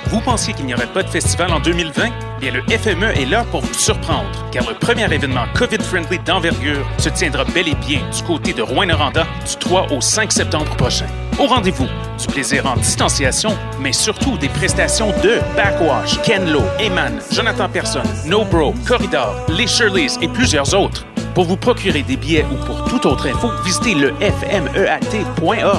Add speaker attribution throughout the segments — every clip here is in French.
Speaker 1: Vous pensiez qu'il n'y aurait pas de festival en 2020? Bien, le FME est là pour vous surprendre, car le premier événement COVID-friendly d'envergure se tiendra bel et bien du côté de Rouyn-Noranda du 3 au 5 septembre prochain. Au rendez-vous, du plaisir en distanciation, mais surtout des prestations de Backwash, Ken Lo, Eman, Jonathan Person, No Bro, Corridor, les Shirleys et plusieurs autres. Pour vous procurer des billets ou pour toute autre info, visitez le fmeat.org.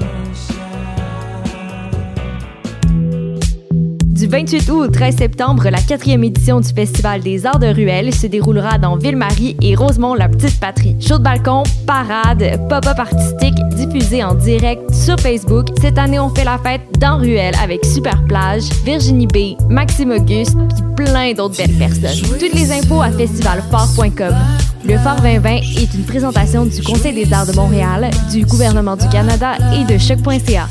Speaker 2: Du 28 août au 13 septembre, la 4e édition du Festival des Arts de Ruelle se déroulera dans Ville-Marie et Rosemont-la-Petite-Patrie. Show de balcon, parade, pop-up artistique diffusé en direct sur Facebook. Cette année, on fait la fête dans Ruelle avec Super Plage, Virginie B, Maxime Auguste puis plein d'autres belles personnes. Toutes les infos à festivalfort.com. Le Fort 2020 est une présentation du Conseil des arts de Montréal, du gouvernement du Canada et de choc.ca.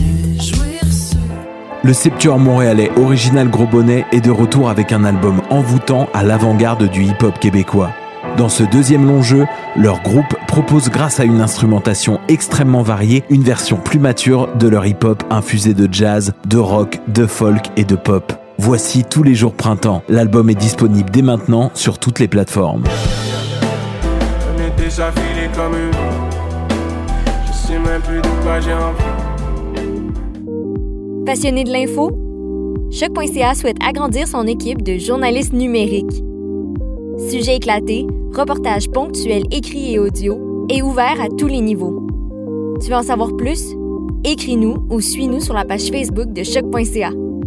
Speaker 3: Le septuor montréalais Original Gros Bonnet est de retour avec un album envoûtant à l'avant-garde du hip-hop québécois. Dans ce deuxième long jeu, leur groupe propose grâce à une instrumentation extrêmement variée, une version plus mature de leur hip-hop infusé de jazz, de rock, de folk et de pop. Voici Tous les jours printemps. L'album est disponible dès maintenant sur toutes les plateformes.
Speaker 4: On est déjà filé comme une... Je sais même plus de quoi j'ai envie.
Speaker 2: Passionné de l'info? Choc.ca souhaite agrandir son équipe de journalistes numériques. Sujets éclatés, reportages ponctuels écrits et audio, et ouverts à tous les niveaux. Tu veux en savoir plus? Écris-nous ou suis-nous sur la page Facebook de Choc.ca.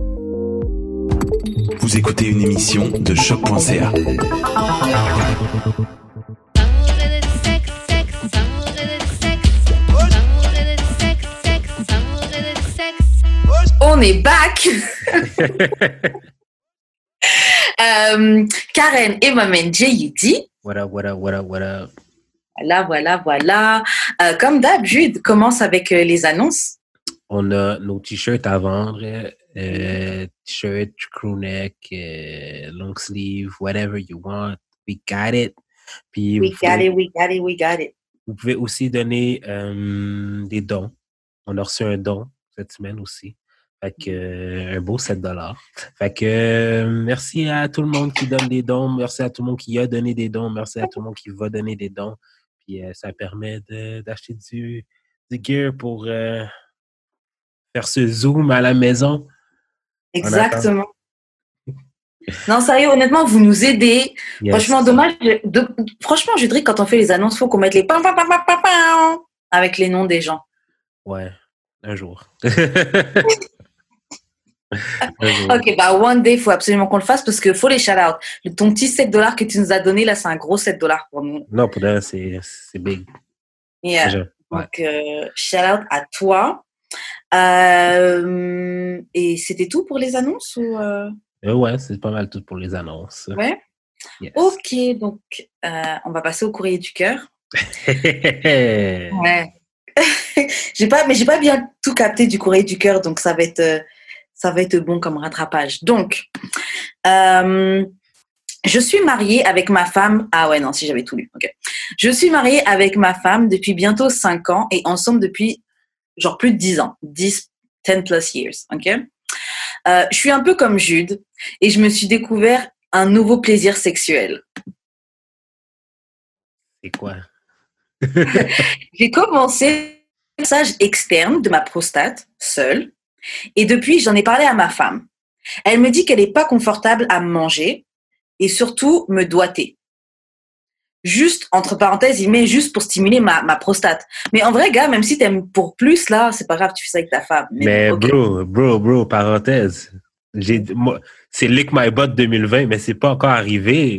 Speaker 3: Vous écoutez une émission de Choc.ca.
Speaker 5: On est back. Karen et Maman J.U.D.
Speaker 6: What up, what up, what up, what up?
Speaker 5: Voilà. Comme d'hab, Jude commence avec les annonces.
Speaker 6: On a nos t-shirts à vendre. T-shirt, crewneck, long sleeve, whatever you want. We got it. Puis
Speaker 5: We got it.
Speaker 6: Vous pouvez aussi donner des dons. On a reçu un don cette semaine aussi. Fait que, un beau 7$. Fait que, merci à tout le monde qui donne des dons. Merci à tout le monde qui a donné des dons. Merci à tout le monde qui va donner des dons. Puis, ça permet d'acheter du gear pour faire ce Zoom à la maison.
Speaker 5: Exactement. Non, sérieux, honnêtement, vous nous aidez. Yes. Franchement, dommage. Franchement, je dirais que quand on fait les annonces, il faut qu'on mette les pam, pam, pam, pam, pam, pam, avec les noms des gens.
Speaker 6: Ouais, un jour.
Speaker 5: Ok, one day, il faut absolument qu'on le fasse parce qu'il faut les shout-out. Ton petit $7 que tu nous as donné, là, c'est un gros $7 pour nous.
Speaker 6: Non, pour là, c'est big.
Speaker 5: Yeah.
Speaker 6: Déjà, ouais.
Speaker 5: Donc, shout-out à toi. Et c'était tout pour les annonces ou
Speaker 6: Ouais, c'est pas mal tout pour les annonces.
Speaker 5: Ouais.
Speaker 6: Yes.
Speaker 5: Ok, donc on va passer au courrier du cœur. Ouais. j'ai pas bien tout capté du courrier du cœur, donc ça va être bon comme rattrapage. Donc, je suis mariée avec ma femme. Ah ouais, non, si j'avais tout lu. Ok. Je suis mariée avec ma femme depuis bientôt 5 ans et ensemble depuis genre plus de 10 ans. 10 plus years. Ok. Je suis un peu comme Jude et je me suis découvert un nouveau plaisir sexuel.
Speaker 6: C'est quoi?
Speaker 5: J'ai commencé le massage externe de ma prostate, seule, et depuis, j'en ai parlé à ma femme. Elle me dit qu'elle n'est pas confortable à me manger et surtout me doiter. Juste, entre parenthèses, il met juste pour stimuler ma prostate. Mais en vrai, gars, même si t'aimes pour plus, là, c'est pas grave, tu fais ça avec ta femme.
Speaker 6: Mais
Speaker 5: okay.
Speaker 6: bro, parenthèse. C'est Lick My Butt 2020, mais c'est pas encore arrivé.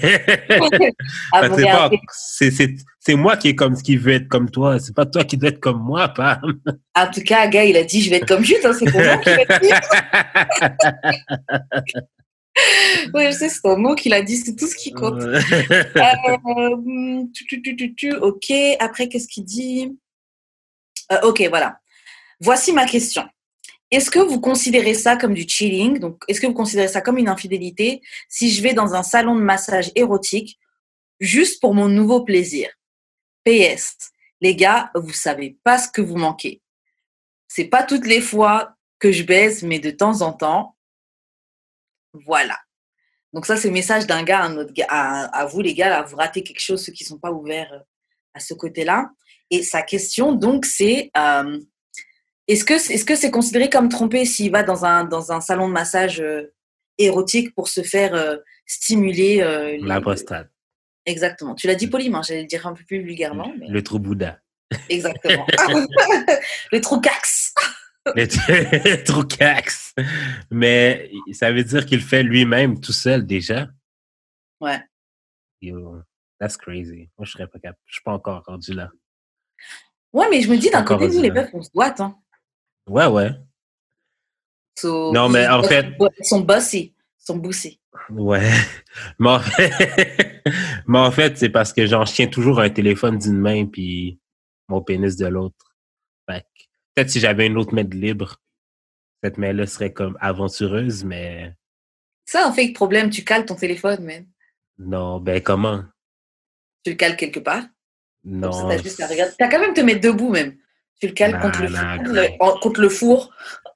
Speaker 6: C'est moi qui veut être comme toi. C'est pas toi qui dois être comme moi, Pam.
Speaker 5: En tout cas, gars, il a dit je vais être comme Jude, hein, c'est ton mot qu'il a dit. Oui, je sais, c'est ton mot qu'il a dit, c'est tout ce qui compte. Ok, après, qu'est-ce qu'il dit? Ok, voilà. Voici ma question. Est-ce que vous considérez ça comme du cheating? Donc, est-ce que vous considérez ça comme une infidélité si je vais dans un salon de massage érotique juste pour mon nouveau plaisir? PS, les gars, vous savez pas ce que vous manquez. C'est pas toutes les fois que je baise, mais de temps en temps, Voilà. Donc ça, c'est le message d'un gars à un autre gars, à vous les gars, là, vous ratez quelque chose, ceux qui ne sont pas ouverts à ce côté-là. Et sa question, donc, c'est est-ce que c'est considéré comme trompé s'il va dans un salon de massage érotique pour se faire stimuler
Speaker 6: La prostate.
Speaker 5: Exactement. Tu l'as dit poliment, j'allais le dire un peu plus vulgairement. Mais...
Speaker 6: Le trou Bouddha.
Speaker 5: Exactement. Le trou cax.
Speaker 6: Le trou cax. Mais ça veut dire qu'il le fait lui-même tout seul déjà.
Speaker 5: Ouais.
Speaker 6: Yo, that's crazy. Moi, je serais pas capable. Je suis pas encore rendu là.
Speaker 5: Ouais, mais je me dis d'un côté, nous, les meufs, on se doite. Hein.
Speaker 6: Ouais.
Speaker 5: So,
Speaker 6: non, mais en fait...
Speaker 5: Ils sont bossy. Ils sont boussés.
Speaker 6: Ouais. Mais en fait, c'est parce que genre, je tiens toujours un téléphone d'une main puis mon pénis de l'autre. Fait que, peut-être si j'avais une autre main de libre, cette main-là serait comme aventureuse, mais...
Speaker 5: Ça, un fake problème. Tu cales ton téléphone, man.
Speaker 6: Non, ben comment?
Speaker 5: Tu le cales quelque part?
Speaker 6: Non.
Speaker 5: Ça, t'as juste à regarder. T'as quand même te mettre debout, même. Tu le cales contre le four.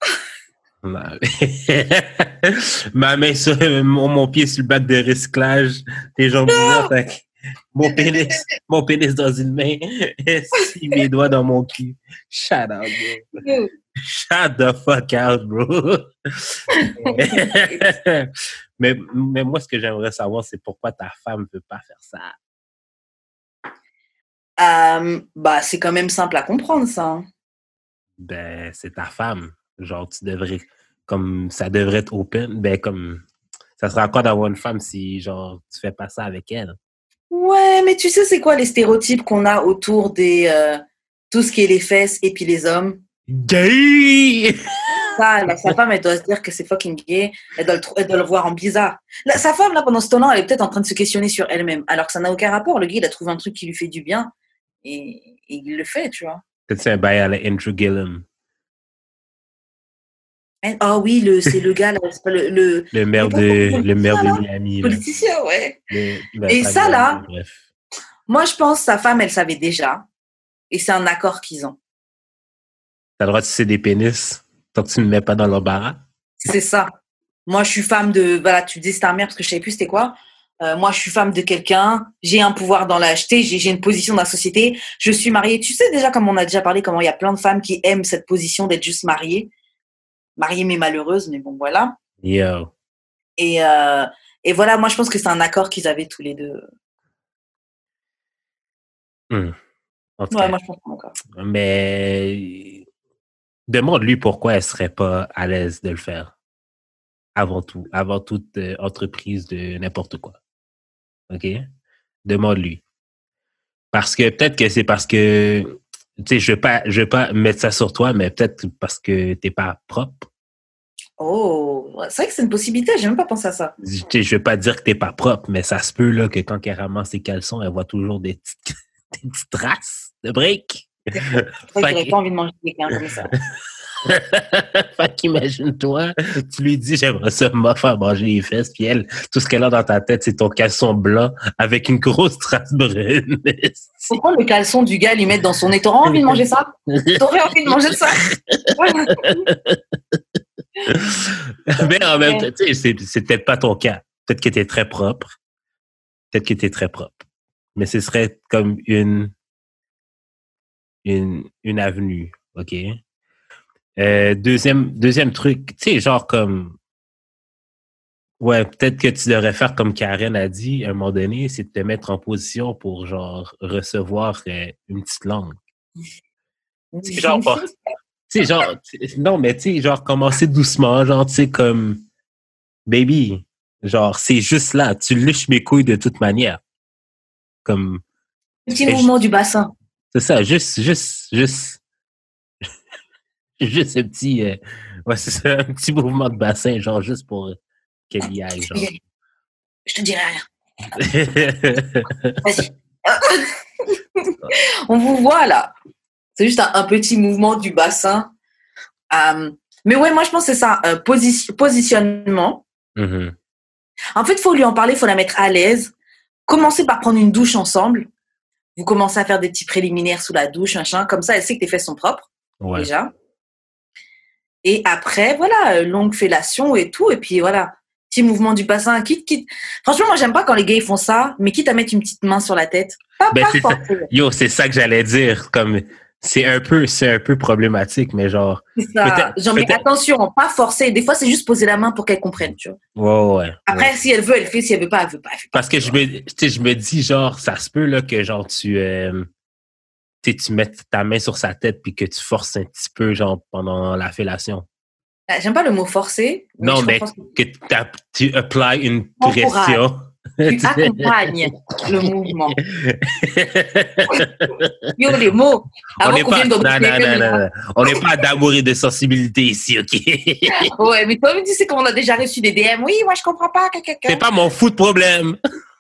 Speaker 6: Ma main sur mon pied sur le bac de recyclage, tes jambes ouvertes, mon pénis dans une main, et mes doigts dans mon cul. Shut up, bro. Shut the fuck out, bro. mais moi, ce que j'aimerais savoir, c'est pourquoi ta femme ne veut pas faire ça.
Speaker 5: Bah, c'est quand même simple à comprendre, ça. Hein.
Speaker 6: Ben, c'est ta femme. Genre, tu devrais, comme, ça devrait être open. Ben, comme, ça serait quoi d'avoir une femme si, genre, tu fais pas ça avec elle?
Speaker 5: Ouais, mais tu sais, c'est quoi les stéréotypes qu'on a autour des, tout ce qui est les fesses et puis les hommes?
Speaker 6: Gay!
Speaker 5: Ça, là, sa femme, elle doit se dire que c'est fucking gay. Elle doit le voir en bizarre. Là, sa femme, là, pendant ce temps-là, elle est peut-être en train de se questionner sur elle-même. Alors que ça n'a aucun rapport. Le gars, il a trouvé un truc qui lui fait du bien. Et il le fait, tu vois.
Speaker 6: Peut-être c'est un bail à la Andrew Gillum.
Speaker 5: Ah oui, c'est le gars, là, c'est pas le
Speaker 6: maire de Miami.
Speaker 5: Politicien, ouais.
Speaker 6: Et
Speaker 5: ça, là,
Speaker 6: bref.
Speaker 5: Moi, je pense que sa femme, elle savait déjà. Et c'est un accord qu'ils ont.
Speaker 6: T'as le droit de sucer des pénis tant que tu ne me mets pas dans l'embarras?
Speaker 5: C'est ça. Moi, je suis femme de... Voilà, tu dis c'est ta mère parce que je savais plus c'était quoi. Moi, je suis femme de quelqu'un. J'ai un pouvoir dans la... J'ai une position dans la société. Je suis mariée. Tu sais déjà, comme on a déjà parlé, comment il y a plein de femmes qui aiment cette position d'être juste mariée. Mariée mais malheureuse, mais bon, voilà.
Speaker 6: Yo.
Speaker 5: Et voilà, moi, je pense que c'est un accord qu'ils avaient tous les deux.
Speaker 6: En tout cas,
Speaker 5: moi, je pense pas encore.
Speaker 6: Mais demande-lui pourquoi elle serait pas à l'aise de le faire. Avant tout. Avant toute entreprise de n'importe quoi. OK? Demande-lui. Parce que peut-être que c'est parce que... Tu sais, je veux pas mettre ça sur toi, mais peut-être parce que t'es pas propre.
Speaker 5: Oh, c'est vrai que c'est une possibilité. J'ai même pas pensé à ça.
Speaker 6: Tu sais, je veux pas dire que t'es pas propre, mais ça se peut là que quand elle ramasse ses caleçons, elle voit toujours des petites traces de briques.
Speaker 5: J'aurais pas envie de manger quelqu'un comme ça.
Speaker 6: Fait qu'imagine-toi, tu lui dis j'aimerais ça me faire manger les fesses, puis elle, tout ce qu'elle a dans ta tête, c'est ton caleçon blanc avec une grosse trace brune.
Speaker 5: Faut prendre le caleçon du gars, lui mettre dans son nez. T'aurais envie de manger ça? T'aurais envie de manger ça?
Speaker 6: Mais en même temps, tu sais, c'est peut-être pas ton cas. Peut-être que t'es très propre. Mais ce serait comme une avenue, OK? Deuxième truc, tu sais, genre comme... Ouais, peut-être que tu devrais faire comme Karen a dit à un moment donné, c'est de te mettre en position pour, genre, recevoir une petite langue. C'est genre pas... Tu sais, genre... Non, mais tu sais, genre, commencer doucement, genre, tu sais, comme... Baby, genre, c'est juste là. Tu luches mes couilles de toute manière. Comme...
Speaker 5: Petit mouvement du bassin.
Speaker 6: C'est ça, juste un petit... ouais, c'est ça, un petit mouvement de bassin, genre, juste pour qu'elle y aille, genre.
Speaker 5: Je te dirai rien. Vas-y. On vous voit, là. C'est juste un petit mouvement du bassin. Mais ouais, moi, je pense que c'est ça. Positionnement.
Speaker 6: Mm-hmm.
Speaker 5: En fait, il faut lui en parler, il faut la mettre à l'aise. Commencez par prendre une douche ensemble. Vous commencez à faire des petits préliminaires sous la douche, machin. Comme ça, elle sait que tes fesses sont propres, déjà. Et après, voilà, longue fellation et tout. Et puis, voilà. Petit mouvement du bassin, quitte. Franchement, moi, j'aime pas quand les gays font ça, mais quitte à mettre une petite main sur la tête. Pas
Speaker 6: c'est ça.
Speaker 5: forcé.
Speaker 6: Yo, c'est ça que j'allais dire. Comme, c'est un peu problématique, mais genre.
Speaker 5: C'est ça. Genre, mais attention, pas forcer. Des fois, c'est juste poser la main pour qu'elle comprenne, tu vois.
Speaker 6: Ouais.
Speaker 5: Après, si elle veut, elle fait. Si elle veut pas, elle veut pas.
Speaker 6: Parce que je me dis, genre, ça se peut, là, que genre, tu mettes ta main sur sa tête puis que tu forces un petit peu, genre, pendant la fellation.
Speaker 5: J'aime pas le mot forcer.
Speaker 6: Non, mais que tu applies une pression.
Speaker 5: Tu accompagnes le mouvement. Yo, les mots.
Speaker 6: On n'est pas d'amour et de sensibilité ici, OK?
Speaker 5: Ouais, mais toi, tu sais qu'on a déjà reçu des DM. Oui, moi, je comprends pas.
Speaker 6: C'est pas mon fou de problème.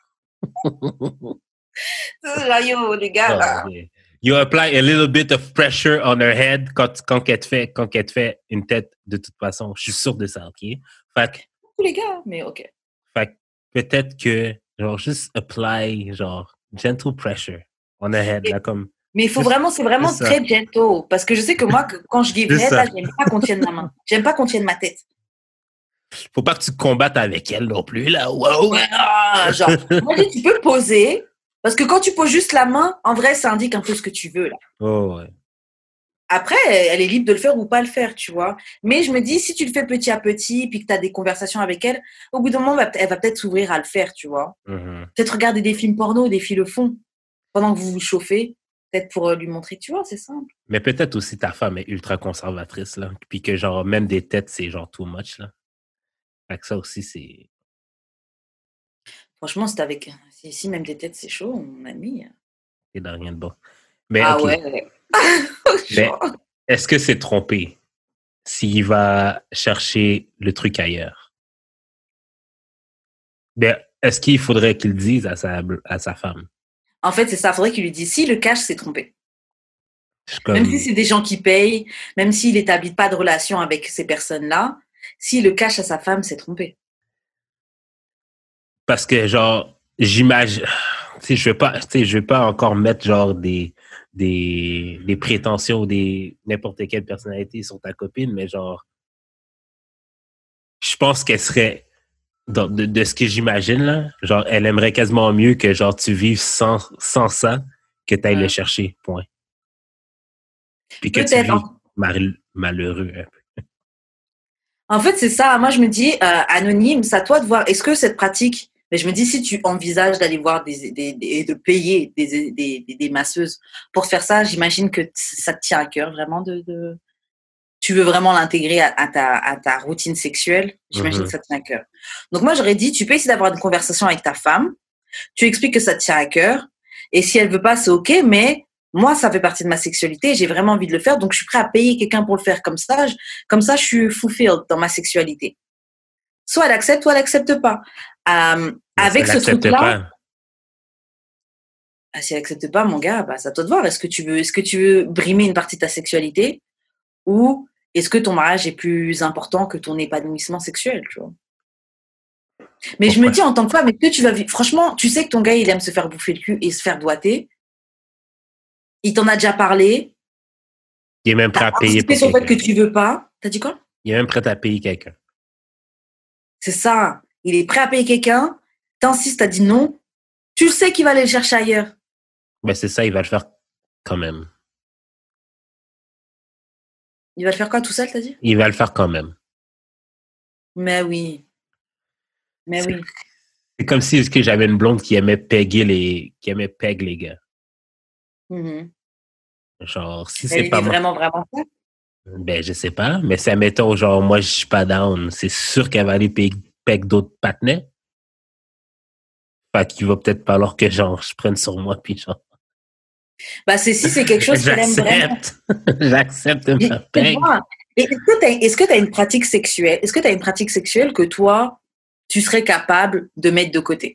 Speaker 5: Yo, les gars, là.
Speaker 6: You apply a little bit of pressure on her head quand elle te fait une tête de toute façon. Je suis sûr de ça, OK? Fait que,
Speaker 5: tous les gars, mais OK.
Speaker 6: Fait que peut-être que, genre, juste apply, genre, gentle pressure on her head, là, comme...
Speaker 5: Mais il faut vraiment, c'est vraiment très gentle. Parce que je sais que moi, quand je give head, là, j'aime pas qu'on tienne ma main. J'aime pas qu'on tienne ma tête.
Speaker 6: Faut pas que tu combattes avec elle non plus, là. Wow!
Speaker 5: Ouais, genre, moi, tu peux poser... Parce que quand tu poses juste la main, en vrai, ça indique un peu ce que tu veux, là.
Speaker 6: Oh, ouais.
Speaker 5: Après, elle est libre de le faire ou pas le faire, tu vois. Mais je me dis, si tu le fais petit à petit, puis que tu as des conversations avec elle, au bout d'un moment, elle va peut-être s'ouvrir à le faire, tu vois.
Speaker 6: Mm-hmm.
Speaker 5: Peut-être regarder des films porno, des filles le font, pendant que vous vous chauffez, peut-être pour lui montrer, tu vois, c'est simple.
Speaker 6: Mais peut-être aussi ta femme est ultra conservatrice, là. Puis que, genre, même des têtes, c'est genre too much, là. Fait que ça aussi, c'est...
Speaker 5: Franchement, si même des têtes, c'est chaud, mon ami.
Speaker 6: C'est de rien de bon. Mais,
Speaker 5: ah
Speaker 6: okay.
Speaker 5: Ouais.
Speaker 6: Mais est-ce que c'est trompé s'il va chercher le truc ailleurs? Ben, est-ce qu'il faudrait qu'il dise à sa femme?
Speaker 5: En fait, c'est ça. Il faudrait qu'il lui dise. S'il le cache, c'est trompé.
Speaker 6: Comme...
Speaker 5: Même si c'est des gens qui payent, même s'il n'établit pas de relation avec ces personnes-là, s'il le cache à sa femme, c'est trompé.
Speaker 6: Parce que, genre, j'imagine... Je vais pas encore mettre, genre, des prétentions ou n'importe quelle personnalité sur ta copine, mais genre, je pense qu'elle serait, de ce que j'imagine, là, genre, elle aimerait quasiment mieux que, genre, tu vives sans ça, que tu ailles le chercher, point. Puis que tu vives malheureux un peu.
Speaker 5: En fait, c'est ça. Moi, je me dis, anonyme, c'est à toi de voir, est-ce que cette pratique... Mais je me dis, si tu envisages d'aller voir de payer des masseuses pour faire ça, j'imagine que ça te tient à cœur vraiment tu veux vraiment l'intégrer à ta routine sexuelle. J'imagine que ça te tient à cœur. Donc moi, j'aurais dit, tu peux essayer d'avoir une conversation avec ta femme. Tu expliques que ça te tient à cœur. Et si elle veut pas, c'est OK. Mais moi, ça fait partie de ma sexualité. J'ai vraiment envie de le faire. Donc, je suis prêt à payer quelqu'un pour le faire comme ça. Je suis fulfilled dans ma sexualité. Soit elle accepte, soit elle accepte pas. Avec ce truc-là, si elle accepte pas, mon gars, c'est à toi de voir. Est-ce que tu veux brimer une partie de ta sexualité ou est-ce que ton mariage est plus important que ton épanouissement sexuel, tu vois? Mais pourquoi? Je me dis en tant que femme, est-ce que tu vas vivre? Franchement, tu sais que ton gars, il aime se faire bouffer le cul et se faire doigter. Il t'en a déjà parlé.
Speaker 6: Il est même prêt à payer pour
Speaker 5: quelqu'un. Sur le fait que tu veux pas. T'as dit quoi?
Speaker 6: Il est même prêt à payer quelqu'un.
Speaker 5: C'est ça. Il est prêt à payer quelqu'un. T'insistes, t'as dit non. Tu sais qu'il va aller le chercher ailleurs.
Speaker 6: Ben c'est ça, il va le faire quand même.
Speaker 5: Il va le faire quoi, tout seul, t'as dit?
Speaker 6: Il va le faire quand même.
Speaker 5: Mais oui. Oui.
Speaker 6: C'est comme si j'avais une blonde qui aimait peg les gars.
Speaker 5: Mm-hmm.
Speaker 6: Genre, si c'est pas
Speaker 5: vraiment ça?
Speaker 6: Ben, je sais pas. Mais si, admettons, genre, moi, je suis pas down, c'est sûr qu'elle va aller peg d'autres partenaires. Fait qu'il va peut-être falloir que, genre, je prenne sur moi, puis genre...
Speaker 5: si c'est quelque chose qu'elle aime vraiment.
Speaker 6: J'accepte de me peg.
Speaker 5: Est-ce que tu as une pratique sexuelle? Est-ce que tu as une pratique sexuelle que toi, tu serais capable de mettre de côté?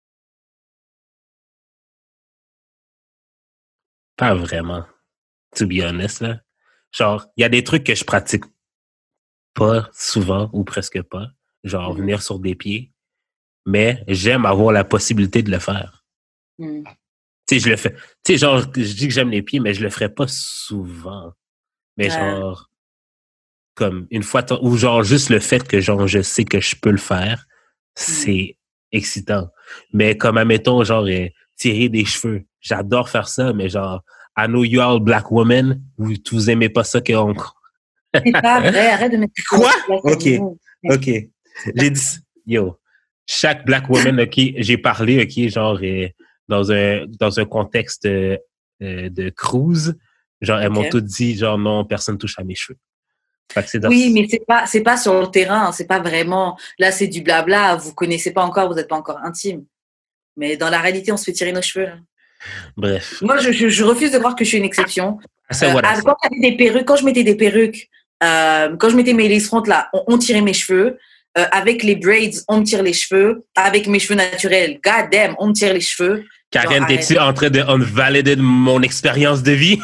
Speaker 6: Pas vraiment. To be honest, là. Genre, il y a des trucs que je pratique pas souvent ou presque pas. Genre, venir sur des pieds. Mais j'aime avoir la possibilité de le faire. Tu sais, je le fais. Tu sais, genre, je dis que j'aime les pieds, mais je le ferai pas souvent. Mais genre, comme une fois, ou genre juste le fait que genre je sais que je peux le faire, c'est excitant. Mais comme, admettons, genre, tirer des cheveux. J'adore faire ça, mais genre, I know you all black women, vous aimez pas ça
Speaker 5: C'est pas vrai, arrête de mettre...
Speaker 6: Quoi? OK. J'ai dit, yo, chaque black woman, OK, j'ai parlé, OK, genre, dans un contexte de cruise, genre, elles m'ont toutes dit, genre, non, personne touche à mes cheveux.
Speaker 5: Oui, mais c'est pas sur le terrain, c'est pas vraiment... Là, c'est du blabla, vous connaissez pas encore, vous êtes pas encore intime. Mais dans la réalité, on se fait tirer nos cheveux, là.
Speaker 6: Bref.
Speaker 5: Moi, je refuse de croire que je suis une exception. Quand je mettais des perruques, quand je mettais mes lace front, là, on tirait mes cheveux. Avec les braids, on me tire les cheveux. Avec mes cheveux naturels, god damn, on me tire les cheveux.
Speaker 6: Karen, t'es-tu en train de unvalider mon expérience de vie?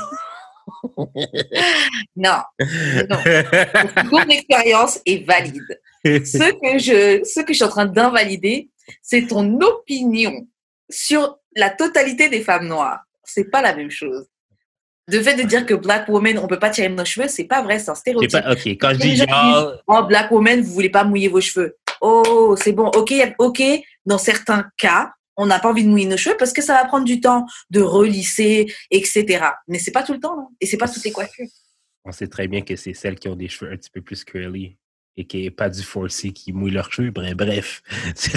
Speaker 5: Non. Mon expérience est valide. Ce que je suis en train d'invalider, c'est ton opinion sur la totalité des femmes noires. C'est pas la même chose. Le fait de dire que black woman, on peut pas tirer nos cheveux, c'est pas vrai, c'est un stéréotype.
Speaker 6: OK, quand je dis genre...
Speaker 5: Oh, black woman, vous voulez pas mouiller vos cheveux. Oh, c'est bon. OK, dans certains cas, on n'a pas envie de mouiller nos cheveux parce que ça va prendre du temps de relisser, etc. Mais c'est pas tout le temps, là. Et c'est pas toutes les coiffures.
Speaker 6: On sait très bien que c'est celles qui ont des cheveux un petit peu plus curly et qui n'est pas du forcé qui mouillent leurs cheveux. Bref, c'est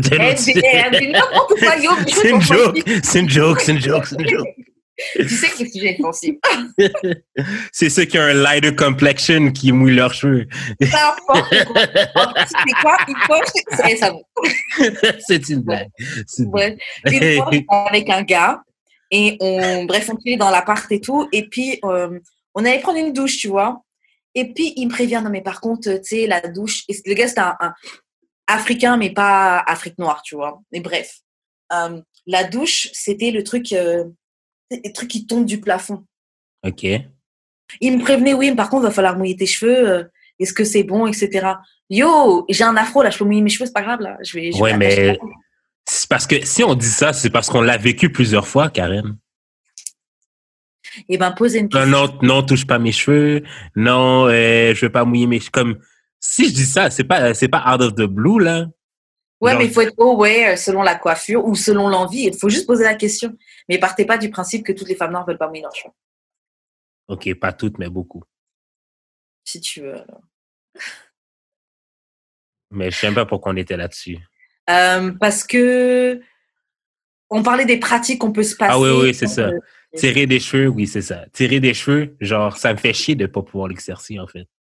Speaker 6: une joke.
Speaker 5: Tu sais que le sujet est sensible.
Speaker 6: C'est ceux qui ont un lighter complexion qui mouillent leurs cheveux.
Speaker 5: N'importe quoi. C'est quoi? Il faut c'est ça.
Speaker 6: C'est une blague.
Speaker 5: Ouais. Une fois, j'étais avec un gars et on était dans l'appart et tout. Et puis, on allait prendre une douche, tu vois. Et puis, il me prévient, non, mais par contre, tu sais, la douche... Et le gars, c'était un Africain, mais pas Afrique noire, tu vois. Et bref. La douche, c'était le truc... les trucs qui tombent du plafond.
Speaker 6: OK.
Speaker 5: Il me prévenait, oui, mais par contre, il va falloir mouiller tes cheveux. Est-ce que c'est bon, etc. Yo, j'ai un afro, là, je peux mouiller mes cheveux, c'est pas grave, là.
Speaker 6: Ouais, mais c'est parce que si on dit ça, c'est parce qu'on l'a vécu plusieurs fois, Karen.
Speaker 5: Eh ben, posez une question.
Speaker 6: Non, touche pas mes cheveux. Non, je veux pas mouiller mes cheveux. Comme, si je dis ça, c'est pas out of the blue, là.
Speaker 5: Ouais, genre... mais il faut être aware selon la coiffure ou selon l'envie. Il faut juste poser la question. Mais partez pas du principe que toutes les femmes noires veulent pas mouiller leurs cheveux.
Speaker 6: OK, pas toutes, mais beaucoup.
Speaker 5: Si tu veux. Alors.
Speaker 6: Mais je sais même pas pourquoi on était là-dessus.
Speaker 5: Parce que on parlait des pratiques qu'on peut se passer.
Speaker 6: Ah oui, c'est ça. Tirer des cheveux, oui, c'est ça. Tirer des cheveux, genre, ça me fait chier de pas pouvoir l'exercer, en fait.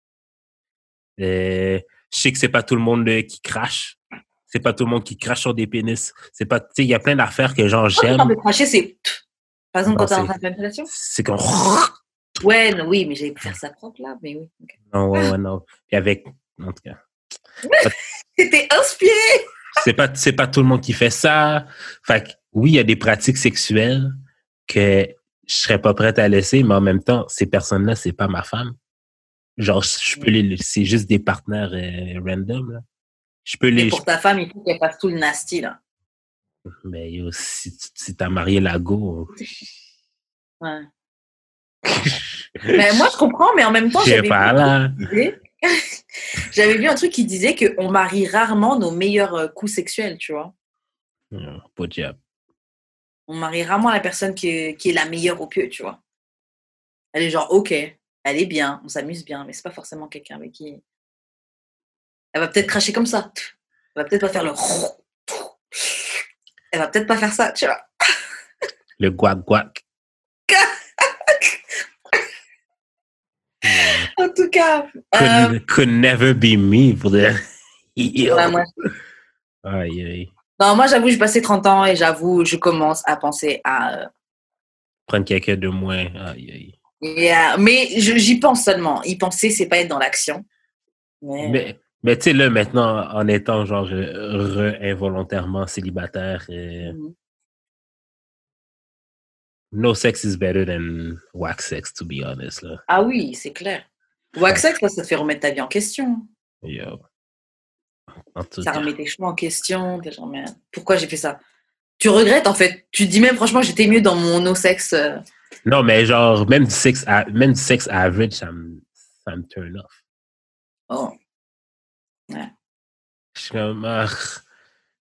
Speaker 6: Je sais que c'est pas tout le monde qui crache. C'est pas tout le monde qui crache sur des pénis. C'est pas, tu sais, il y a plein d'affaires que genre j'aime.
Speaker 5: Quand cracher, c'est... Par exemple, quand t'es en train de faire une fellation?
Speaker 6: C'est comme...
Speaker 5: Ouais, non, oui, mais j'allais faire ça propre, là, mais oui. Okay.
Speaker 6: Non, ouais, non. Puis avec... En tout cas...
Speaker 5: T'étais inspiré!
Speaker 6: C'est pas tout le monde qui fait ça. Fait que, oui, il y a des pratiques sexuelles que je serais pas prête à laisser, mais en même temps, ces personnes-là, c'est pas ma femme. Genre, je peux c'est juste des partenaires random, là.
Speaker 5: Mais pour ta femme, il faut qu'elle fasse tout le nasty, là.
Speaker 6: Mais yo, si t'as marié la go...
Speaker 5: Ouais. Mais moi, je comprends, mais en même temps, j'avais vu un truc qui disait qu'on marie rarement nos meilleurs coups sexuels, tu vois.
Speaker 6: Pas diable.
Speaker 5: On marie rarement la personne qui est la meilleure au pieu, tu vois. Elle est genre, OK, elle est bien, on s'amuse bien, mais c'est pas forcément quelqu'un avec qui... Elle va peut-être cracher comme ça. Elle va peut-être pas faire le... Elle va peut-être pas faire ça, tu vois.
Speaker 6: Le guac-guac.
Speaker 5: En tout cas...
Speaker 6: Could never be me pour the...
Speaker 5: Ouais, moi...
Speaker 6: Aïe.
Speaker 5: Non, moi, j'avoue, j'ai passé 30 ans et j'avoue, je commence à penser à...
Speaker 6: Prendre quelqu'un de moins. Aïe.
Speaker 5: Yeah. Mais j'y pense seulement. Y penser, c'est pas être dans l'action.
Speaker 6: Mais tu sais, là, maintenant, en étant genre involontairement célibataire, no sex is better than wax sex, to be honest. Là.
Speaker 5: Ah oui, c'est clair. Wax sex, ça te fait remettre ta vie en question.
Speaker 6: Yo.
Speaker 5: Ça remet tes choix en question. T'es genre, mais pourquoi j'ai fait ça? Tu regrettes, en fait. Tu te dis même, franchement, j'étais mieux dans mon no sex.
Speaker 6: Non, mais genre, même du sex average, ça me turn off.
Speaker 5: Oh. Ouais.
Speaker 6: Je suis comme,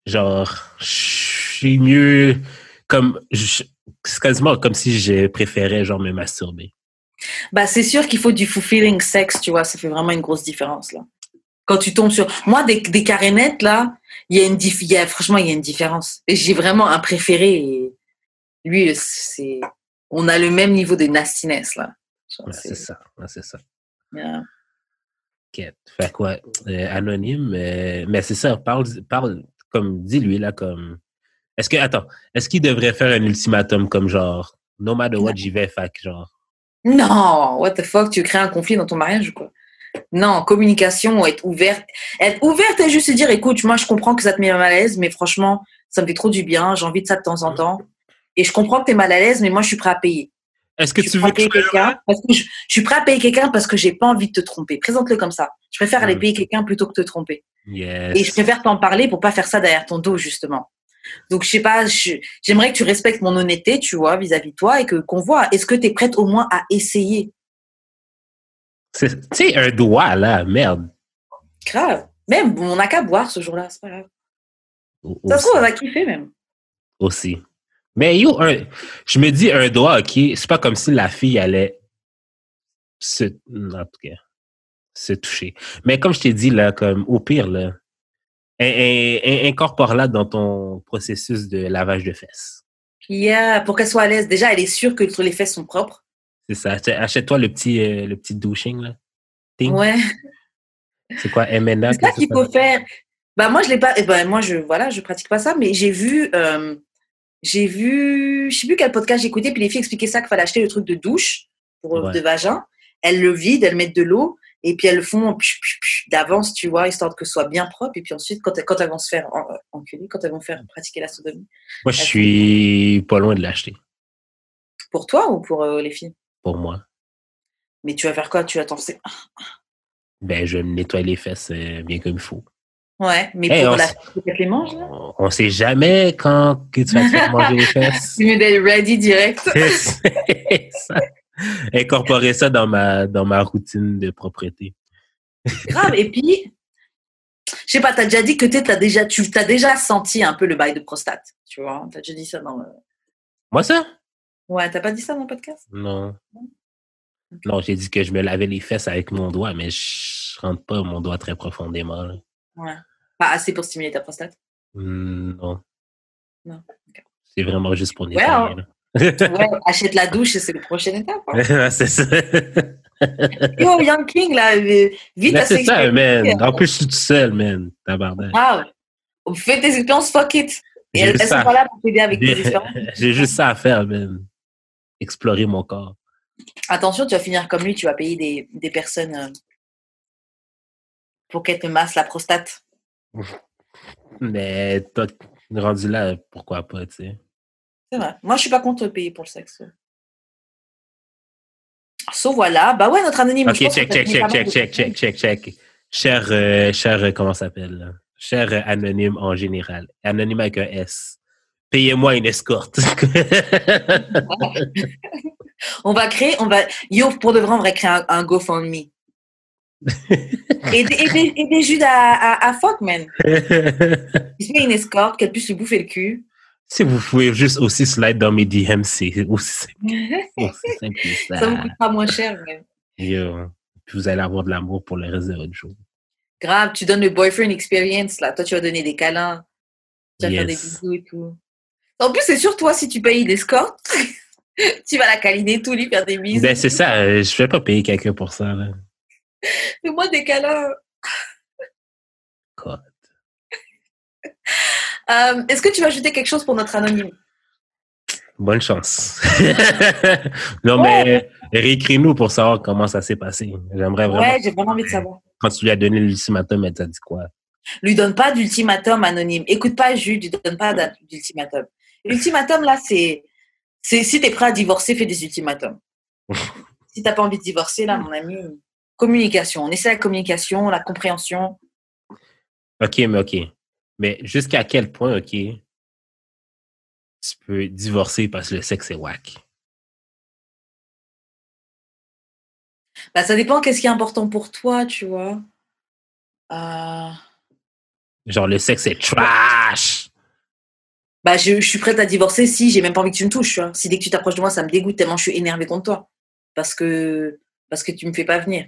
Speaker 6: Genre, je suis mieux c'est quasiment comme si je préférais genre me masturber.
Speaker 5: Bah, c'est sûr qu'il faut du fulfilling sex, tu vois, ça fait vraiment une grosse différence, là. Quand tu tombes sur... Moi, des carénettes, là, franchement, il y a une différence. Et j'ai vraiment un préféré. Et lui, on a le même niveau de nastiness, là. Genre,
Speaker 6: C'est ça. Ouais, c'est ça.
Speaker 5: Yeah.
Speaker 6: Fait quoi? Anonyme, mais c'est ça. Parle, comme, dis-lui, là, comme... Est-ce qu'il devrait faire un ultimatum comme genre, no matter what, j'y vais, fac, genre?
Speaker 5: Non, what the fuck, tu crées un conflit dans ton mariage ou quoi? Non, communication, être ouverte. Être ouverte et juste se dire, écoute, moi, je comprends que ça te met mal à l'aise, mais franchement, ça me fait trop du bien, j'ai envie de ça de temps en temps. Et je comprends que tu es mal à l'aise, mais moi, je suis prêt à payer.
Speaker 6: Est-ce que tu veux
Speaker 5: payer quelqu'un parce que je suis prêt à payer quelqu'un parce que j'ai pas envie de te tromper. Présente-le comme ça. Je préfère aller payer quelqu'un plutôt que te tromper.
Speaker 6: Yes.
Speaker 5: Et je préfère t'en parler pour pas faire ça derrière ton dos, justement. Donc, je sais pas, j'aimerais que tu respectes mon honnêteté, tu vois, vis-à-vis de toi et qu'on voit, est-ce que tu es prête au moins à essayer?
Speaker 6: Tu sais, un doigt, là, merde.
Speaker 5: Grave. Même, on n'a qu'à boire ce jour-là, c'est pas grave. Ça se trouve, on va kiffer même.
Speaker 6: Aussi. Mais je me dis, un doigt, OK, c'est pas comme si la fille allait en tout cas, se toucher. Mais comme je t'ai dit, là, comme au pire, là, incorpore-la dans ton processus de lavage de fesses.
Speaker 5: Yeah, pour qu'elle soit à l'aise. Déjà, elle est sûre que les fesses sont propres.
Speaker 6: C'est ça. Achète-toi le petit douching, là. Thing.
Speaker 5: Ouais.
Speaker 6: C'est quoi, MNA?
Speaker 5: C'est ça qu'il faut faire. Bah, moi, je l'ai pas. Moi, je pratique pas ça, mais j'ai vu, je sais plus quel podcast j'ai écouté, puis les filles expliquaient ça qu'il fallait acheter le truc de douche de vagin. Elles le vident, elles mettent de l'eau, et puis elles le font d'avance, tu vois, histoire que ce soit bien propre. Et puis ensuite, quand elles vont se faire enculer, quand elles vont faire pratiquer la sodomie.
Speaker 6: Moi, je suis pas loin de l'acheter.
Speaker 5: Pour toi ou pour les filles?
Speaker 6: Pour moi.
Speaker 5: Mais tu vas faire quoi? Tu vas t'en...
Speaker 6: Ben, je nettoie les fesses bien comme il faut.
Speaker 5: Ouais, mais pour la fille qui les mange, là?
Speaker 6: On sait jamais quand que tu vas te faire manger les fesses.
Speaker 5: Tu mets des ready direct.
Speaker 6: C'est ça. Incorporer ça dans ma routine de propreté.
Speaker 5: Grave. Et puis, je sais pas, t'as déjà dit que tu t'as déjà senti un peu le bail de prostate. Tu vois, t'as déjà dit ça dans le...
Speaker 6: Moi, ça?
Speaker 5: Ouais, t'as pas dit ça dans le podcast?
Speaker 6: Non. Non, j'ai dit que je me lavais les fesses avec mon doigt, mais je rentre pas mon doigt très profondément. Là.
Speaker 5: Ouais. Pas assez pour stimuler ta prostate?
Speaker 6: Non.
Speaker 5: Non. Okay.
Speaker 6: C'est vraiment juste pour nettoyer.
Speaker 5: Ouais, achète la douche et c'est la prochaine étape. Hein.
Speaker 6: C'est ça.
Speaker 5: Yo, Young King, là, vite à
Speaker 6: c'est ça, man. En plus, je suis tout seul, man. Tabarnak.
Speaker 5: Ah, fais tes expériences, fuck it. Et elles sont pas là pour t'aider avec tes expériences.
Speaker 6: J'ai juste ça à faire, man. Explorer mon corps.
Speaker 5: Attention, tu vas finir comme lui, tu vas payer des personnes pour qu'elles te massent la prostate.
Speaker 6: Mais toi, rendu là, pourquoi pas, tu sais.
Speaker 5: C'est vrai. Moi, je suis pas contre payer pour le sexe. Voilà. Bah ouais, notre anonyme.
Speaker 6: Ok, check. Cher, comment ça s'appelle? Là? Cher anonyme en général. Anonyme avec un S. Payez-moi une escorte.
Speaker 5: Pour de vrai, on va créer un GoFundMe. et des jus à fuck, man. Il se met une escorte, qu'elle puisse lui bouffer le cul.
Speaker 6: Si vous pouvez juste aussi slide dans mes DM, c'est aussi simple que ça.
Speaker 5: Ça vous coûtera moins cher, même.
Speaker 6: Yo. Puis vous allez avoir de l'amour pour le reste de votre jour.
Speaker 5: Grave, tu donnes le boyfriend experience, là. Toi, tu vas donner des câlins. Tu vas faire des bisous et tout. En plus, c'est sûr, toi, si tu payes une escorte, tu vas la câliner tout, lui faire des bisous.
Speaker 6: Ben, c'est ça. Je vais pas payer quelqu'un pour ça, là.
Speaker 5: Fais-moi des câlins.
Speaker 6: God.
Speaker 5: Est-ce que tu vas ajouter quelque chose pour notre anonyme?
Speaker 6: Bonne chance. Non, mais réécris-nous pour savoir comment ça s'est passé. J'aimerais vraiment.
Speaker 5: Ouais, j'ai vraiment envie de savoir.
Speaker 6: Quand tu lui as donné l'ultimatum, elle t'a dit quoi?
Speaker 5: Lui donne pas d'ultimatum anonyme. Écoute pas Jules, lui donne pas d'ultimatum. L'ultimatum, là, c'est si t'es prêt à divorcer, fais des ultimatums. Si t'as pas envie de divorcer, là, mon ami, communication. On essaie la communication, la compréhension.
Speaker 6: OK. Mais jusqu'à quel point, OK, tu peux divorcer parce que le sexe est whack?
Speaker 5: Bah, ça dépend qu'est-ce qui est important pour toi, tu vois.
Speaker 6: Genre, le sexe est trash.
Speaker 5: Bah, je suis prête à divorcer si j'ai même pas envie que tu me touches, tu vois. Si dès que tu t'approches de moi, ça me dégoûte tellement je suis énervée contre toi. Parce que tu me fais pas venir.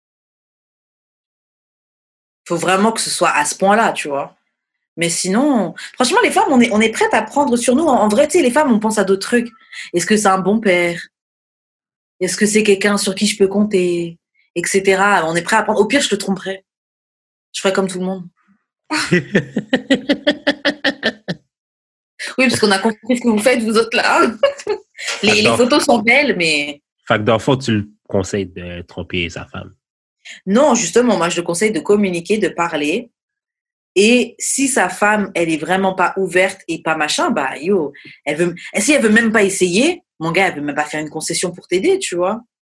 Speaker 5: Faut vraiment que ce soit à ce point-là, tu vois. Mais sinon, franchement, les femmes, on est prêtes à prendre sur nous. En vrai, tu sais, les femmes, on pense à d'autres trucs. Est-ce que c'est un bon père? Est-ce que c'est quelqu'un sur qui je peux compter? Etc. On est prêt à prendre. Au pire, je te tromperai. Je ferai comme tout le monde. Oui, parce qu'on a compris ce que vous faites, vous autres là. Les photos sont belles, mais...
Speaker 6: Fait que dans le fond, tu le conseilles de tromper sa femme.
Speaker 5: Non, justement, moi, je le conseille de communiquer, de parler. Et si sa femme, elle est vraiment pas ouverte et pas machin, bah, yo, si elle veut même pas essayer, mon gars, elle veut même pas faire une concession pour t'aider, tu vois.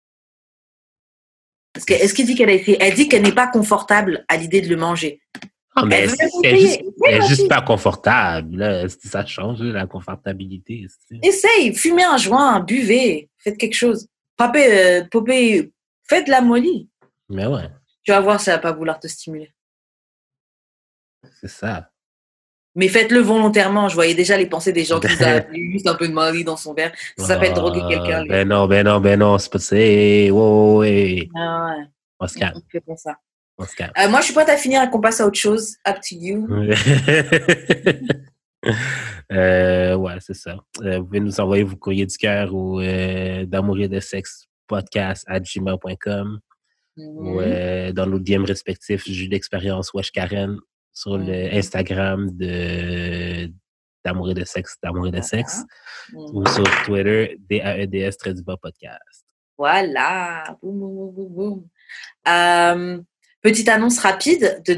Speaker 5: Est-ce qu'il dit qu'elle a essayé? Elle dit qu'elle n'est pas confortable à l'idée de le manger.
Speaker 6: Ah, mais elle est juste pas confortable. Là. Ça change, la confortabilité.
Speaker 5: Essaye, fumez un joint, buvez, faites quelque chose. Popez, faites de la molly.
Speaker 6: Mais ouais.
Speaker 5: Tu vas voir, ça va pas vouloir te stimuler.
Speaker 6: C'est ça.
Speaker 5: Mais faites-le volontairement. Je voyais déjà les pensées des gens qui avaient juste un peu de Molly dans son verre. Ça s'appelle droguer quelqu'un.
Speaker 6: Ben non, c'est pas ça. Ouais.
Speaker 5: Ah ouais.
Speaker 6: On se calme.
Speaker 5: On fait pour ça.
Speaker 6: On se calme.
Speaker 5: Moi, je suis prête à finir et qu'on passe à autre chose. Up to you.
Speaker 6: Ouais, c'est ça. Vous pouvez nous envoyer vos courriers du cœur ou d'amour et de sexe podcast@gmail.com ou dans nos DM respectifs, Jus d'expérience Wesh Karen sur le Instagram d'amour et de sexe ou sur Twitter DAEDS_podcast.
Speaker 5: Voilà. Boum, boum, boum, boum. Petite annonce rapide de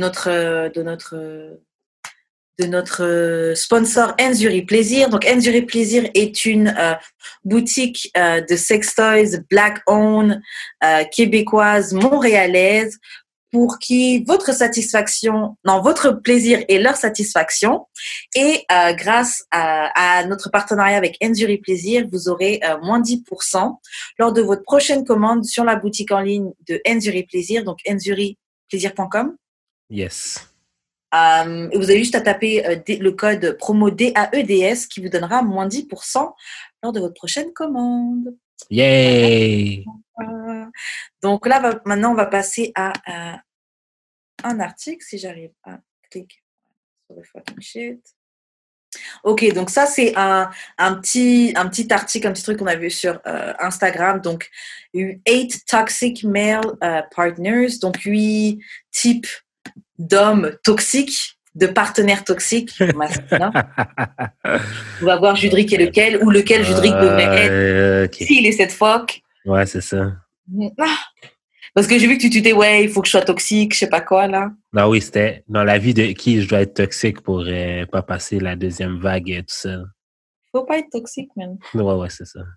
Speaker 5: notre sponsor Enzuri Plaisir. Donc Enzuri Plaisir est une boutique de sex toys black owned, québécoise, montréalaise, pour qui votre plaisir est leur satisfaction. Et grâce à notre partenariat avec Enzuri Plaisir, vous aurez moins 10% lors de votre prochaine commande sur la boutique en ligne de Enzuri Plaisir, donc enzuriplaisir.com.
Speaker 6: Yes.
Speaker 5: Et vous avez juste à taper le code promo DAEDS qui vous donnera moins 10% lors de votre prochaine commande.
Speaker 6: Yay!
Speaker 5: Donc là, maintenant, on va passer à un article, si j'arrive à cliquer sur le fucking shit. Ok, donc ça, c'est un petit article, un petit truc qu'on a vu sur Instagram. Donc, 8 toxic male partners, donc 8 types d'hommes toxiques, de partenaires toxiques masculins. On va voir Judric est lequel, ou lequel Judric devrait être, s'il est cette fuck.
Speaker 6: Ouais, c'est ça.
Speaker 5: Parce que j'ai vu que tu tutais, ouais, il faut que je sois toxique, je sais pas quoi, là.
Speaker 6: Non, oui, c'était dans la vie de qui je dois être toxique pour pas passer la deuxième vague et tout ça.
Speaker 5: Faut pas être toxique, man.
Speaker 6: Ouais, c'est ça.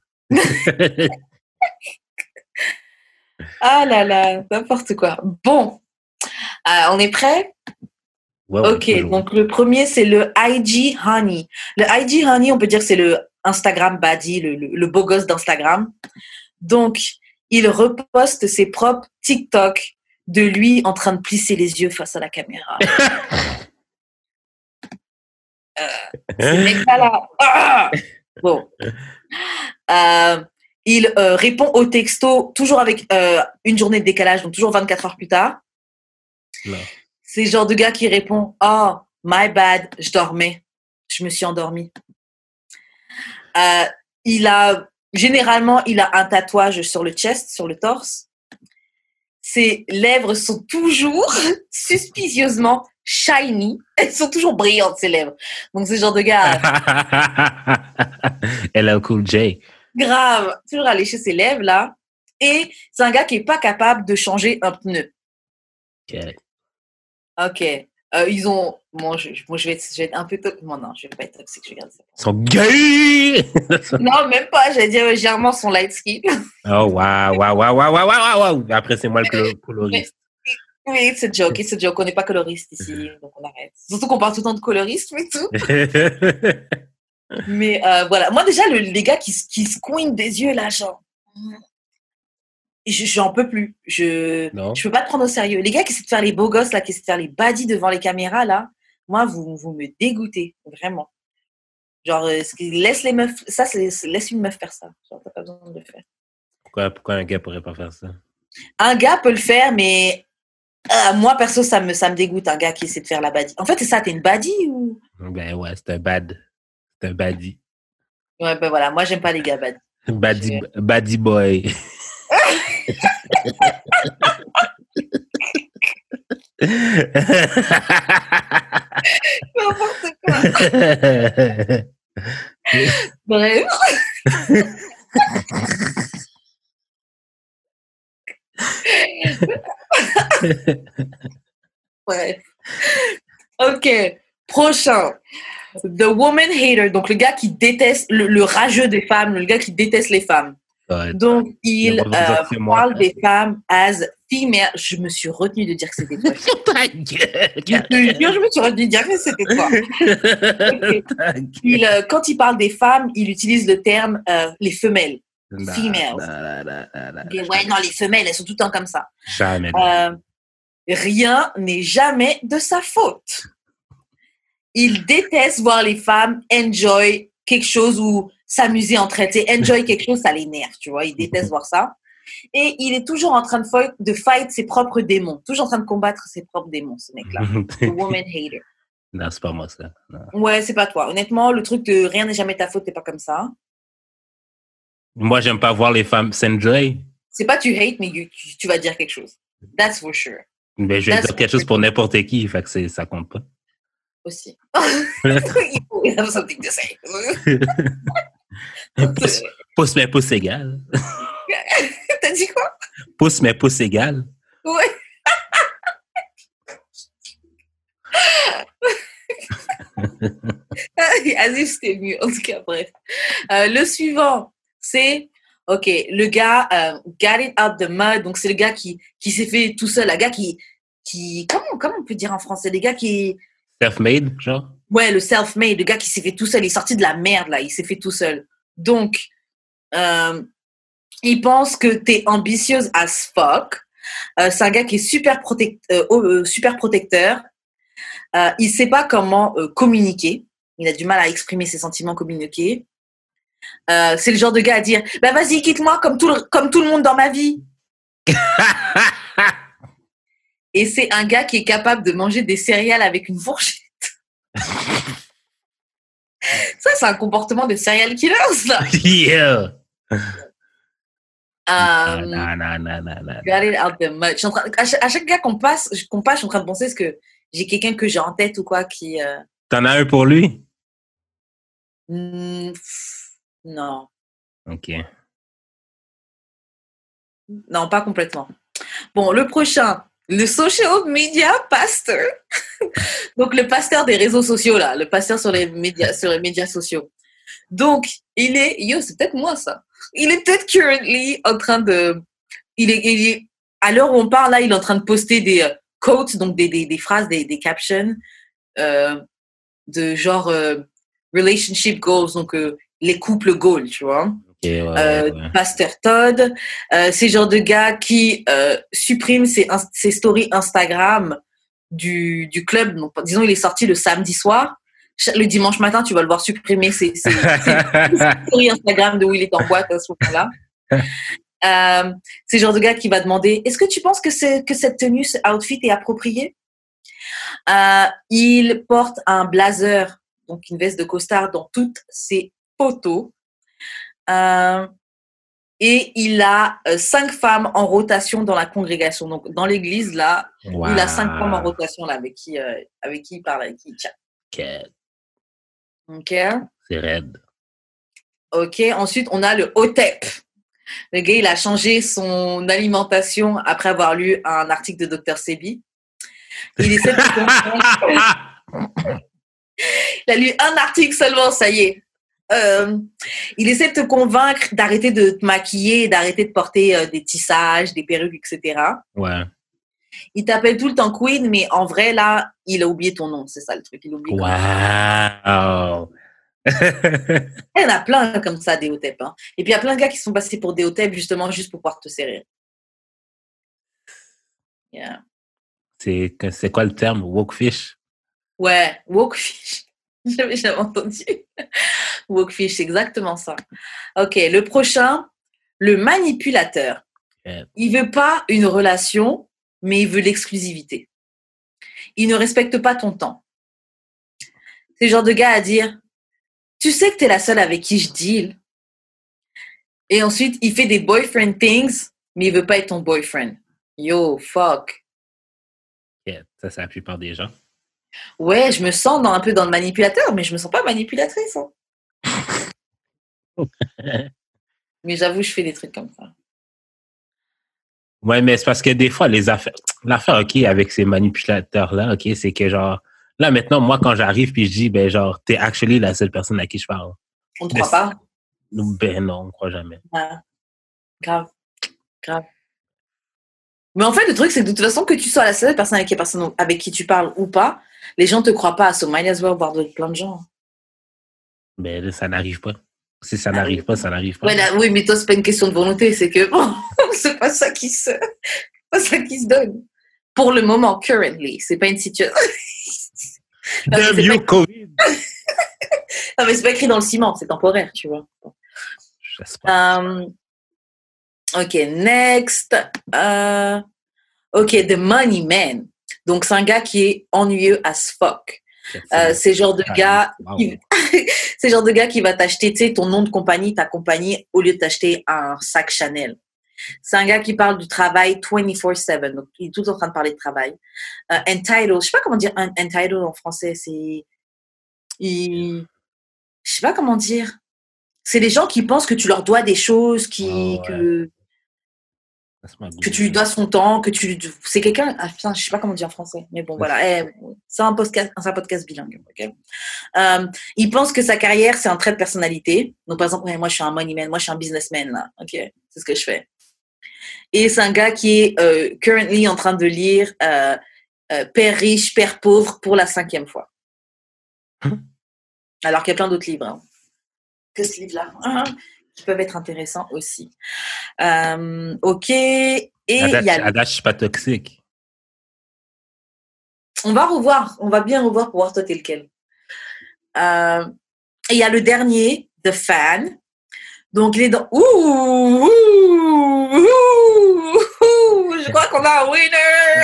Speaker 5: Ah là là, n'importe quoi. Bon, on est prêt?
Speaker 6: Ouais,
Speaker 5: ok, donc le premier, c'est le IG Honey. Le IG Honey, on peut dire que c'est le Instagram baddie, le beau gosse d'Instagram. Donc, il reposte ses propres TikTok de lui en train de plisser les yeux face à la caméra. Ces mecs-là, là. Ah bon. Il répond au texto toujours avec une journée de décalage, donc toujours 24 heures plus tard.
Speaker 6: Non.
Speaker 5: C'est le genre de gars qui répond « Oh, my bad, je dormais. Je me suis endormi. » Généralement, il a un tatouage sur le chest, sur le torse. Ses lèvres sont toujours suspicieusement shiny. Elles sont toujours brillantes, ses lèvres. Donc, c'est le genre de gars...
Speaker 6: LL Cool J.
Speaker 5: Grave. Toujours à lécher ses lèvres, là. Et c'est un gars qui n'est pas capable de changer un pneu. Ok. Ils ont... Moi, je vais être un peu... Non, je vais pas être toxique, je vais garder ça.
Speaker 6: Ils sont gays!
Speaker 5: Non, même pas. J'allais dire légèrement son light skin.
Speaker 6: Oh, wow. Après, c'est moi le coloriste.
Speaker 5: Oui, c'est joke. On n'est pas coloriste ici, donc on arrête. Surtout qu'on parle tout le temps de colorisme et tout. Mais voilà. Moi, déjà, les gars qui squintent des yeux, là, genre... J'en peux plus. Je peux pas te prendre au sérieux. Les gars qui essaient de faire les beaux gosses, là, qui essaient de faire les baddies devant les caméras, là, Moi, vous me dégoûtez, vraiment. Genre, laisse les meufs, laisse une meuf faire ça. Genre, t'as pas besoin de le faire.
Speaker 6: Pourquoi un gars pourrait pas faire ça?
Speaker 5: Un gars peut le faire, mais moi, perso, ça me dégoûte, un gars qui essaie de faire la baddie. En fait, c'est ça, t'es une baddie ou?
Speaker 6: Ben ouais, c'est un baddie.
Speaker 5: Ouais, ben voilà, moi, j'aime pas les gars baddies.
Speaker 6: Baddie boy.
Speaker 5: N'importe quoi. Bref. Bref. Ok. Prochain. The woman hater. Donc, le gars qui déteste, le rageux des femmes, le gars qui déteste les femmes.
Speaker 6: Ouais.
Speaker 5: Donc, il parle des femmes as female. Je me suis retenue de dire que c'était toi. Je me suis retenue de dire que c'était toi. Okay. Quand il parle des femmes, il utilise le terme les femelles. Females. Ouais, non, les femelles, elles sont tout le temps comme ça.
Speaker 6: Jamais.
Speaker 5: Rien n'est jamais de sa faute. Il déteste voir les femmes enjoy quelque chose ou s'amuser entre elles. Enjoy quelque chose, ça l'énerve, tu vois. Il déteste voir ça. Et il est toujours en train de fight ses propres démons. Toujours en train de combattre ses propres démons, ce mec-là. The woman hater.
Speaker 6: Non, c'est pas moi, ça. Non.
Speaker 5: Ouais, c'est pas toi. Honnêtement, le truc de rien n'est jamais ta faute, t'es pas comme ça.
Speaker 6: Moi, j'aime pas voir les femmes s'enjoy.
Speaker 5: C'est pas tu hate, mais tu vas dire quelque chose. That's for sure.
Speaker 6: Mais je vais dire quelque chose pour n'importe qui, fait que ça compte pas.
Speaker 5: Aussi. Il have something to say.
Speaker 6: Pouce, mais pouce égal.
Speaker 5: T'as dit quoi?
Speaker 6: Pouce, mais pouce égal.
Speaker 5: Ouais. As if c'était mieux. En tout cas, bref. Le suivant, c'est... OK, le gars, got it out the mud. Donc, c'est le gars qui s'est fait tout seul. Le gars qui comment on peut dire en français? Le gars qui...
Speaker 6: Self-made, genre?
Speaker 5: Ouais, le self-made. Le gars qui s'est fait tout seul. Il est sorti de la merde, là. Il s'est fait tout seul. Donc, il pense que t'es ambitieuse as fuck. C'est un gars qui est super protecteur. Il sait pas comment communiquer. Il a du mal à exprimer ses sentiments, communiquer. C'est le genre de gars à dire bah vas-y quitte-moi comme tout le monde dans ma vie. Et c'est un gars qui est capable de manger des céréales avec une fourchette. Ça c'est un comportement de serial killer, ça.
Speaker 6: Yeah.
Speaker 5: Non. Got it out the mud. À chaque gars qu'on passe, je suis en train de penser est-ce que j'ai quelqu'un que j'ai en tête ou quoi qui.
Speaker 6: T'en as un pour lui?
Speaker 5: Non.
Speaker 6: OK.
Speaker 5: Non, pas complètement. Bon, le prochain, le social media pastor. Donc, le pasteur des réseaux sociaux, là. Le pasteur sur les médias sociaux. Donc, il est... Yo, c'est peut-être moi, ça. Il est peut-être currently en train de... Il est, à l'heure où on parle, là, il est en train de poster des quotes, donc des phrases, des captions de genre relationship goals, donc les couples goals, tu vois.
Speaker 6: Okay, ouais.
Speaker 5: Pasteur Todd, c'est le genre de gars qui supprime ses stories Instagram du club. Donc, disons, il est sorti le samedi soir. Le dimanche matin, tu vas le voir supprimer ses stories Instagram de où il est en boîte à ce moment-là. C'est le genre de gars qui va demander est-ce que tu penses que cette tenue, ce outfit est approprié? Il porte un blazer, donc une veste de costard dans toutes ses photos. Et il a 5 femmes en rotation dans la congrégation. Donc, dans l'église, là, wow. Il a 5 femmes en rotation là, avec qui il parle, avec qui il chatte. OK.
Speaker 6: C'est raide.
Speaker 5: OK. Ensuite, on a le Hotep. Le gars, il a changé son alimentation après avoir lu un article de Dr. Sebi. Il essaie de comprendre. Il a lu un article seulement, ça y est. Il essaie de te convaincre d'arrêter de te maquiller, d'arrêter de porter des tissages, des perruques, etc.
Speaker 6: Ouais.
Speaker 5: Il t'appelle tout le temps Queen, mais en vrai, là, il a oublié ton nom. C'est ça le truc. Il oublie.
Speaker 6: Wow!
Speaker 5: Il y en a plein comme ça, des Hotep. Hein. Et puis, il y a plein de gars qui sont passés pour des Hotep justement juste pour pouvoir te serrer. Yeah.
Speaker 6: C'est quoi le terme? Wokefish?
Speaker 5: Ouais, Wokefish. J'avais jamais entendu. Wokefish, c'est exactement ça. Ok, le prochain, le manipulateur.
Speaker 6: Yeah.
Speaker 5: Il veut pas une relation, mais il veut l'exclusivité. Il ne respecte pas ton temps. C'est le genre de gars à dire, tu sais que t'es la seule avec qui je deal. Et ensuite, il fait des boyfriend things, mais il veut pas être ton boyfriend. Yo, fuck.
Speaker 6: Yeah. Ça, c'est la plupart des gens.
Speaker 5: Ouais, je me sens un peu dans le manipulateur, mais je me sens pas manipulatrice. Hein. Mais j'avoue, je fais des trucs comme ça.
Speaker 6: Ouais, mais c'est parce que des fois, l'affaire, OK, avec ces manipulateurs-là, OK, c'est que genre, là, maintenant, moi, quand j'arrive puis je dis, ben, genre, t'es actually la seule personne à qui je parle.
Speaker 5: On ne croit pas?
Speaker 6: Ben non, on ne croit jamais.
Speaker 5: Ouais. Grave. Mais en fait, le truc, c'est que de toute façon, que tu sois la seule personne avec qui tu parles ou pas, les gens te croient pas. So might as well voir plein de gens.
Speaker 6: Ben là, ça n'arrive pas. Si ça n'arrive pas, ça n'arrive pas.
Speaker 5: Ouais, oui, mais toi, c'est pas une question de volonté, c'est que bon, c'est pas ça qui se donne. Pour le moment, currently, c'est pas une situation.
Speaker 6: Damn you, COVID!
Speaker 5: Non, mais c'est pas écrit dans le ciment, c'est temporaire, tu vois. Ok, next. Ok, The Money Man. Donc, c'est un gars qui est ennuyeux as fuck. C'est le genre de gars c'est le genre de gars qui va t'acheter, tu sais, ton nom de compagnie, ta compagnie, au lieu de t'acheter un sac Chanel. C'est un gars qui parle du travail 24/7. Donc, il est tout en train de parler de travail. Entitled, je sais pas comment dire entitled en français. Je sais pas comment dire. C'est les gens qui pensent que tu leur dois des choses, que tu lui dois son temps, c'est quelqu'un. Ah putain, je sais pas comment dire en français, mais bon voilà. C'est un podcast bilingue. Okay. Il pense que sa carrière c'est un trait de personnalité. Donc par exemple, moi je suis un money man, moi je suis un businessman là. Ok, c'est ce que je fais. Et c'est un gars qui est currently en train de lire Père riche, Père pauvre pour la 5e fois. Alors qu'il y a plein d'autres livres. Hein. Que ce livre-là. Qui peuvent être intéressants aussi. Ok. Et
Speaker 6: Adage, je suis pas toxique.
Speaker 5: On va bien revoir pour voir toi t'es lequel. Et il y a le dernier, The Fan. Donc il est dans. Je crois qu'on a un winner.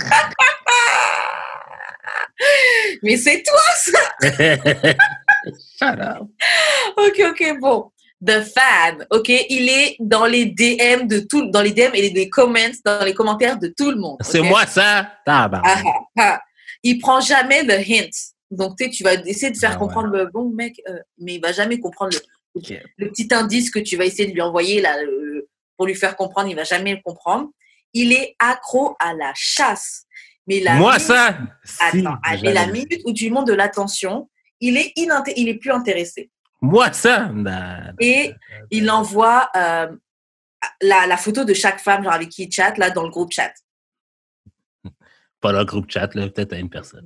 Speaker 5: Mais c'est toi ça.
Speaker 6: Shut up.
Speaker 5: Ok, bon. The Fan, ok, il est dans les DM dans les DM et les comments, dans les commentaires de tout le monde.
Speaker 6: C'est
Speaker 5: okay?
Speaker 6: moi ça.
Speaker 5: Il prend jamais le hint. Donc tu vas essayer de faire comprendre le bon mec, mais il va jamais comprendre le petit indice que tu vas essayer de lui envoyer là pour lui faire comprendre. Il va jamais le comprendre. Il est accro à la chasse. Mais la minute où tu lui montres de l'attention, il est plus intéressé.
Speaker 6: Moi, ça!
Speaker 5: Et il envoie la photo de chaque femme genre avec qui il chatte là, dans le groupe chat.
Speaker 6: Pas dans le groupe chat, là, peut-être à une personne.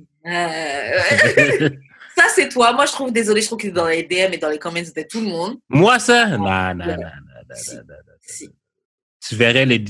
Speaker 5: Ça, c'est toi. Moi, je trouve que c'est dans les DM et dans les comments de tout le monde.
Speaker 6: Moi, ça? Non.
Speaker 5: Si.
Speaker 6: Tu verrais mes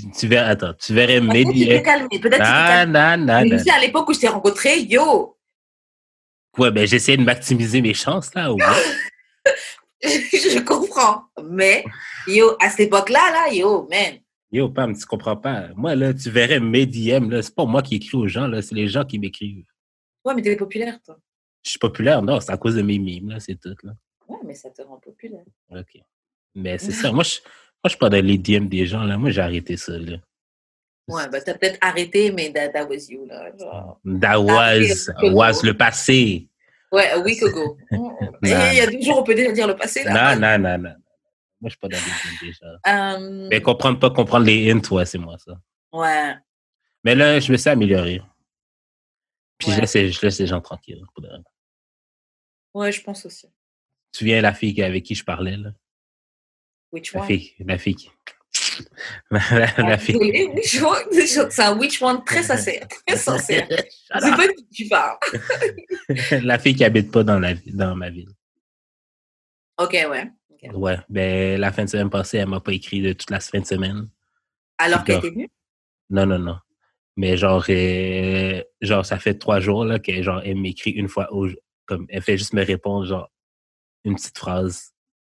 Speaker 6: DM.
Speaker 5: Peut-être non. Mais à l'époque où je t'ai rencontré, yo!
Speaker 6: Ouais, ben j'essayais de maximiser mes chances, là. Ouais.
Speaker 5: Je comprends. Mais, yo, à cette époque-là, yo, man.
Speaker 6: Yo, Pam, tu comprends pas. Moi, là, tu verrais mes DM, là. C'est pas moi qui écris aux gens, là. C'est les gens qui m'écrivent.
Speaker 5: Ouais, mais t'es populaire, toi.
Speaker 6: Je suis populaire? Non, c'est à cause de mes mimes, là. C'est tout, là.
Speaker 5: Ouais, mais ça te rend populaire.
Speaker 6: OK. Mais c'est ça. Moi, je suis pas dans les DM des gens, là. Moi, j'ai arrêté ça, là.
Speaker 5: Ouais, bah, t'as peut-être arrêté, mais that was you, là. Genre.
Speaker 6: That was le passé.
Speaker 5: Ouais, a week ago. Il y a 2 jours, on peut déjà dire le passé, là.
Speaker 6: Non. Moi, je suis pas dans les hints déjà. Mais comprendre les hints, ouais, c'est moi, ça.
Speaker 5: Ouais.
Speaker 6: Mais là, je me suis amélioré. Puis je laisse les gens tranquilles.
Speaker 5: Ouais, je pense aussi.
Speaker 6: Tu viens la fille avec qui je parlais, là?
Speaker 5: Which one?
Speaker 6: La fille qui... la fille.
Speaker 5: C'est un which one très sincère. Très sincère. Je sais pas de qui tu parles.
Speaker 6: La fille qui habite pas dans ma ville.
Speaker 5: Ok, ouais. Okay.
Speaker 6: Ouais, ben la fin de semaine passée, elle m'a pas écrit de toute la fin de semaine.
Speaker 5: Alors qu'elle était venue?
Speaker 6: Non. Mais genre, ça fait 3 jours là, que genre, elle m'écrit une fois comme elle fait juste me répondre genre une petite phrase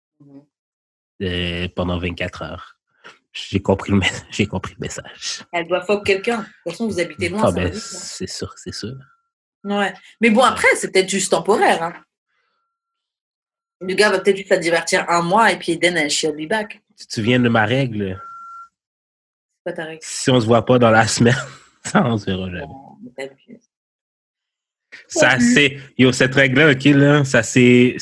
Speaker 6: pendant 24 heures. J'ai compris le message.
Speaker 5: Elle doit fuck quelqu'un. De toute façon, vous habitez loin.
Speaker 6: C'est sûr.
Speaker 5: Ouais. Mais bon, après, c'est peut-être juste temporaire. Hein. Le gars va peut-être juste la divertir 1 mois et puis then she'll be back.
Speaker 6: Tu te souviens de ma règle?
Speaker 5: C'est quoi ta règle?
Speaker 6: Si on se voit pas dans la semaine, ça, on se verra jamais. Ça, c'est... Yo, cette règle-là, OK, là, ça, c'est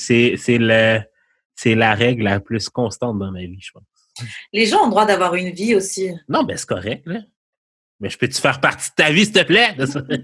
Speaker 6: la règle la plus constante dans ma vie, je pense.
Speaker 5: Les gens ont le droit d'avoir une vie aussi.
Speaker 6: Non, mais c'est correct, là. Mais je peux-tu faire partie de ta vie, s'il te plaît?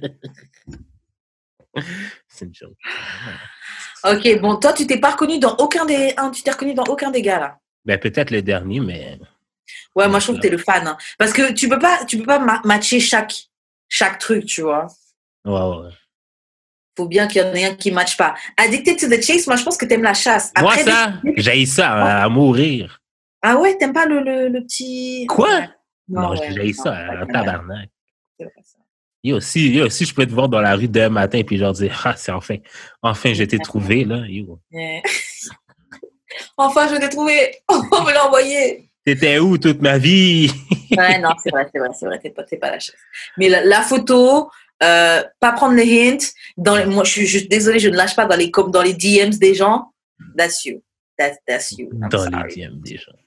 Speaker 6: C'est une joke.
Speaker 5: OK, bon, toi, tu t'es reconnu dans aucun des gars, là.
Speaker 6: Ben, peut-être le dernier, mais...
Speaker 5: Ouais, moi, je trouve que t'es le fan. Hein. Parce que tu peux pas matcher chaque truc, tu vois.
Speaker 6: Ouais.
Speaker 5: Faut bien qu'il y en ait un qui ne matche pas. Addicted to the chase, moi, je pense que t'aimes la chasse.
Speaker 6: Après, moi, j'haïs ça à mourir.
Speaker 5: Ah ouais, t'aimes pas le petit...
Speaker 6: Quoi? Non, j'haïs ça à tabarnak. Yo, si je peux te voir dans la rue demain matin et puis genre dire, c'est enfin, je t'ai trouvé, là. Yo.
Speaker 5: Yeah. Enfin, je t'ai trouvé. On me l'a envoyé.
Speaker 6: T'étais où toute ma vie?
Speaker 5: Ouais, non, c'est vrai. T'es pas la chasse. Mais la photo, pas prendre les hints. Moi, je suis désolée, je ne lâche pas dans les DMs des gens. That's you. That's you.
Speaker 6: Dans les DMs des gens.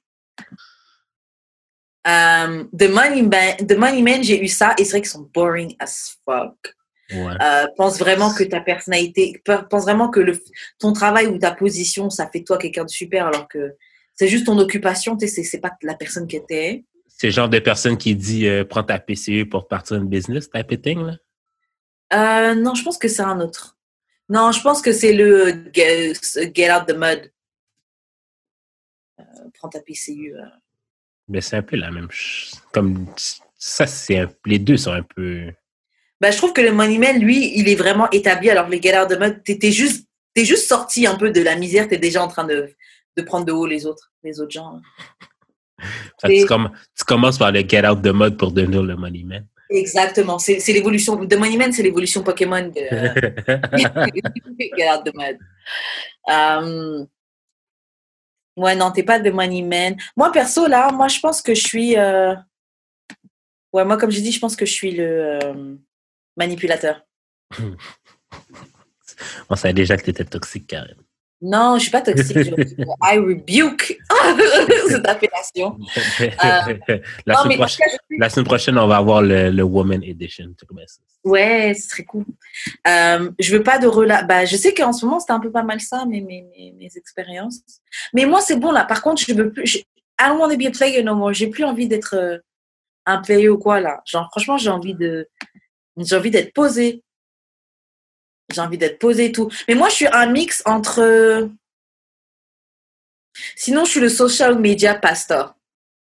Speaker 5: The Money Man, j'ai eu ça et c'est vrai qu'ils sont boring as fuck.
Speaker 6: Ouais.
Speaker 5: Pense vraiment que ta personnalité, pense vraiment que ton travail ou ta position, ça fait de toi quelqu'un de super alors que c'est juste ton occupation, c'est pas la personne que t'es.
Speaker 6: C'est le genre de personne qui dit prends ta PCU pour partir une business, type of thing, là?
Speaker 5: Non, je pense que c'est un autre. Non, je pense que c'est le Get Out the Mud. Prends ta PCU.
Speaker 6: Mais c'est un peu la même chose. Comme ça, les deux sont un peu...
Speaker 5: Ben, je trouve que le Money Man, lui, il est vraiment établi. Alors, les Get Out the Mud, t'es juste sorti un peu de la misère. T'es déjà en train de prendre de haut les autres gens.
Speaker 6: Tu commences par le Get Out the Mud pour devenir le Money Man.
Speaker 5: Exactement. C'est l'évolution. The Money Man, c'est l'évolution Pokémon de Get Out the Mud. Ouais, non, t'es pas The Money Man. Moi, perso, là, moi, je pense que je suis... Ouais, moi, comme j'ai dit, je pense que je suis le manipulateur.
Speaker 6: On savait déjà que t'étais toxique, Karen.
Speaker 5: Non, je suis pas toxique. I rebuke cette appellation.
Speaker 6: La semaine prochaine, on va avoir le Woman Edition.
Speaker 5: Ouais, ce serait cool. Je veux pas de je sais qu'en ce moment, c'était un peu pas mal ça, mes expériences. Mais moi, c'est bon, là. Par contre, je veux plus... I don't want to be a player no more. J'ai plus envie d'être un player ou quoi, là. Genre, franchement, j'ai envie d'être posée. J'ai envie d'être posée et tout. Mais moi, je suis un mix entre... Sinon, je suis le social media pastor.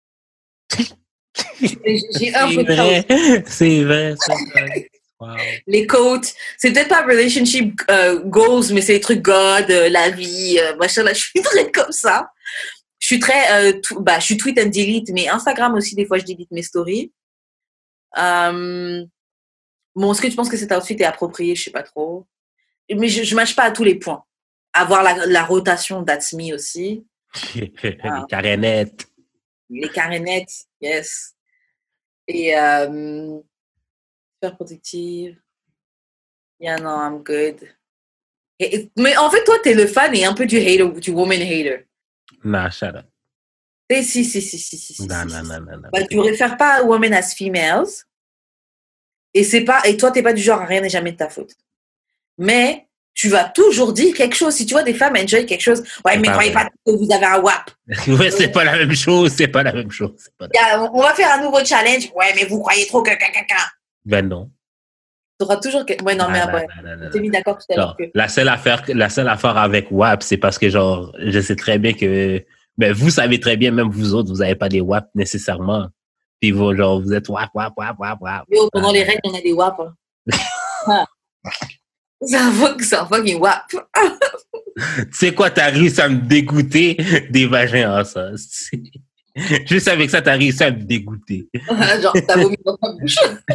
Speaker 5: J'ai un peu de
Speaker 6: C'est vrai. Wow.
Speaker 5: Les quotes. C'est peut-être pas relationship goals, mais c'est les trucs God, la vie, machin. Là, je suis très comme ça. Je suis très... je suis tweet and delete, mais Instagram aussi, des fois, je delete mes stories. Bon, est-ce que tu penses que cet outfit est approprié? Je sais pas trop. Mais je matche pas à tous les points. Avoir la rotation, that's me aussi.
Speaker 6: Les carénettes.
Speaker 5: Les carénettes, yes. Et super productive. Yeah, no, I'm good. Mais en fait, toi, t'es le fan et un peu du woman hater.
Speaker 6: Nah, shut up.
Speaker 5: Si.
Speaker 6: Non.
Speaker 5: Bah, tu réfères pas women as females. Et toi, t'es pas du genre, rien n'est jamais de ta faute. Mais tu vas toujours dire quelque chose. Si tu vois des femmes enjoy quelque chose, ouais, mais croyez pas que vous avez un WAP.
Speaker 6: Ouais, c'est pas la même chose.
Speaker 5: On va faire un nouveau challenge. Ouais, mais vous croyez trop que...
Speaker 6: Ben non.
Speaker 5: Tu auras toujours... Ouais, non, mais on s'est mis d'accord tout à l'heure.
Speaker 6: La seule affaire avec WAP, c'est parce que, genre, je sais très bien que... Ben, vous savez très bien, même vous autres, vous n'avez pas des WAP nécessairement. Puis vous, genre, vous êtes WAP.
Speaker 5: Yo, pendant les règles, on a des WAP. Hein. C'est un fucking WAP.
Speaker 6: Tu sais quoi, t'as réussi à me dégoûter des vagins en ça. Juste avec ça, t'as réussi à me dégoûter.
Speaker 5: Genre, t'as vomi dans ta bouche.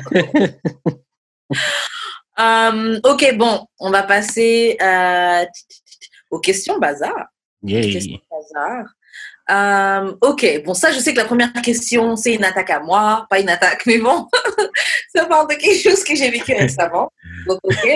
Speaker 5: Ok, bon, on va passer aux questions bazar.
Speaker 6: Yeah.
Speaker 5: Questions bazar. Ok, bon, ça, je sais que la première question, c'est une attaque à moi. Pas une attaque, mais bon, ça parle de quelque chose que j'ai vécu récemment. Donc, ok,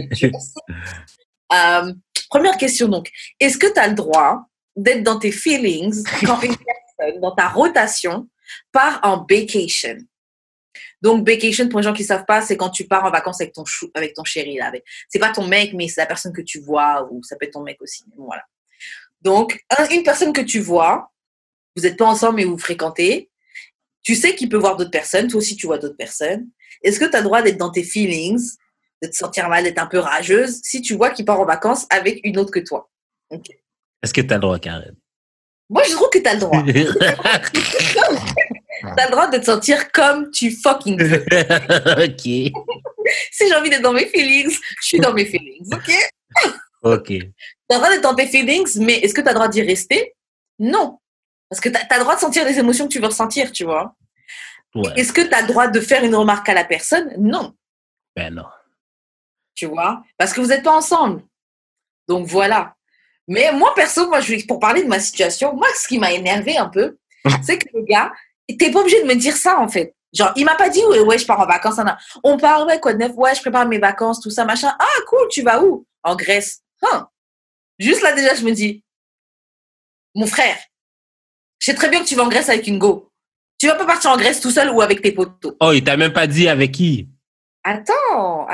Speaker 5: première question, donc. Est-ce que tu as le droit d'être dans tes feelings quand une personne, dans ta rotation, part en vacation? Donc, vacation, pour les gens qui ne savent pas, c'est quand tu pars en vacances avec ton chéri. Là. C'est pas ton mec, mais c'est la personne que tu vois, ou ça peut être ton mec aussi. Voilà. Donc, une personne que tu vois, vous n'êtes pas ensemble, mais vous fréquentez, tu sais qu'il peut voir d'autres personnes, toi aussi tu vois d'autres personnes. Est-ce que tu as le droit d'être dans tes feelings, de te sentir mal, d'être un peu rageuse, si tu vois qu'il part en vacances avec une autre que toi? Okay.
Speaker 6: Est-ce que tu as le droit, Karen?
Speaker 5: Moi, je trouve que tu as le droit. T'as le droit de te sentir comme tu fucking veux.
Speaker 6: OK.
Speaker 5: Si j'ai envie d'être dans mes feelings, je suis dans mes feelings, OK?
Speaker 6: OK.
Speaker 5: T'as le droit d'être dans tes feelings, mais est-ce que t'as le droit d'y rester? Non. Parce que t'as le droit de sentir les émotions que tu veux ressentir, tu vois. Ouais. Est-ce que t'as le droit de faire une remarque à la personne? Non.
Speaker 6: Ben non.
Speaker 5: Tu vois? Parce que vous n'êtes pas ensemble. Donc voilà. Mais moi, perso, pour parler de ma situation, moi, ce qui m'a énervé un peu, c'est que le gars, t'es pas obligé de me dire ça, en fait. Genre, il m'a pas dit, ouais, je pars en vacances. On parle, ouais, quoi de neuf? Ouais, je prépare mes vacances, tout ça, machin. Ah, cool, tu vas où? En Grèce. Juste là, déjà, je me dis, mon frère, je sais très bien que tu vas en Grèce avec une go. Tu vas pas partir en Grèce tout seul ou avec tes potos.
Speaker 6: Oh, il t'a même pas dit avec qui?
Speaker 5: Attends.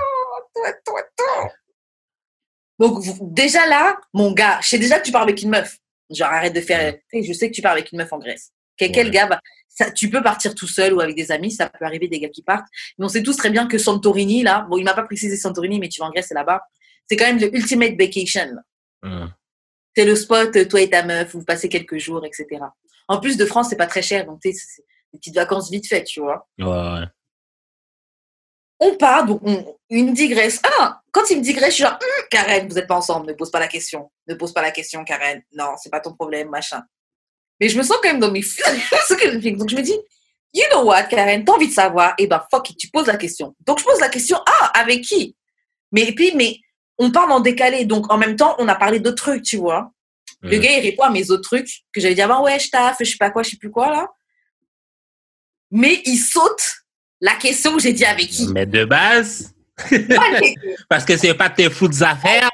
Speaker 5: Donc, déjà là, mon gars, je sais déjà que tu pars avec une meuf. Genre, arrête de faire... Je sais que tu pars avec une meuf en Grèce. Quel gars, tu peux partir tout seul ou avec des amis, ça peut arriver des gars qui partent. Mais on sait tous très bien que Santorini, là, bon, il m'a pas précisé Santorini, mais tu vas en Grèce, c'est là-bas. C'est quand même le ultimate vacation. C'est le spot, toi et ta meuf, vous passez quelques jours, etc. En plus de France, c'est pas très cher, donc c'est des petites vacances vite faites, tu vois.
Speaker 6: Ouais.
Speaker 5: On part, donc il me digresse. Quand il me digresse, je suis genre, Karen, vous n'êtes pas ensemble, ne pose pas la question. Ne pose pas la question, Karen. Non, c'est pas ton problème, machin. Mais je me sens quand même dans mes feelings. Donc je me dis, you know what, Karen, t'as envie de savoir, eh ben fuck it, tu poses la question. Donc je pose la question, avec qui? Mais on parle en décalé, donc en même temps, on a parlé d'autres trucs, tu vois. Le gars, il répond à mes autres trucs que j'avais dit avant, ouais, je taffe, je sais pas quoi, je sais plus quoi, là. Mais il saute la question que j'ai dit avec qui.
Speaker 6: Mais de base, parce que c'est pas tes foutes affaires.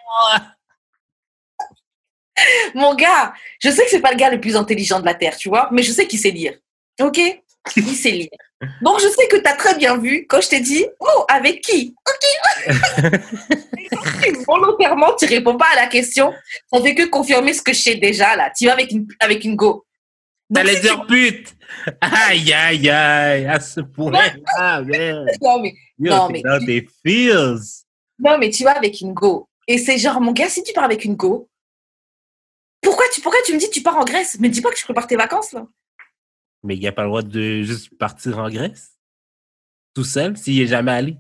Speaker 5: Mon gars, je sais que c'est pas le gars le plus intelligent de la Terre, tu vois, mais je sais qu'il sait lire. OK? Il sait lire. Donc, je sais que tu as très bien vu quand je t'ai dit, avec qui? OK? Volontairement, tu réponds pas à la question. Ça fait que confirmer ce que je sais déjà, là. Tu vas avec une go.
Speaker 6: T'allais dire pute. Aïe, à ce point-là, man.
Speaker 5: Non, mais
Speaker 6: dans tes feels.
Speaker 5: Non, mais tu vas avec une go. Et c'est genre, mon gars, si tu pars avec une go, pourquoi tu me dis tu pars en Grèce? Mais dis pas que je prépare tes vacances, là.
Speaker 6: Mais il n'y a pas le droit de juste partir en Grèce? Tout seul, s'il n'est jamais allé?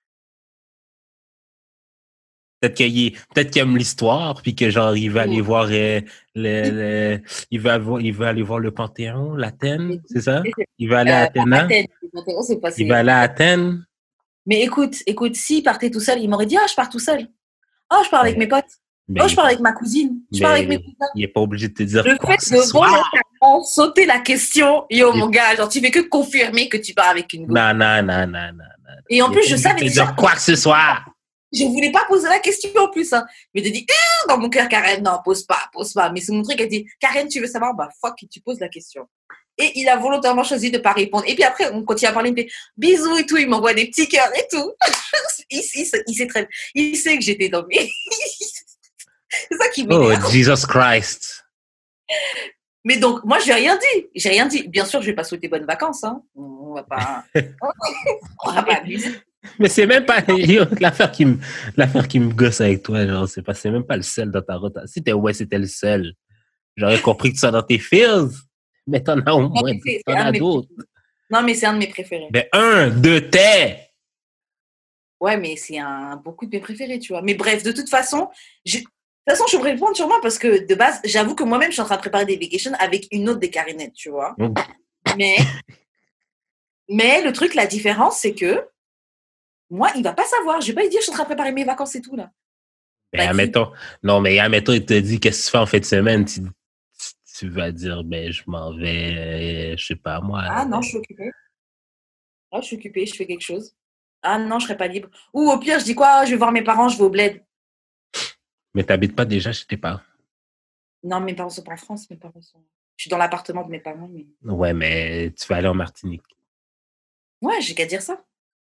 Speaker 6: Peut-être qu'il aime l'histoire, puis que genre, il va aller voir il va aller voir le Panthéon, l'Athènes, c'est ça? Il va aller à Athènes. Il va aller à Athènes.
Speaker 5: Mais écoute, s'il partait tout seul, il m'aurait dit, je pars tout seul. Je pars avec mes potes. Je pars avec ma cousine. Je pars avec mes cousins.
Speaker 6: Il n'est pas obligé de te dire
Speaker 5: le fait de volontairement sauter la question, mon gars, genre tu fais que confirmer que tu pars avec une go.
Speaker 6: Non.
Speaker 5: Et en plus, je savais déjà
Speaker 6: dire quoi que ce soit.
Speaker 5: Je voulais pas poser la question en plus. Hein. Mais j'ai dit, dans mon cœur, Karen, non, pose pas. Mais c'est mon truc, elle dit, Karen, tu veux savoir? Fuck, tu poses la question. Et il a volontairement choisi de pas répondre. Et puis après, on continue à parler, il me fait bisous et tout, il m'envoie des petits cœurs et tout. il sait très bien. Il sait que j'étais dans mes... C'est ça qui m'énerve.
Speaker 6: Oh, Jesus Christ.
Speaker 5: Mais donc, moi, j'ai rien dit. Bien sûr, je vais pas souhaiter bonnes vacances. Hein. On va pas abuser.
Speaker 6: Mais c'est même pas l'affaire qui me gosse avec toi, genre, c'est même pas le seul dans ta route. Si c'était le seul, j'aurais compris que tu sois dans tes feels, mais t'en as au moins, t'en as d'autres.
Speaker 5: Non, mais c'est un de mes préférés.
Speaker 6: Mais un de tes.
Speaker 5: Ouais, mais c'est beaucoup de mes préférés, tu vois. Mais bref, de toute façon, toute façon, je pourrais répondre sûrement parce que de base, j'avoue que moi-même, je suis en train de préparer des vacations avec une autre des Karinettes, tu vois. Mais le truc, la différence, c'est que moi, il va pas savoir. Je vais pas lui dire, je suis en train de préparer mes vacances et tout, là.
Speaker 6: Ben, admettons, il te dit, qu'est-ce que tu fais en fin de semaine? Tu vas dire, ben, je m'en vais, je sais pas, moi.
Speaker 5: Ah non, je suis occupée. Ah, je suis occupée, je fais quelque chose. Ah non, je serai pas libre. Ou au pire, je dis quoi? Je vais voir mes parents, je vais au bled.
Speaker 6: Mais t'habites pas déjà chez tes parents?
Speaker 5: Non, mes parents sont pas en France, mes parents sont... Je suis dans l'appartement de mes parents, mais...
Speaker 6: Ouais, mais tu vas aller en Martinique.
Speaker 5: Ouais, j'ai qu'à dire ça.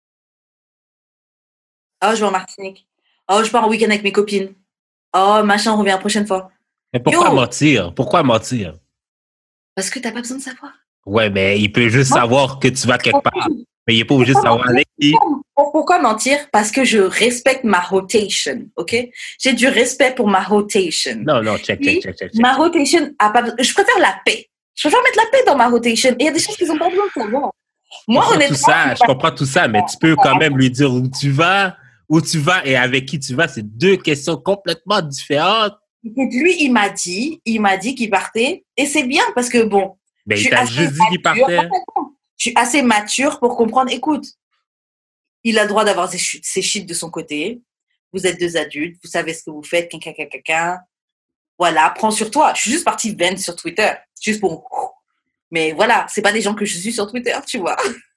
Speaker 5: Oh, je vais en Martinique. Oh, je pars en week-end avec mes copines. Oh, machin, on revient la prochaine fois.
Speaker 6: Mais pourquoi mentir? Pourquoi mentir?
Speaker 5: Parce que t'as pas besoin de savoir.
Speaker 6: Ouais, mais il peut juste savoir que tu vas quelque part. Mais il n'est pas obligé de savoir avec qui.
Speaker 5: Pourquoi mentir? Parce que je respecte ma rotation, ok? J'ai du respect pour ma rotation.
Speaker 6: Non, check.
Speaker 5: Ma rotation a pas... Je préfère la paix. Je préfère mettre la paix dans ma rotation. Et il y a des choses qu'ils n'ont pas besoin de savoir. Moi, honnêtement...
Speaker 6: Je comprends tout ça, mais tu peux quand même lui dire où tu vas et avec qui tu vas. C'est deux questions complètement différentes.
Speaker 5: Lui, il m'a dit qu'il partait. Et c'est bien parce que, bon...
Speaker 6: Ben, il t'a juste dit qu'il partait.
Speaker 5: Je suis assez mature pour comprendre. Écoute, il a le droit d'avoir ses shit de son côté. Vous êtes deux adultes. Vous savez ce que vous faites. Voilà, prends sur toi. Je suis juste partie vent sur Twitter. Juste pour... Mais voilà, c'est pas des gens que je suis sur Twitter, tu vois.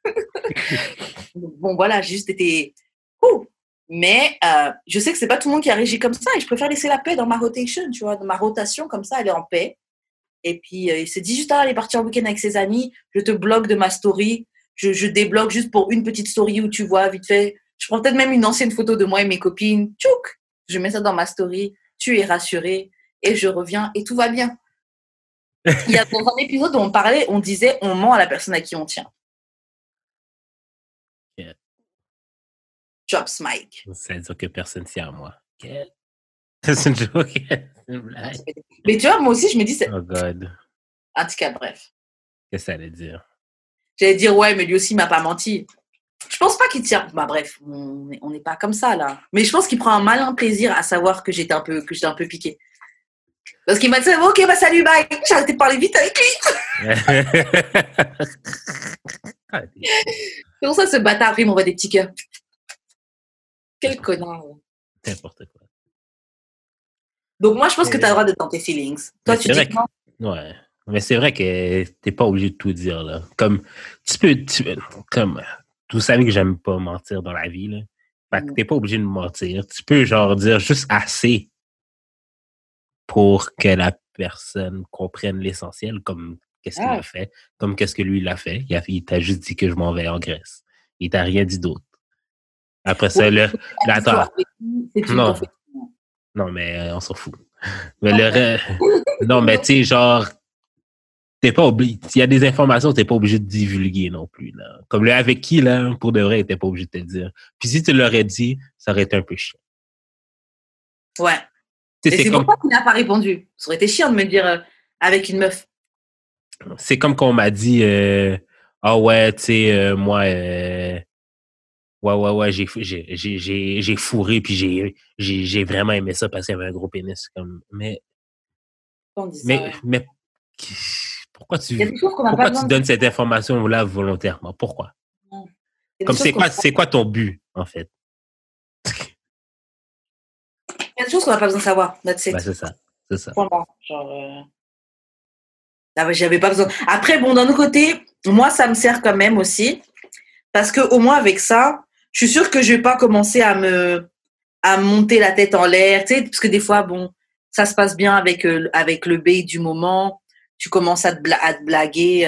Speaker 5: Bon, voilà, j'ai juste été... Mais je sais que c'est pas tout le monde qui a réagi comme ça. Et je préfère laisser la paix dans ma rotation, tu vois. Dans ma rotation, comme ça, elle est en paix. Et puis, il s'est dit juste, elle est partie en week-end avec ses amis. Je te bloque de ma story. Je débloque juste pour une petite story où tu vois, vite fait. Je prends peut-être même une ancienne photo de moi et mes copines. Tchouk! Je mets ça dans ma story. Tu es rassuré. Et je reviens et tout va bien. Il y a dans un épisode où on disait, on ment à la personne à qui on tient.
Speaker 6: Yeah.
Speaker 5: Drops Mike.
Speaker 6: Ça veut dire que personne tient à moi. Okay. C'est une joke. C'est une blague.
Speaker 5: Mais tu vois, moi aussi, je me dis...
Speaker 6: Oh God.
Speaker 5: En tout cas, bref.
Speaker 6: Qu'est-ce que ça allait dire?
Speaker 5: J'allais dire, ouais, mais lui aussi, il m'a pas menti. Je pense pas qu'il tient... Bah bref, on n'est pas comme ça, là. Mais je pense qu'il prend un malin plaisir à savoir que j'étais un peu piquée. Parce qu'il m'a dit, ok, bah salut, bye. J'ai arrêté de parler vite avec lui. C'est pour ça, ce bâtard, après, il m'envoie des petits cœurs. Quel connard.
Speaker 6: N'importe quoi.
Speaker 5: Donc, moi, je pense que tu as le droit d'être dans tes feelings. Toi, tu dis non.
Speaker 6: Ouais. Mais c'est vrai que t'es pas obligé de tout dire, là. Comme, comme, vous savez que j'aime pas mentir dans la vie, là. Fait que t'es pas obligé de mentir. Tu peux, genre, dire juste assez pour que la personne comprenne l'essentiel, comme qu'est-ce qu'il a fait, comme qu'est-ce que lui, il a fait. Il t'a juste dit que je m'en vais en Grèce. Il t'a rien dit d'autre. Après ça, attends. Non, mais on s'en fout. Mais non, mais tu sais, genre, t'es pas obligé. Il y a des informations que t'es pas obligé de divulguer non plus, là. Comme le avec qui, là, pour de vrai, t'es pas obligé de te dire. Puis si tu l'aurais dit, ça aurait été un peu chiant.
Speaker 5: Ouais. Et c'est pourquoi tu n'as pas répondu. Ça aurait été chiant de me dire avec une meuf.
Speaker 6: C'est comme qu'on m'a dit, ouais, tu sais, moi, ouais, j'ai fourré, puis j'ai vraiment aimé ça parce qu'il y avait un gros pénis. Comme, mais pourquoi tu donnes cette information-là volontairement? Pourquoi? Comme c'est quoi ton but, en fait?
Speaker 5: Il y a des choses qu'on n'a pas besoin de savoir.
Speaker 6: Ben, c'est ça.
Speaker 5: Genre, j'avais pas besoin. Après, bon, d'un autre côté, moi, ça me sert quand même aussi. Parce que au moins, avec ça, je suis sûre que je vais pas commencer à monter la tête en l'air. Tu sais, parce que des fois, bon, ça se passe bien avec le bail du moment. Tu commences à te blaguer.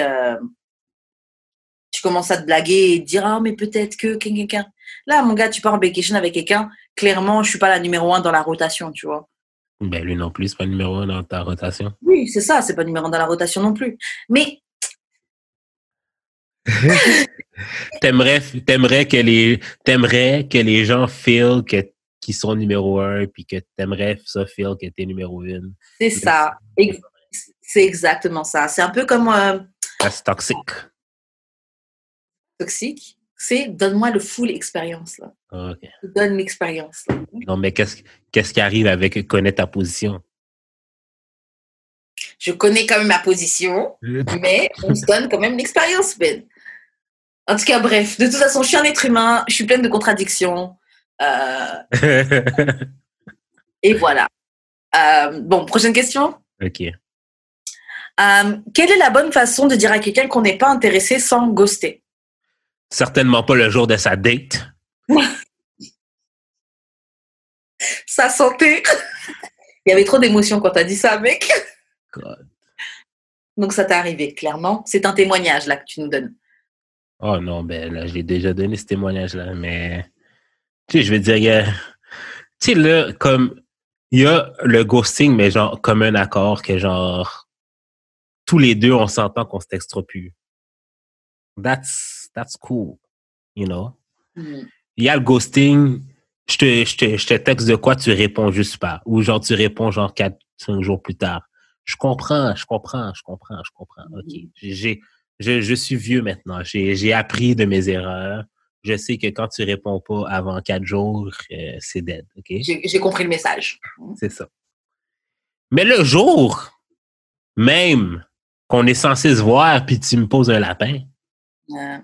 Speaker 5: Tu commences à te blaguer et te dire, ah, mais peut-être que quelqu'un. Là, mon gars, tu pars en vacation avec quelqu'un. Clairement, je suis pas la numéro 1 dans la rotation, tu vois.
Speaker 6: Ben, lui non plus, c'est pas le numéro 1 dans ta rotation.
Speaker 5: Oui, c'est ça, c'est pas le numéro 1 dans la rotation non plus. Mais.
Speaker 6: T'aimerais que les gens feel qu'ils sont numéro 1 puis que t'aimerais ça feel que t'es numéro 1.
Speaker 5: C'est ça. C'est exactement ça. C'est un peu comme...
Speaker 6: C'est toxique.
Speaker 5: Toxique? C'est donne-moi le full expérience, là.
Speaker 6: OK.
Speaker 5: Donne l'expérience, là.
Speaker 6: Non, mais qu'est-ce qui arrive avec connaître ta position?
Speaker 5: Je connais quand même ma position, mais on se donne quand même l'expérience, Ben. En tout cas, bref, de toute façon, je suis un être humain, je suis pleine de contradictions. Et voilà. Bon, prochaine question.
Speaker 6: OK.
Speaker 5: Quelle est la bonne façon de dire à quelqu'un qu'on n'est pas intéressé sans ghoster?
Speaker 6: Certainement pas le jour de sa date.
Speaker 5: Sa santé. Il y avait trop d'émotions quand t'as dit ça, mec.
Speaker 6: God.
Speaker 5: Donc, ça t'est arrivé, clairement. C'est un témoignage, là, que tu nous donnes.
Speaker 6: Oh non, ben là, j'ai déjà donné ce témoignage-là, mais tu sais, je veux dire, tu sais, là, comme il y a le ghosting, mais genre comme un accord que genre tous les deux, on s'entend qu'on se textera plus. That's cool, you know?
Speaker 5: Mm.
Speaker 6: Il y a le ghosting, je te texte de quoi, tu réponds juste pas. Ou genre, tu réponds genre 4-5 jours plus tard. Je comprends. OK. Je suis vieux maintenant. J'ai appris de mes erreurs. Je sais que quand tu réponds pas avant 4 jours, c'est dead, OK?
Speaker 5: J'ai compris le message.
Speaker 6: C'est ça. Mais le jour même qu'on est censé se voir puis tu me poses un lapin, non.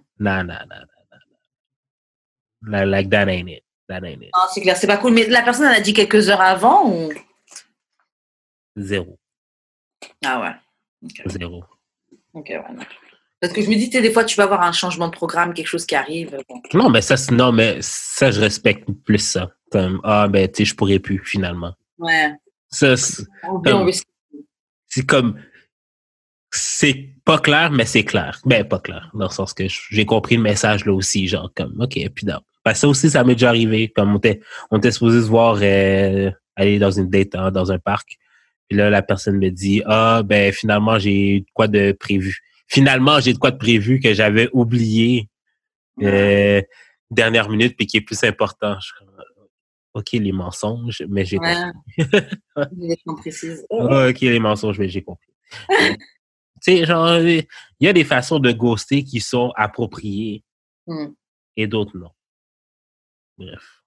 Speaker 6: Like that ain't it.
Speaker 5: Non, c'est clair, c'est pas cool. Mais la personne, elle a dit quelques heures avant ou...
Speaker 6: Zéro.
Speaker 5: Ah ouais. Okay.
Speaker 6: Zéro.
Speaker 5: Ok, ouais. Non. Parce que je me dis, des fois, tu vas avoir un changement de programme, quelque chose qui arrive. Bon.
Speaker 6: Non, mais ça, je respecte plus ça. Comme, ben, tu sais, je pourrais plus, finalement.
Speaker 5: Ouais.
Speaker 6: Ça, c'est comme, c'est pas clair, mais c'est clair. Ben, pas clair. Dans le sens que j'ai compris le message là aussi, genre, comme, OK, puis non. Ben, ça aussi, ça m'est déjà arrivé. Comme, on était supposé se voir, aller dans une date, dans un parc. Puis là, la personne me dit, ben, finalement, j'ai de quoi de prévu. Finalement, j'ai de quoi de prévu que j'avais oublié dernière minute puis qui est plus important. OK, les mensonges, mais j'ai compris. OK, les mensonges, mais j'ai compris. Tu sais, genre, il y a des façons de ghoster qui sont appropriées et d'autres non. Bref.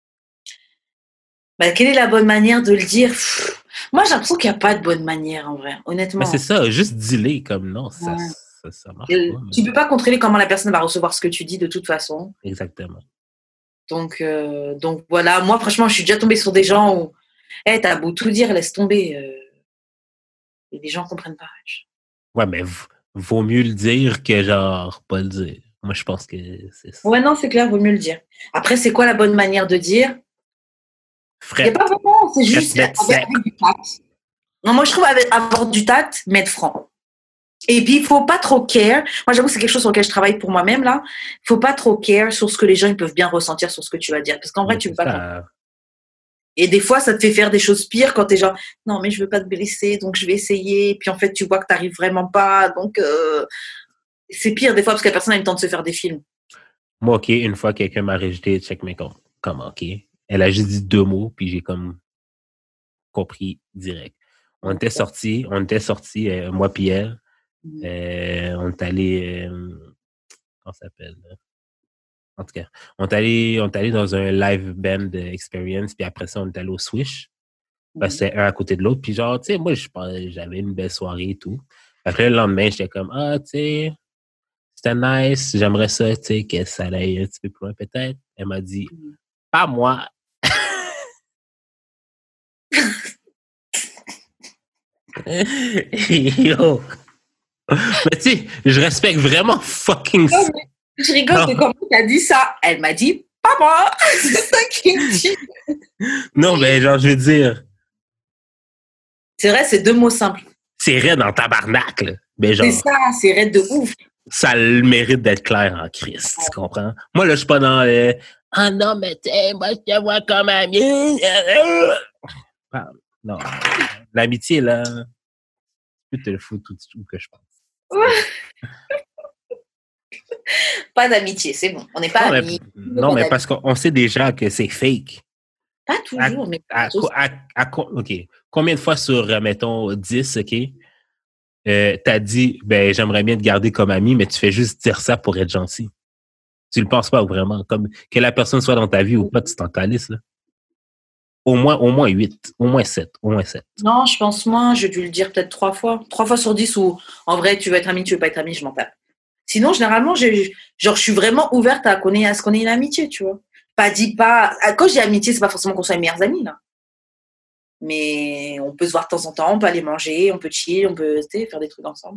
Speaker 5: Ben, quelle est la bonne manière de le dire? Moi, j'ai l'impression qu'il n'y a pas de bonne manière, en vrai, honnêtement.
Speaker 6: Mais c'est ça, juste dis-le comme non, ça marche pas. Mais...
Speaker 5: Tu peux pas contrôler comment la personne va recevoir ce que tu dis de toute façon.
Speaker 6: Exactement.
Speaker 5: Donc voilà, moi, franchement, je suis déjà tombée sur des gens où, t'as beau tout dire, laisse tomber. Et les gens comprennent pas.
Speaker 6: Ouais, mais vaut mieux le dire que genre pas le dire. Moi, je pense que c'est ça.
Speaker 5: Ouais, non, c'est clair, vaut mieux le dire. Après, c'est quoi la bonne manière de dire? Il n'y a pas vraiment, c'est juste avec du tact. Non, moi, je trouve avoir du tact, mais être franc. Et puis, il ne faut pas trop care. Moi, j'avoue que c'est quelque chose sur lequel je travaille pour moi-même, là. Il ne faut pas trop care sur ce que les gens ils peuvent bien ressentir sur ce que tu vas dire. Parce qu'en vrai, tu ne peux pas. Et des fois, ça te fait faire des choses pires quand tu es genre, non, mais je ne veux pas te blesser, donc je vais essayer. Et puis, en fait, tu vois que tu n'arrives vraiment pas. Donc, c'est pire des fois parce que la personne a le temps de se faire des films.
Speaker 6: Moi, OK, une fois, quelqu'un m'a rejeté, check mes comptes. Comment, OK? Elle a juste dit 2 mots, puis j'ai comme compris direct. On était sortis, moi puis elle. On est allé... comment ça s'appelle? En tout cas, on est allé dans un live band experience, puis après ça, on est allé au Swish. Parce que c'était un à côté de l'autre. Puis genre, tu sais, moi, j'avais une belle soirée et tout. Après, le lendemain, j'étais comme, tu sais, c'était nice, j'aimerais ça, tu sais, que ça aille un petit peu plus loin peut-être. Elle m'a dit, pas moi. Yo. Mais tu sais, je respecte vraiment fucking ça.
Speaker 5: Je rigole de comment tu as dit ça. Elle m'a dit, pas moi. C'est ça qui me dit.
Speaker 6: Non, mais genre, je veux dire.
Speaker 5: C'est vrai, c'est 2 mots simples.
Speaker 6: C'est raide en tabarnak, là. Mais genre,
Speaker 5: c'est ça, c'est raide de ouf.
Speaker 6: Ça a le mérite d'être clair en Christ, tu comprends? Moi, là, je suis pas dans le « Ah non, mais t'es, moi, je te vois comme ami. » Non. L'amitié, là, tu peux te le foutre tout que je pense.
Speaker 5: Pas d'amitié, c'est bon. On n'est pas amis.
Speaker 6: Non, mais parce qu'on sait déjà que c'est fake.
Speaker 5: Pas toujours, mais
Speaker 6: OK. Combien de fois sur, mettons, 10, OK, t'as dit, ben, j'aimerais bien te garder comme ami, mais tu fais juste dire ça pour être gentil. Tu le penses pas vraiment. Comme que la personne soit dans ta vie ou pas, tu t'en calisses, là. Au moins 8, au moins 7.
Speaker 5: Non, je pense moins. J'ai dû le dire peut-être 3 fois. 3 fois sur 10 où, en vrai, tu veux être ami, tu veux pas être ami, je m'en tape. Sinon, généralement, je suis vraiment ouverte à ce qu'on ait une amitié, tu vois. Quand j'ai amitié, c'est pas forcément qu'on soit les meilleurs amis, là. Mais on peut se voir de temps en temps, on peut aller manger, on peut chill, on peut faire des trucs ensemble.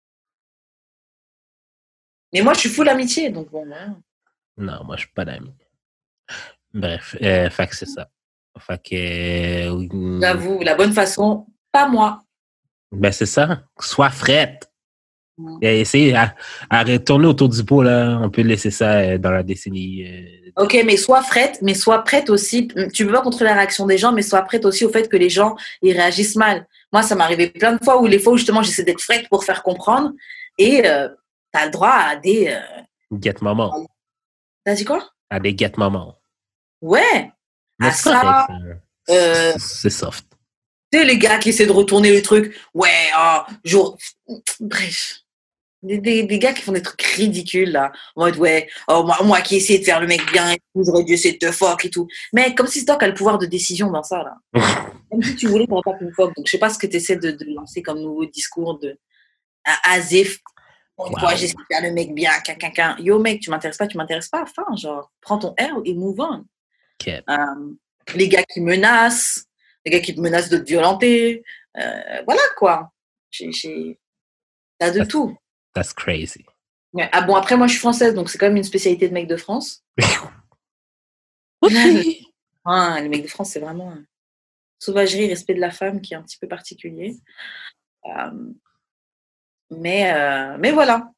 Speaker 5: Mais moi, je suis full amitié, donc bon. Ouais.
Speaker 6: Non, moi, je suis pas d'ami. Bref, fait que c'est ça. Fait que...
Speaker 5: J'avoue, la bonne façon, pas moi.
Speaker 6: Ben, c'est ça. Sois frette. Et essaye à retourner autour du pot, là. On peut laisser ça dans la décennie.
Speaker 5: Ok, mais sois prête aussi. Tu peux pas contrôler la réaction des gens, mais sois prête aussi au fait que les gens, ils réagissent mal. Moi, ça m'est arrivé plein de fois où justement, j'essaie d'être frette pour faire comprendre. Et t'as le droit à des...
Speaker 6: Get maman.
Speaker 5: T'as dit quoi?
Speaker 6: À des get maman.
Speaker 5: Ouais.
Speaker 6: Mais
Speaker 5: à ça,
Speaker 6: c'est soft.
Speaker 5: Tu sais, les gars qui essaient de retourner le truc. Ouais, bref. Des gars qui font des trucs ridicules, là. En mode, ouais, moi qui essaie de faire le mec bien et tout, j'aurais dû essayer de te fuck et tout. Mais comme si c'est toi qui as le pouvoir de décision dans ça, là. Même si tu voulais, t'aurais pas pu me fuck. Donc, je sais pas ce que tu essaies de lancer comme nouveau discours Asif. Moi, j'essaie de faire le mec bien, Yo, mec, tu m'intéresses pas. Enfin, genre, prends ton air et move on.
Speaker 6: Okay.
Speaker 5: Les gars qui menacent de te violenter. Voilà, quoi. T'as de tout.
Speaker 6: That's crazy.
Speaker 5: Ouais. Ah bon, après, moi, je suis française, donc c'est quand même une spécialité de mec de France. Les mecs de France, c'est vraiment sauvagerie, respect de la femme qui est un petit peu particulier. Mais voilà.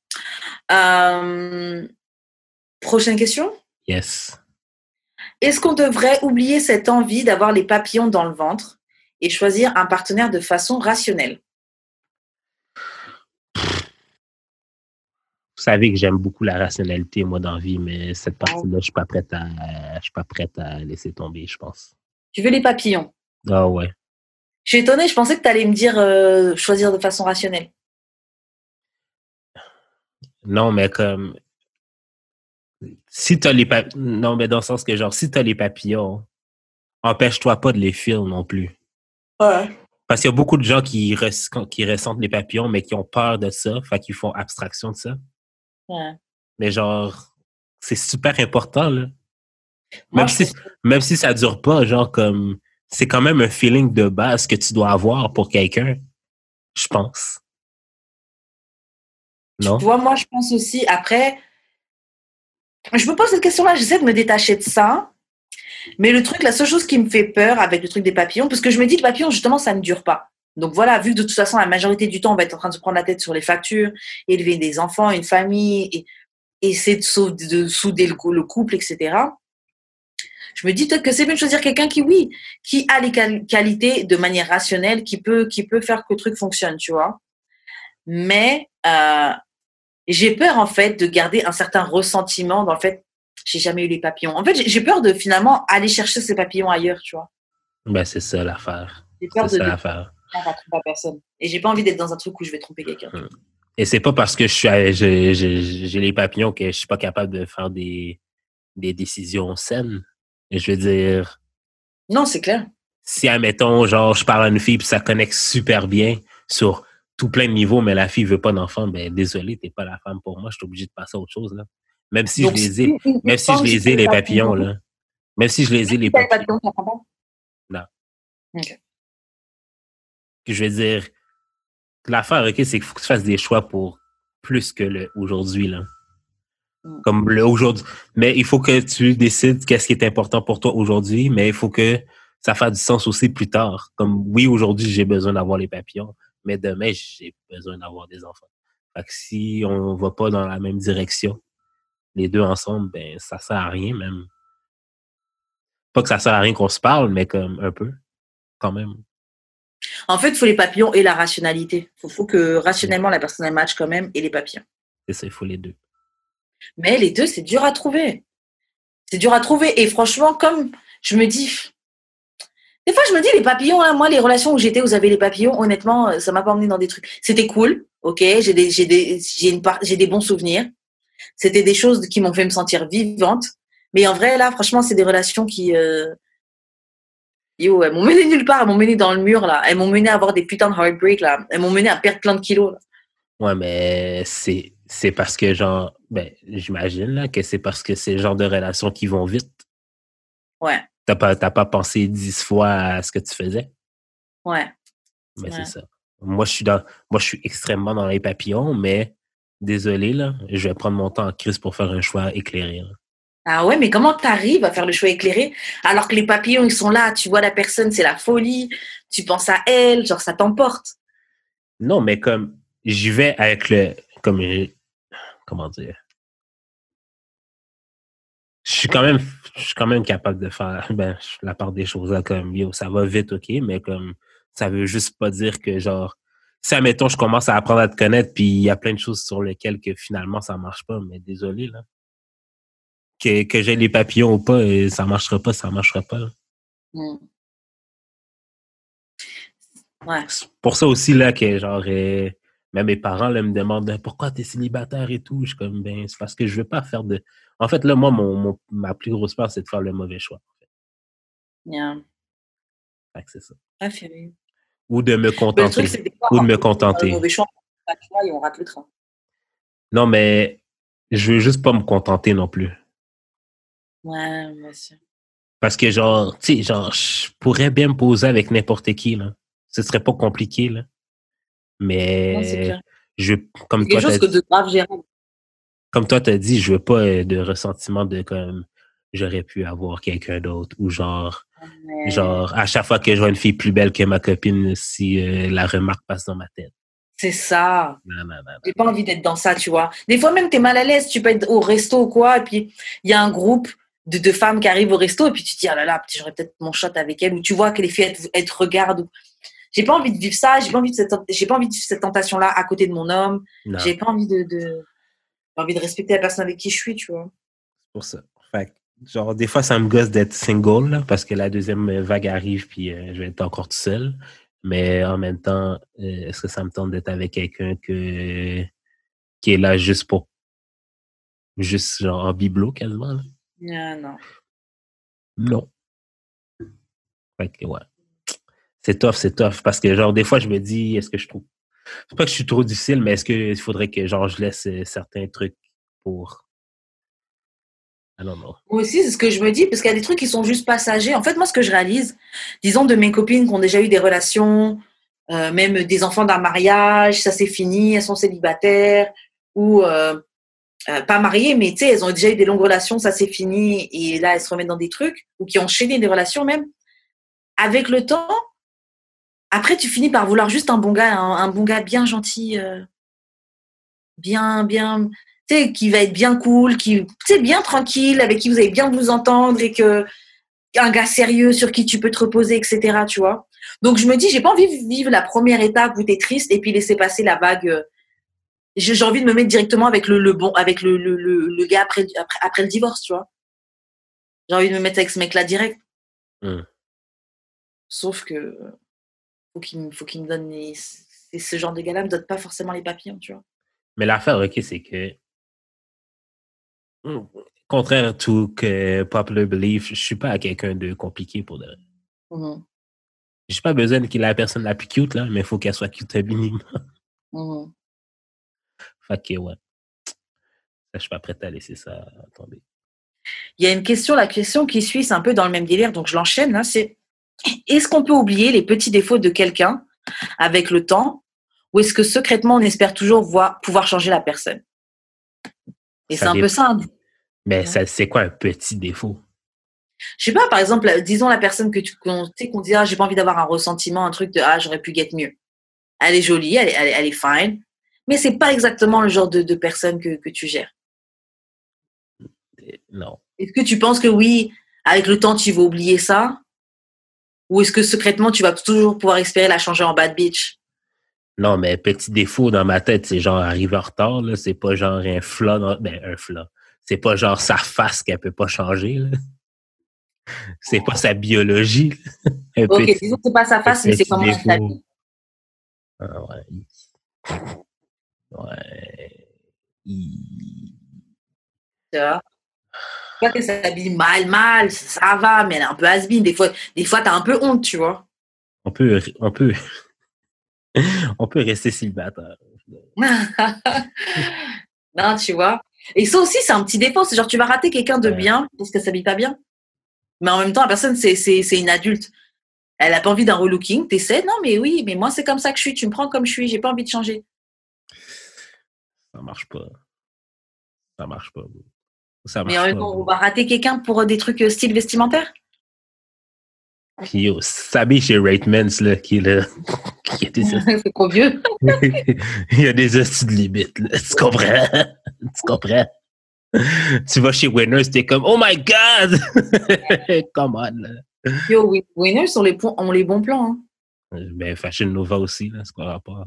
Speaker 5: Prochaine question.
Speaker 6: Yes.
Speaker 5: Est-ce qu'on devrait oublier cette envie d'avoir les papillons dans le ventre et choisir un partenaire de façon rationnelle?
Speaker 6: Vous savez que j'aime beaucoup la rationalité, moi, dans la vie, mais cette partie-là, je suis pas prête à laisser tomber, je pense.
Speaker 5: Tu veux les papillons?
Speaker 6: Ah ouais.
Speaker 5: Je suis étonnée, je pensais que tu allais me dire choisir de façon rationnelle.
Speaker 6: Non, mais comme... Si t'as les papillons... Non, mais dans le sens que, genre, si t'as les papillons, empêche-toi pas de les filer non plus.
Speaker 5: Ouais.
Speaker 6: Parce qu'il y a beaucoup de gens qui ressentent les papillons, mais qui ont peur de ça, fait qu'ils font abstraction de ça.
Speaker 5: Ouais.
Speaker 6: Mais genre, c'est super important, là. Même si ça dure pas, genre, comme... C'est quand même un feeling de base que tu dois avoir pour quelqu'un, je pense. Non?
Speaker 5: Tu vois, moi, je pense aussi, après... Je me pose cette question-là, j'essaie de me détacher de ça. Mais la seule chose qui me fait peur avec le truc des papillons, parce que je me dis que les papillons, justement, ça ne dure pas. Donc voilà, vu que de toute façon, la majorité du temps, on va être en train de se prendre la tête sur les factures, élever des enfants, une famille, et essayer de souder le couple, etc. Je me dis peut-être que c'est mieux de choisir quelqu'un qui a les qualités de manière rationnelle, qui peut faire que le truc fonctionne, tu vois. Mais j'ai peur, en fait, de garder un certain ressentiment dans le fait j'ai jamais eu les papillons. En fait, j'ai peur de finalement aller chercher ces papillons ailleurs, tu vois.
Speaker 6: Ben, c'est ça l'affaire.
Speaker 5: J'ai peur
Speaker 6: c'est ça l'affaire.
Speaker 5: On va tromper personne. Et j'ai pas envie d'être dans un truc où je vais tromper quelqu'un.
Speaker 6: Et c'est pas parce que j'ai les papillons que je suis pas capable de faire des décisions saines. Et je veux dire...
Speaker 5: Non, c'est clair.
Speaker 6: Si, admettons, genre, je parle à une fille puis ça connecte super bien sur tout plein de niveaux, mais la fille veut pas d'enfant, ben désolé, t'es pas la femme pour moi, je suis obligé de passer à autre chose, là. Même si
Speaker 5: donc,
Speaker 6: je les ai, les papillons, là. Même si je les ai, les papillons. Non.
Speaker 5: OK.
Speaker 6: Je veux dire, l'affaire, OK, c'est qu'il faut que tu fasses des choix pour plus que le aujourd'hui, là. Comme le aujourd'hui. Mais il faut que tu décides qu'est-ce qui est important pour toi aujourd'hui, mais il faut que ça fasse du sens aussi plus tard. Comme, oui, aujourd'hui, j'ai besoin d'avoir les papillons, mais demain, j'ai besoin d'avoir des enfants. Fait que si on va pas dans la même direction, les deux ensemble, ben, ça sert à rien, même. Pas que ça sert à rien qu'on se parle, mais comme un peu, quand même.
Speaker 5: En fait, il faut les papillons et la rationalité. Il faut que rationnellement, la personne elle match quand même et les papillons.
Speaker 6: C'est ça, il faut les deux.
Speaker 5: Mais les deux, c'est dur à trouver. C'est dur à trouver. Et franchement, comme je me dis... Des fois, je me dis, les papillons, là, moi, les relations où j'étais, où vous avez les papillons, honnêtement, ça m'a pas emmené dans des trucs. C'était cool, ok, j'ai des bons souvenirs. C'était des choses qui m'ont fait me sentir vivante. Mais en vrai, là, franchement, c'est des relations qui... Yo, elles m'ont mené nulle part. Elles m'ont mené dans le mur, là. Elles m'ont mené à avoir des putains de heartbreak, là. Elles m'ont mené à perdre plein de kilos, là.
Speaker 6: Ouais, mais c'est parce que, genre, ben, j'imagine, là, que c'est parce que c'est le genre de relations qui vont vite.
Speaker 5: Ouais.
Speaker 6: T'as pas pensé 10 fois à ce que tu faisais?
Speaker 5: Ouais.
Speaker 6: Mais c'est ça. Moi, je suis extrêmement dans les papillons, mais désolé, là, je vais prendre mon temps en crise pour faire un choix éclairé, là.
Speaker 5: Ah ouais, mais comment t'arrives à faire le choix éclairé alors que les papillons, ils sont là, tu vois la personne, c'est la folie, tu penses à elle, genre ça t'emporte.
Speaker 6: Non, mais comme j'y vais avec comment dire? Je suis quand même capable de faire la part des choses là, comme yo, ça va vite, ok, mais comme ça veut juste pas dire que genre si admettons je commence à apprendre à te connaître puis il y a plein de choses sur lesquelles que finalement ça marche pas, mais désolé là. Que j'ai les papillons ou pas, ça marchera pas, ça marchera pas.
Speaker 5: Mm. Ouais.
Speaker 6: C'est pour ça aussi là que genre même mes parents là, me demandent pourquoi t'es célibataire et tout. Je suis comme ben c'est parce que je veux pas faire de. En fait là moi ma plus grosse peur c'est de faire le mauvais choix. En fait.
Speaker 5: Yeah.
Speaker 6: Fait que c'est ça.
Speaker 5: Ah, chérie.
Speaker 6: Ou de me contenter.
Speaker 5: Le truc, c'est des fois,
Speaker 6: Ou de me
Speaker 5: on fait
Speaker 6: contenter.
Speaker 5: le mauvais choix, on fait pas le choix et on rate le train.
Speaker 6: Non mais je veux juste pas me contenter non plus.
Speaker 5: Ouais, bien sûr.
Speaker 6: Parce que genre tu sais genre je pourrais bien me poser avec n'importe qui là. Ce serait pas compliqué là. Mais
Speaker 5: Non, c'est clair.
Speaker 6: je comme
Speaker 5: C'est quelque chose que de grave gérable.
Speaker 6: Comme toi t'as dit, je veux pas de ressentiment de comme j'aurais pu avoir quelqu'un d'autre ou genre à chaque fois que je vois une fille plus belle que ma copine, si la remarque passe dans ma tête.
Speaker 5: C'est ça.
Speaker 6: Non.
Speaker 5: J'ai pas envie d'être dans ça, tu vois. Des fois même, t'es mal à l'aise, tu peux être au resto ou quoi, et puis il y a un groupe de femmes qui arrivent au resto, et puis tu te dis, ah là là, j'aurais peut-être mon shot avec elle, ou tu vois que les filles, elles te regardent. J'ai pas envie de vivre ça, j'ai pas envie de vivre cette tentation-là à côté de mon homme.
Speaker 6: Non.
Speaker 5: J'ai pas envie j'ai envie de respecter la personne avec qui je suis, tu vois.
Speaker 6: C'est pour ça. Fait genre, des fois, ça me gosse d'être single, là, parce que la deuxième vague arrive, puis je vais être encore tout seul. Mais en même temps, est-ce que ça me tente d'être avec quelqu'un qui est là juste genre en bibelot quasiment? Là?
Speaker 5: Non.
Speaker 6: Non. Fait que, ouais. C'est tough, parce que, genre, des fois, je me dis, est-ce que je trouve... C'est pas que je suis trop difficile, mais est-ce qu'il faudrait que, genre, je laisse certains trucs pour... I don't know.
Speaker 5: Moi aussi, c'est ce que je me dis, parce qu'il y a des trucs qui sont juste passagers. En fait, moi, ce que je réalise, disons, de mes copines qui ont déjà eu des relations, même des enfants d'un mariage, ça c'est fini, elles sont célibataires, ou pas mariées, mais tu sais, elles ont déjà eu des longues relations, ça c'est fini, et là, elles se remettent dans des trucs, ou qui ont enchaîné des relations même. Avec le temps, après, tu finis par vouloir juste un bon gars bien gentil, bien, tu sais, qui va être bien cool, qui, tu sais, bien tranquille, avec qui vous allez bien vous entendre et que un gars sérieux sur qui tu peux te reposer, etc., tu vois. Donc, je me dis, j'ai pas envie de vivre la première étape où t'es triste et puis laisser passer la vague. J'ai envie de me mettre directement avec avec le gars après le divorce, tu vois. J'ai envie de me mettre avec ce mec-là direct. Sauf que faut qu'il me donne ce genre de gars-là me donne pas forcément les papillons, tu vois.
Speaker 6: Mais l'affaire, ok, c'est que contraire à tout que popular belief, je suis pas à quelqu'un de compliqué pour de vrai.
Speaker 5: Mm-hmm.
Speaker 6: J'ai pas besoin qu'il ait la personne la plus cute, là, mais il faut qu'elle soit cute à minimum.
Speaker 5: Mm-hmm.
Speaker 6: Fait que, ouais. Ça, je suis pas prête à laisser ça tomber.
Speaker 5: Il y a la question qui suit, c'est un peu dans le même délire, donc je l'enchaîne, là, c'est est-ce qu'on peut oublier les petits défauts de quelqu'un avec le temps, ou est-ce que secrètement on espère toujours pouvoir changer la personne? Et ça c'est un peu ça.
Speaker 6: Mais ça, c'est quoi un petit défaut?
Speaker 5: Je sais pas, par exemple, disons la personne qu'on dit, j'ai pas envie d'avoir un ressentiment, un truc de, j'aurais pu get mieux. Elle est jolie, elle est fine, mais c'est pas exactement le genre de personne que tu gères.
Speaker 6: Non.
Speaker 5: Est-ce que tu penses que oui, avec le temps, tu vas oublier ça? Ou est-ce que secrètement, tu vas toujours pouvoir espérer la changer en bad bitch?
Speaker 6: Non, mais petit défaut dans ma tête, c'est genre arriver en retard, là. C'est pas genre un flaw. Un flaw. C'est pas genre sa face qu'elle peut pas changer, là. C'est pas sa biologie.
Speaker 5: Ok, disons que c'est pas sa face, mais c'est comment elle s'habille.
Speaker 6: Ah ouais. Ouais.
Speaker 5: Tu vois? Pas qu'elle s'habille mal, ça va, mais elle est un peu has-been. Des fois, t'as un peu honte, tu vois.
Speaker 6: On peut, on peut, on peut rester célibataire.
Speaker 5: Non, tu vois. Et ça aussi, c'est un petit défaut. C'est genre, tu vas rater quelqu'un de bien parce qu'elle s'habille pas bien. Mais en même temps, la personne, c'est une adulte. Elle a pas envie d'un relooking. T'essaies. Non, mais oui, mais moi, c'est comme ça que je suis. Tu me prends comme je suis. J'ai pas envie de changer.
Speaker 6: Ça marche pas. Ça marche pas.
Speaker 5: Mais en même temps, on va rater quelqu'un pour des trucs style vestimentaire.
Speaker 6: Puis yo, s'habille chez Ratemans, là, qui est là. C'est
Speaker 5: trop vieux.
Speaker 6: Il y a des hosties de limite, là. Tu comprends? Tu comprends? Tu vas chez Winners, t'es comme, oh my God! Come on, là.
Speaker 5: Yo, Winners ont les bons plans. Hein.
Speaker 6: Ben, Fashion Nova aussi, là, c'est quoi le rapport?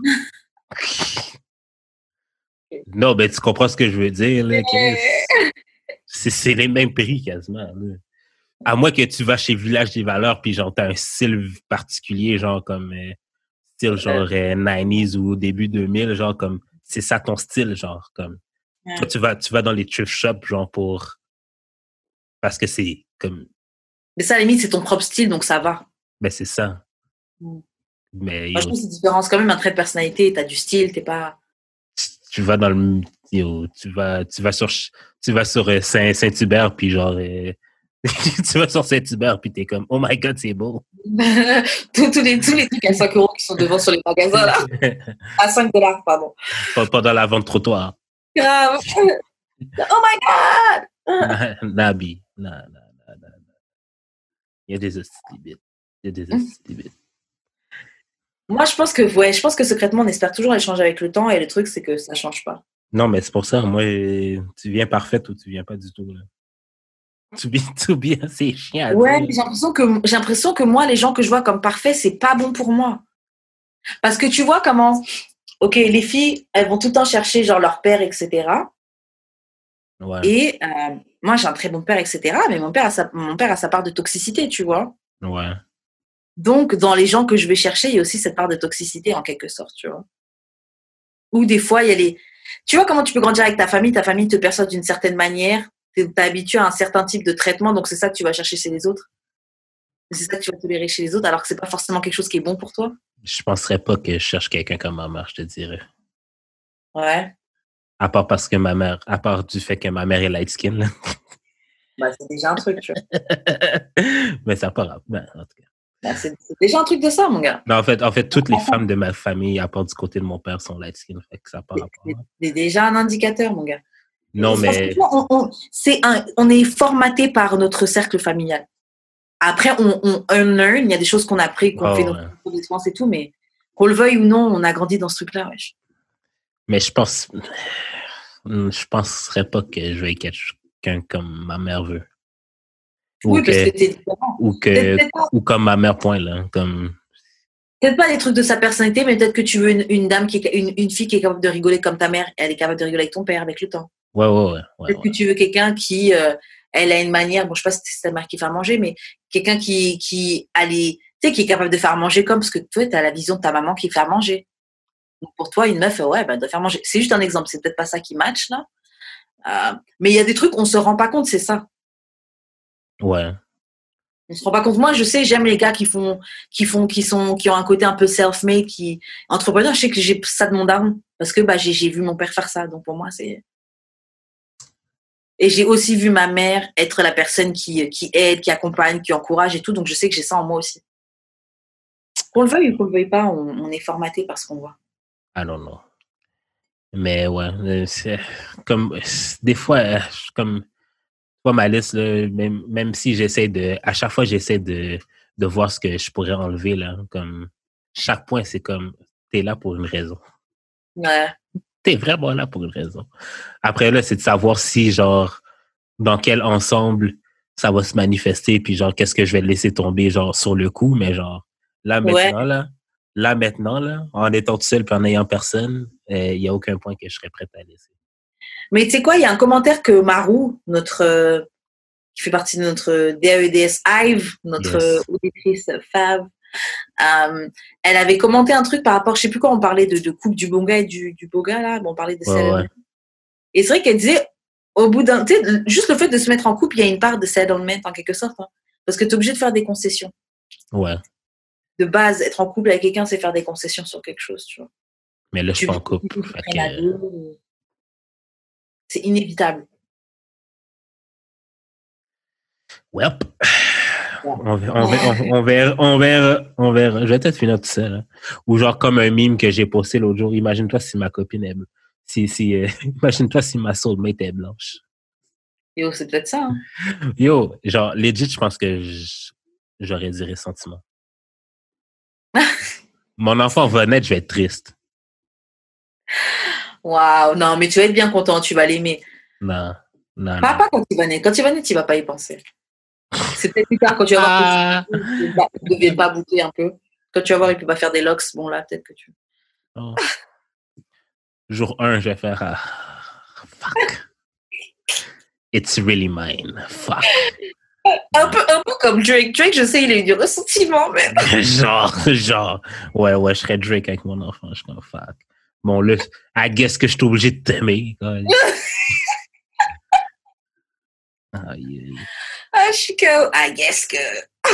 Speaker 6: Non, ben, tu comprends ce que je veux dire, là, Chris. C'est les mêmes prix, quasiment, là. À moins que tu vas chez Village des Valeurs puis genre t'as un style particulier, genre comme style genre 90s ou début 2000, genre comme c'est ça ton style, genre comme toi, tu vas dans les thrift shops genre pour parce que c'est comme
Speaker 5: mais ça à la limite c'est ton propre style donc ça va.
Speaker 6: Ben c'est ça. Mais
Speaker 5: moi, je trouve que c'est différent, c'est quand même un trait de personnalité, t'as du style, t'es pas
Speaker 6: tu vas dans le tu vas sur Saint-Hubert puis genre tu vas sur Saint-Hubert puis t'es comme oh my God c'est beau.
Speaker 5: tous les trucs à 5 € qui sont devant sur les magasins là à $5 pardon.
Speaker 6: Pendant la vente trottoir.
Speaker 5: Grave. Oh my God.
Speaker 6: Nabi. Non. Il y a des hostilités.
Speaker 5: Moi je pense que secrètement on espère toujours échanger avec le temps et le truc c'est que ça change pas.
Speaker 6: Non mais c'est pour ça moi tu viens parfaite ou tu viens pas du tout là. Tout bien, c'est chiant.
Speaker 5: Ouais, mais j'ai l'impression que moi, les gens que je vois comme parfaits, c'est pas bon pour moi. Parce que tu vois comment, ok, les filles, elles vont tout le temps chercher genre leur père, etc. Ouais. Et moi, j'ai un très bon père, etc. Mais mon père a sa part de toxicité, tu vois.
Speaker 6: Ouais.
Speaker 5: Donc, dans les gens que je vais chercher, il y a aussi cette part de toxicité en quelque sorte, tu vois. Ou des fois, il y a les... Tu vois comment tu peux grandir avec ta famille te perçoit d'une certaine manière. T'es habitué à un certain type de traitement, donc c'est ça que tu vas chercher chez les autres. C'est ça que tu vas tolérer chez les autres, alors que c'est pas forcément quelque chose qui est bon pour toi.
Speaker 6: Je penserais pas que je cherche quelqu'un comme ma mère, je te dirais.
Speaker 5: Ouais.
Speaker 6: À part du fait que ma mère est light skin. Là.
Speaker 5: Bah, c'est déjà un truc, tu vois.
Speaker 6: Mais ça part en tout cas.
Speaker 5: Bah, c'est déjà un truc de ça, mon gars.
Speaker 6: Non, en fait, toutes les femmes de ma famille, à part du côté de mon père, sont light skin. Fait que ça part
Speaker 5: c'est déjà un indicateur, mon gars.
Speaker 6: Non, mais...
Speaker 5: On est formaté par notre cercle familial. Après, on unlearn, il y a des choses qu'on a appris, qu'on fait notre expérience et tout, mais qu'on le veuille ou non, on a grandi dans ce truc-là, wesh.
Speaker 6: Mais je penserais pas que je vais quelqu'un comme ma mère veut.
Speaker 5: Oui, parce que t'es différent.
Speaker 6: Ou comme ma mère, point, là. Comme...
Speaker 5: Peut-être pas les trucs de sa personnalité, mais peut-être que tu veux une fille qui est capable de rigoler comme ta mère, et elle est capable de rigoler avec ton père, avec le temps.
Speaker 6: Ouais.
Speaker 5: Peut-être que tu veux quelqu'un qui, elle a une manière, bon, je sais pas si c'est ta mère qui fait manger, mais quelqu'un qui qui est capable de faire manger parce que toi, tu as la vision de ta maman qui fait manger. Donc pour toi, une meuf, elle doit faire manger. C'est juste un exemple, c'est peut-être pas ça qui match, là. Mais il y a des trucs, on se rend pas compte, c'est ça.
Speaker 6: Ouais.
Speaker 5: On se rend pas compte. Moi, je sais, j'aime les gars qui ont un côté un peu self-made, qui entrepreneur. Je sais que j'ai ça de mon daron parce que j'ai vu mon père faire ça. Donc pour moi, c'est. Et j'ai aussi vu ma mère être la personne qui aide, qui accompagne, qui encourage et tout. Donc je sais que j'ai ça en moi aussi. Qu'on le veuille ou qu'on le veuille pas, on est formaté par ce qu'on voit.
Speaker 6: Ah non. Mais ouais, c'est comme des fois, comme pas ma liste, là, même si à chaque fois j'essaie de voir ce que je pourrais enlever, là, comme chaque point, c'est comme t'es là pour une raison.
Speaker 5: Ouais.
Speaker 6: T'es vraiment là pour une raison. Après, là, c'est de savoir si, genre, dans quel ensemble ça va se manifester, puis genre, qu'est-ce que je vais laisser tomber, genre, sur le coup, mais genre, là, maintenant, là, en étant tout seul puis en n'ayant personne, il n'y a aucun point que je serais prête à laisser.
Speaker 5: Mais tu sais quoi, il y a un commentaire que Marou, qui fait partie de notre DAEDS Hive, notre auditrice Fave, elle avait commenté un truc par rapport, je sais plus quoi, on parlait de couple du bon gars et du beau gars, là, bon, on parlait de celle.
Speaker 6: Ouais.
Speaker 5: Et c'est vrai qu'elle disait, au bout d'un... Tu sais, juste le fait de se mettre en couple, il y a une part de settlement en quelque sorte. Hein, parce que tu es obligé de faire des concessions.
Speaker 6: Ouais.
Speaker 5: De base, être en couple avec quelqu'un, c'est faire des concessions sur quelque chose, tu vois.
Speaker 6: Mais là, je suis pas en couple.
Speaker 5: C'est inévitable.
Speaker 6: Ouais. On verra. Je vais peut-être finir tout seul. Hein. Ou genre comme un meme que j'ai posté l'autre jour. Imagine-toi si ma copine est imagine-toi si ma soulmate est blanche.
Speaker 5: Yo, c'est peut-être ça. Hein.
Speaker 6: Yo, genre, legit, je pense que j'aurais du ressentiment. Mon enfant va naître, je vais être triste.
Speaker 5: Waouh, non, mais tu vas être bien content, tu vas l'aimer.
Speaker 6: Non.
Speaker 5: Pas quand il va naître. Quand il va naître, tu vas pas y penser. C'est peut-être plus tard quand tu vas voir que tu ne deviens pas boucler un peu. Quand tu vas voir qu'il va faire des locks, bon là, peut-être que tu...
Speaker 6: Oh. Jour 1, je vais faire fuck. It's really mine. Fuck.
Speaker 5: Un peu comme Drake. Drake, je sais, il a eu du ressentiment, même.
Speaker 6: genre. Ouais, je serais Drake avec mon enfant. Je suis comme fuck. Bon, là, I guess que je suis obligé de t'aimer.
Speaker 5: Ah, je suis comme, I guess que...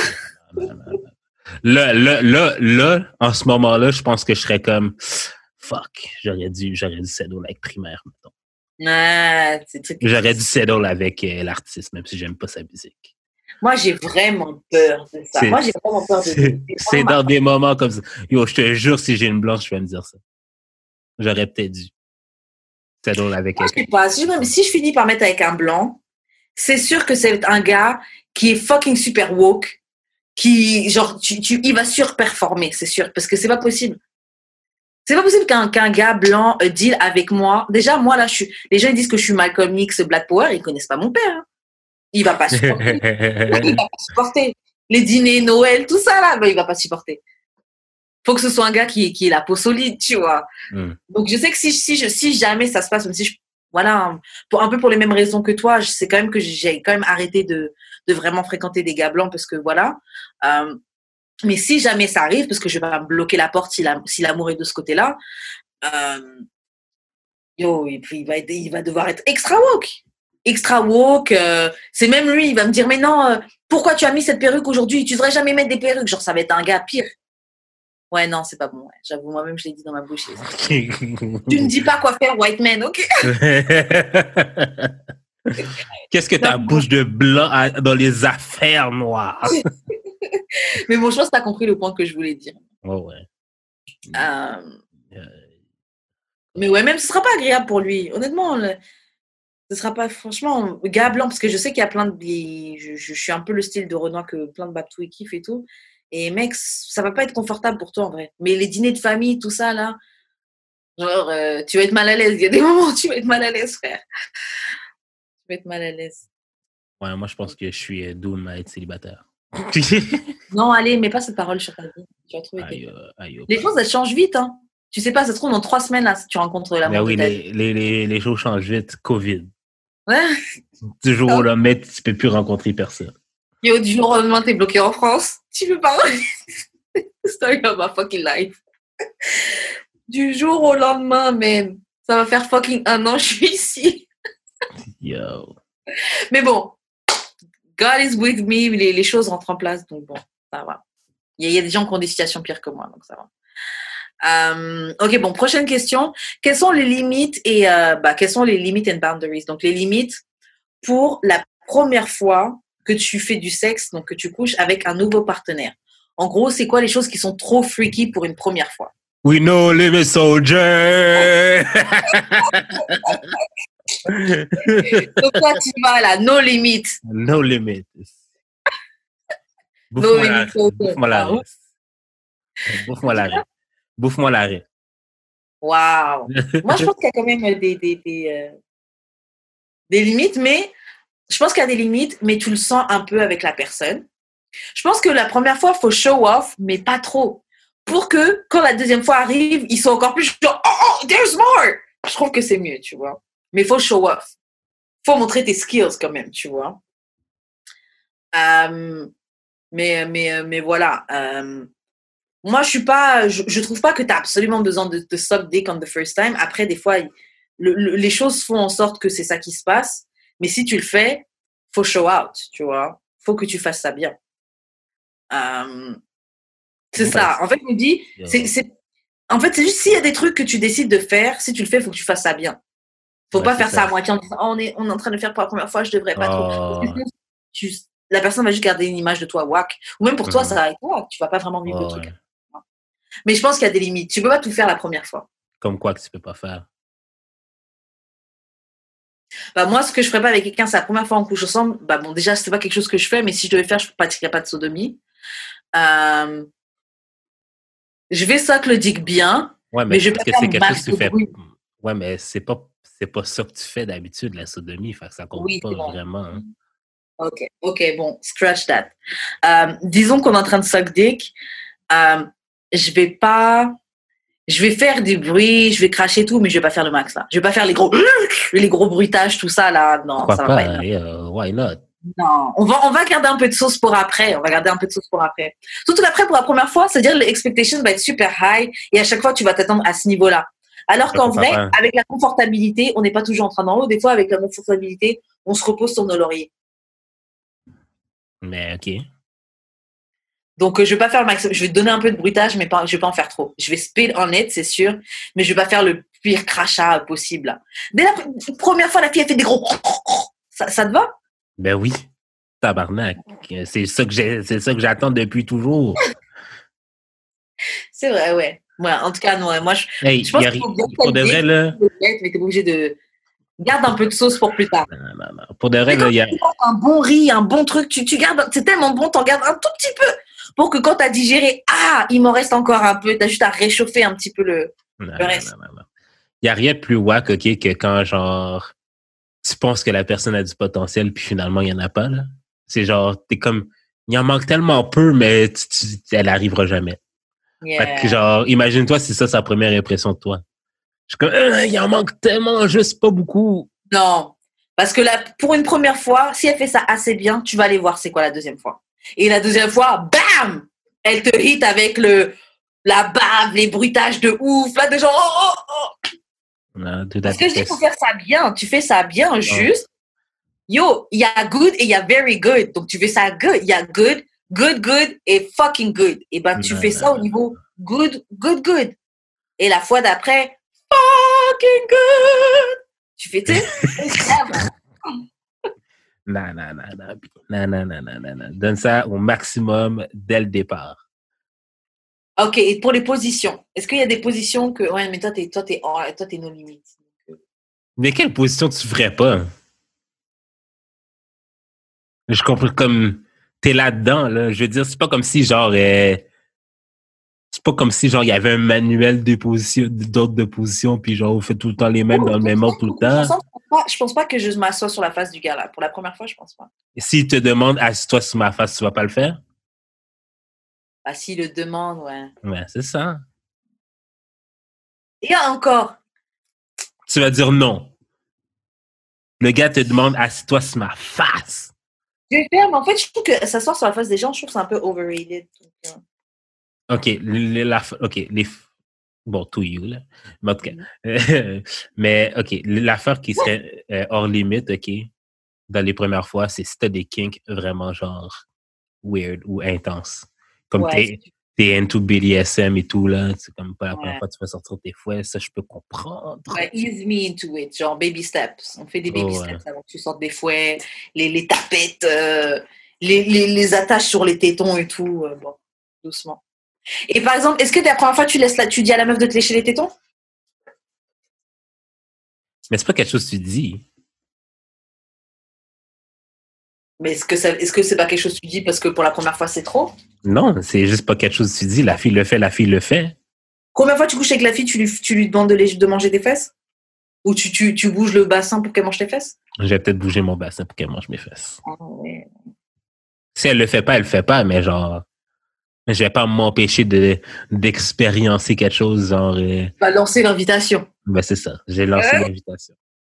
Speaker 6: Là, en ce moment-là, je pense que je serais comme fuck, j'aurais dû settle avec Primaire, mettons.
Speaker 5: Ah,
Speaker 6: j'aurais dû settle avec l'artiste, même si j'aime pas sa musique.
Speaker 5: Moi, j'ai vraiment peur de ça. Moi, j'ai vraiment peur de
Speaker 6: c'est dans des moments comme ça. Yo, je te jure, si j'ai une blanche, je vais me dire ça. J'aurais peut-être dû settle avec quelqu'un.
Speaker 5: Je sais pas, si je finis par mettre avec un blanc, c'est sûr que c'est un gars qui est fucking super woke, qui, genre, il va surperformer, c'est sûr, parce que c'est pas possible. C'est pas possible qu'un gars blanc deal avec moi. Déjà, moi, là, les gens ils disent que je suis Malcolm X, Black Power, ils connaissent pas mon père. Hein. Il va pas supporter. Il va pas supporter. Les dîners, Noël, tout ça, là, ben, il va pas supporter. Faut que ce soit un gars qui ait la peau solide, tu vois. Donc, je sais que si jamais ça se passe, même si voilà, un peu pour les mêmes raisons que toi, je sais quand même que j'ai quand même arrêté de vraiment fréquenter des gars blancs parce que voilà. Mais si jamais ça arrive, parce que je vais pas me bloquer la porte si l'amour est de ce côté-là, et puis il va devoir être extra woke. Extra woke. C'est même lui, il va me dire, mais non, pourquoi tu as mis cette perruque aujourd'hui? Tu devrais jamais mettre des perruques. Genre, ça va être un gars pire. Ouais, non, c'est pas bon. Ouais. J'avoue, moi-même, je l'ai dit dans ma bouche. Tu ne dis pas quoi faire, white man, ok?
Speaker 6: Qu'est-ce que ta bouche de blanc a dans les affaires noires?
Speaker 5: Mais bon, je pense que tu as compris le point que je voulais dire.
Speaker 6: Oh, ouais.
Speaker 5: Mais ouais, même ce sera pas agréable pour lui. Honnêtement, ce sera pas, franchement, gars blanc, parce que je sais qu'il y a plein de... Je suis un peu le style de Renoir que plein de Babtou ils kiffent et tout. Et mec, ça va pas être confortable pour toi en vrai. Mais les dîners de famille, tout ça là, genre, tu vas être mal à l'aise. Il y a des moments où tu vas être mal à l'aise, frère. Tu vas être mal à l'aise.
Speaker 6: Ouais, moi je pense que je suis doom à être célibataire.
Speaker 5: Non, allez, mets pas cette parole sur ta vie. Tu vas trouver les choses, elles changent vite. Hein. Tu sais pas, ça se trouve dans 3 semaines là, tu rencontres l'amour de ta vie.
Speaker 6: Les choses changent vite. Covid.
Speaker 5: Ouais.
Speaker 6: Du jour au lendemain, tu peux plus rencontrer personne.
Speaker 5: Yo, du jour au lendemain, t'es bloqué en France. Tu peux pas. Story of my fucking life. Du jour au lendemain, man. Ça va faire fucking 1 an, je suis ici.
Speaker 6: Yo.
Speaker 5: Mais bon, God is with me. Les choses rentrent en place, donc bon, ça va. Il y a des gens qui ont des situations pires que moi, donc ça va. Ok, bon, prochaine question. Quelles sont les limites quelles sont les limites and boundaries? Donc, les limites pour la première fois que tu fais du sexe, donc que tu couches avec un nouveau partenaire. En gros, c'est quoi les choses qui sont trop freaky pour une première fois?
Speaker 6: We know limit soldier.
Speaker 5: Donc toi, tu vas là, no limit.
Speaker 6: No limit.
Speaker 5: Bouffe-moi
Speaker 6: l'arrêt. Bouffe-moi l'arrêt.
Speaker 5: Waouh. Moi, je pense qu'il y a quand même des limites, mais je pense qu'il y a des limites, mais tu le sens un peu avec la personne. Je pense que la première fois, il faut show off, mais pas trop. Pour que, quand la deuxième fois arrive, ils sont encore plus genre, oh, there's more! Je trouve que c'est mieux, tu vois. Mais il faut show off. Il faut montrer tes skills quand même, tu vois. Mais voilà. Moi, je trouve pas que tu as absolument besoin de suck dick on the first time. Après, des fois, les choses font en sorte que c'est ça qui se passe. Mais si tu le fais, faut show out, tu vois. Faut que tu fasses ça bien. C'est ça. En fait, je me dis, en fait, c'est juste s'il y a des trucs que tu décides de faire, si tu le fais, faut que tu fasses ça bien. Faut pas faire ça à moitié en disant, on est en train de le faire pour la première fois, je devrais pas trop. La personne va juste garder une image de toi whack. Ou même pour toi, ça va être whack. Tu vas pas vraiment vivre le truc. Mais je pense qu'il y a des limites. Tu peux pas tout faire la première fois.
Speaker 6: Comme quoi que tu peux pas faire?
Speaker 5: Bah, moi, ce que je ferais pas avec quelqu'un, c'est la première fois en couche ensemble. Bah, bon, déjà, c'est pas quelque chose que je fais, mais si je devais faire, je pratiquerais pas de sodomie. Je vais ça que le dick bien.
Speaker 6: Ouais, mais je vais pas faire c'est quelque chose que tu fais. Ouais, mais c'est pas ça que tu fais d'habitude, la sodomie. Fait que ça compte pas vraiment. Hein.
Speaker 5: Ok, bon, scratch that. Disons qu'on est en train de suck dick. Je vais faire du bruit, je vais cracher tout, mais je vais pas faire le max là. Je vais pas faire les gros bruitages, tout ça là. Non,
Speaker 6: pourquoi
Speaker 5: ça
Speaker 6: va
Speaker 5: pas être.
Speaker 6: Why not?
Speaker 5: Non, on va garder un peu de sauce pour après. Surtout qu'après, pour la première fois, c'est-à-dire l'expectation va être super high et à chaque fois, tu vas t'attendre à ce niveau-là. Alors qu'en vrai, avec la confortabilité, on n'est pas toujours en train d'en haut. Des fois, avec la confortabilité, on se repose sur nos lauriers.
Speaker 6: Mais ok.
Speaker 5: Donc, je vais pas faire le maximum. Je vais te donner un peu de bruitage, mais je vais pas en faire trop. Je vais speed on it, c'est sûr, mais je vais pas faire le pire crachat possible. Dès la première fois, la fille a fait des gros. Ça te va?
Speaker 6: Ben oui. Tabarnak. C'est ça que j'attends depuis toujours.
Speaker 5: C'est vrai, ouais. En tout cas, non. Moi, je pense qu'il faut bien
Speaker 6: pour de vrai, là.
Speaker 5: Mais t'es obligé de. Garde un peu de sauce pour plus tard.
Speaker 6: Non. Pour de vrai, là, il y a.
Speaker 5: Un bon riz, un bon truc, tu gardes. C'est tellement bon, t'en gardes un tout petit peu. Pour que quand t'as digéré, il m'en reste encore un peu. T'as juste à réchauffer un petit peu le reste.
Speaker 6: Non. Il n'y a rien de plus wack, ok, que quand, genre, tu penses que la personne a du potentiel, puis finalement, il n'y en a pas, là. C'est genre, t'es comme, il en manque tellement peu, mais elle n'arrivera jamais.
Speaker 5: Yeah.
Speaker 6: Fait que, genre, imagine-toi si ça, sa première impression de toi. Je suis comme, il en manque tellement, juste pas beaucoup.
Speaker 5: Non. Parce que là, pour une première fois, si elle fait ça assez bien, tu vas aller voir c'est quoi la deuxième fois. Et la deuxième fois, bam! Elle te hit avec la bave, les bruitages de ouf, là, de genre,
Speaker 6: Non,
Speaker 5: parce que je dis, il faut faire ça bien. Tu fais ça bien, juste. Yo, il y a good et il y a very good. Donc, tu fais ça good. Il y a good et fucking good. Et ben, tu fais ça au niveau good. Et la fois d'après, fucking good. Tu fais, tu sais,
Speaker 6: Non. Donne ça au maximum dès le départ.
Speaker 5: Ok, et pour les positions, est-ce qu'il y a des positions que... Ouais, mais toi, t'es nos limites.
Speaker 6: Mais quelle position tu ferais pas? Je comprends comme... T'es là-dedans, là. Je veux dire, c'est pas comme si, genre... C'est pas comme si, genre, il y avait un manuel d'ordre de position, puis genre, on fait tout le temps les mêmes dans le même ordre tout le temps.
Speaker 5: Je pense pas que je m'assois sur la face du gars, là. Pour la première fois, je pense pas.
Speaker 6: Et s'il te demande, assis-toi sur ma face, tu vas pas le faire?
Speaker 5: Ah, s'il le demande, ouais.
Speaker 6: Ouais, c'est ça.
Speaker 5: Et encore.
Speaker 6: Tu vas dire non. Le gars te demande, assis-toi sur ma face.
Speaker 5: Je vais faire, mais en fait, je trouve que s'asseoir sur la face des gens, je trouve que c'est un peu overrated.
Speaker 6: Bon, to you, là. Mais en tout cas. Mais, OK, l'affaire qui serait hors limite, OK, dans les premières fois, c'est si t'as des kinks vraiment, genre, weird ou intenses. Comme t'es into BDSM et tout, là. C'est comme pas la première fois que tu vas sortir tes fouets. Ça, je peux comprendre.
Speaker 5: Ouais, ease me into it. Genre, baby steps. On fait des baby steps avant que tu sortes des fouets, les tapettes, les attaches sur les tétons et tout. Bon, doucement. Et par exemple, est-ce que la première fois, tu dis à la meuf de te lécher les tétons?
Speaker 6: Mais c'est pas quelque chose que tu dis.
Speaker 5: Mais est-ce que c'est pas quelque chose que tu dis parce que pour la première fois, c'est trop?
Speaker 6: Non, c'est juste pas quelque chose que tu dis. La fille le fait.
Speaker 5: Combien de fois tu couches avec la fille, tu lui demandes de manger des fesses? Ou tu bouges le bassin pour qu'elle mange tes fesses?
Speaker 6: Je vais peut-être bouger mon bassin pour qu'elle mange mes fesses.
Speaker 5: Ah, ouais.
Speaker 6: Si elle le fait pas, mais genre... Je vais pas m'empêcher d'expériencer quelque chose, genre... Tu
Speaker 5: vas lancer l'invitation.
Speaker 6: Ben, c'est ça. J'ai lancé l'invitation.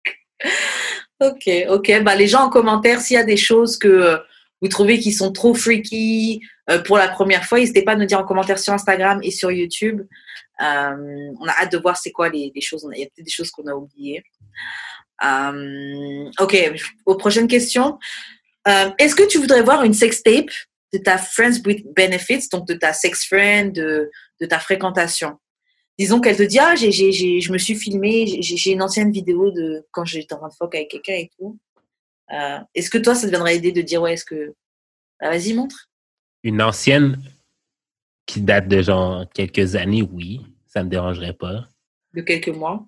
Speaker 5: Ok. Bah, les gens en commentaire, s'il y a des choses que vous trouvez qui sont trop freaky pour la première fois, n'hésitez pas à nous dire en commentaire sur Instagram et sur YouTube. On a hâte de voir c'est quoi les choses. Il y a peut-être des choses qu'on a oubliées. Ok, aux prochaines questions. Est-ce que tu voudrais voir une sextape de ta Friends with Benefits, donc de ta sex friend, de ta fréquentation? Disons qu'elle te dit, je me suis filmée, j'ai une ancienne vidéo de quand j'étais en train de fuck avec quelqu'un et tout. Est-ce que toi, ça te viendrait l'idée de dire, ouais, est-ce que... vas-y, montre.
Speaker 6: Une ancienne qui date de genre quelques années, oui, ça me dérangerait pas.
Speaker 5: De quelques mois?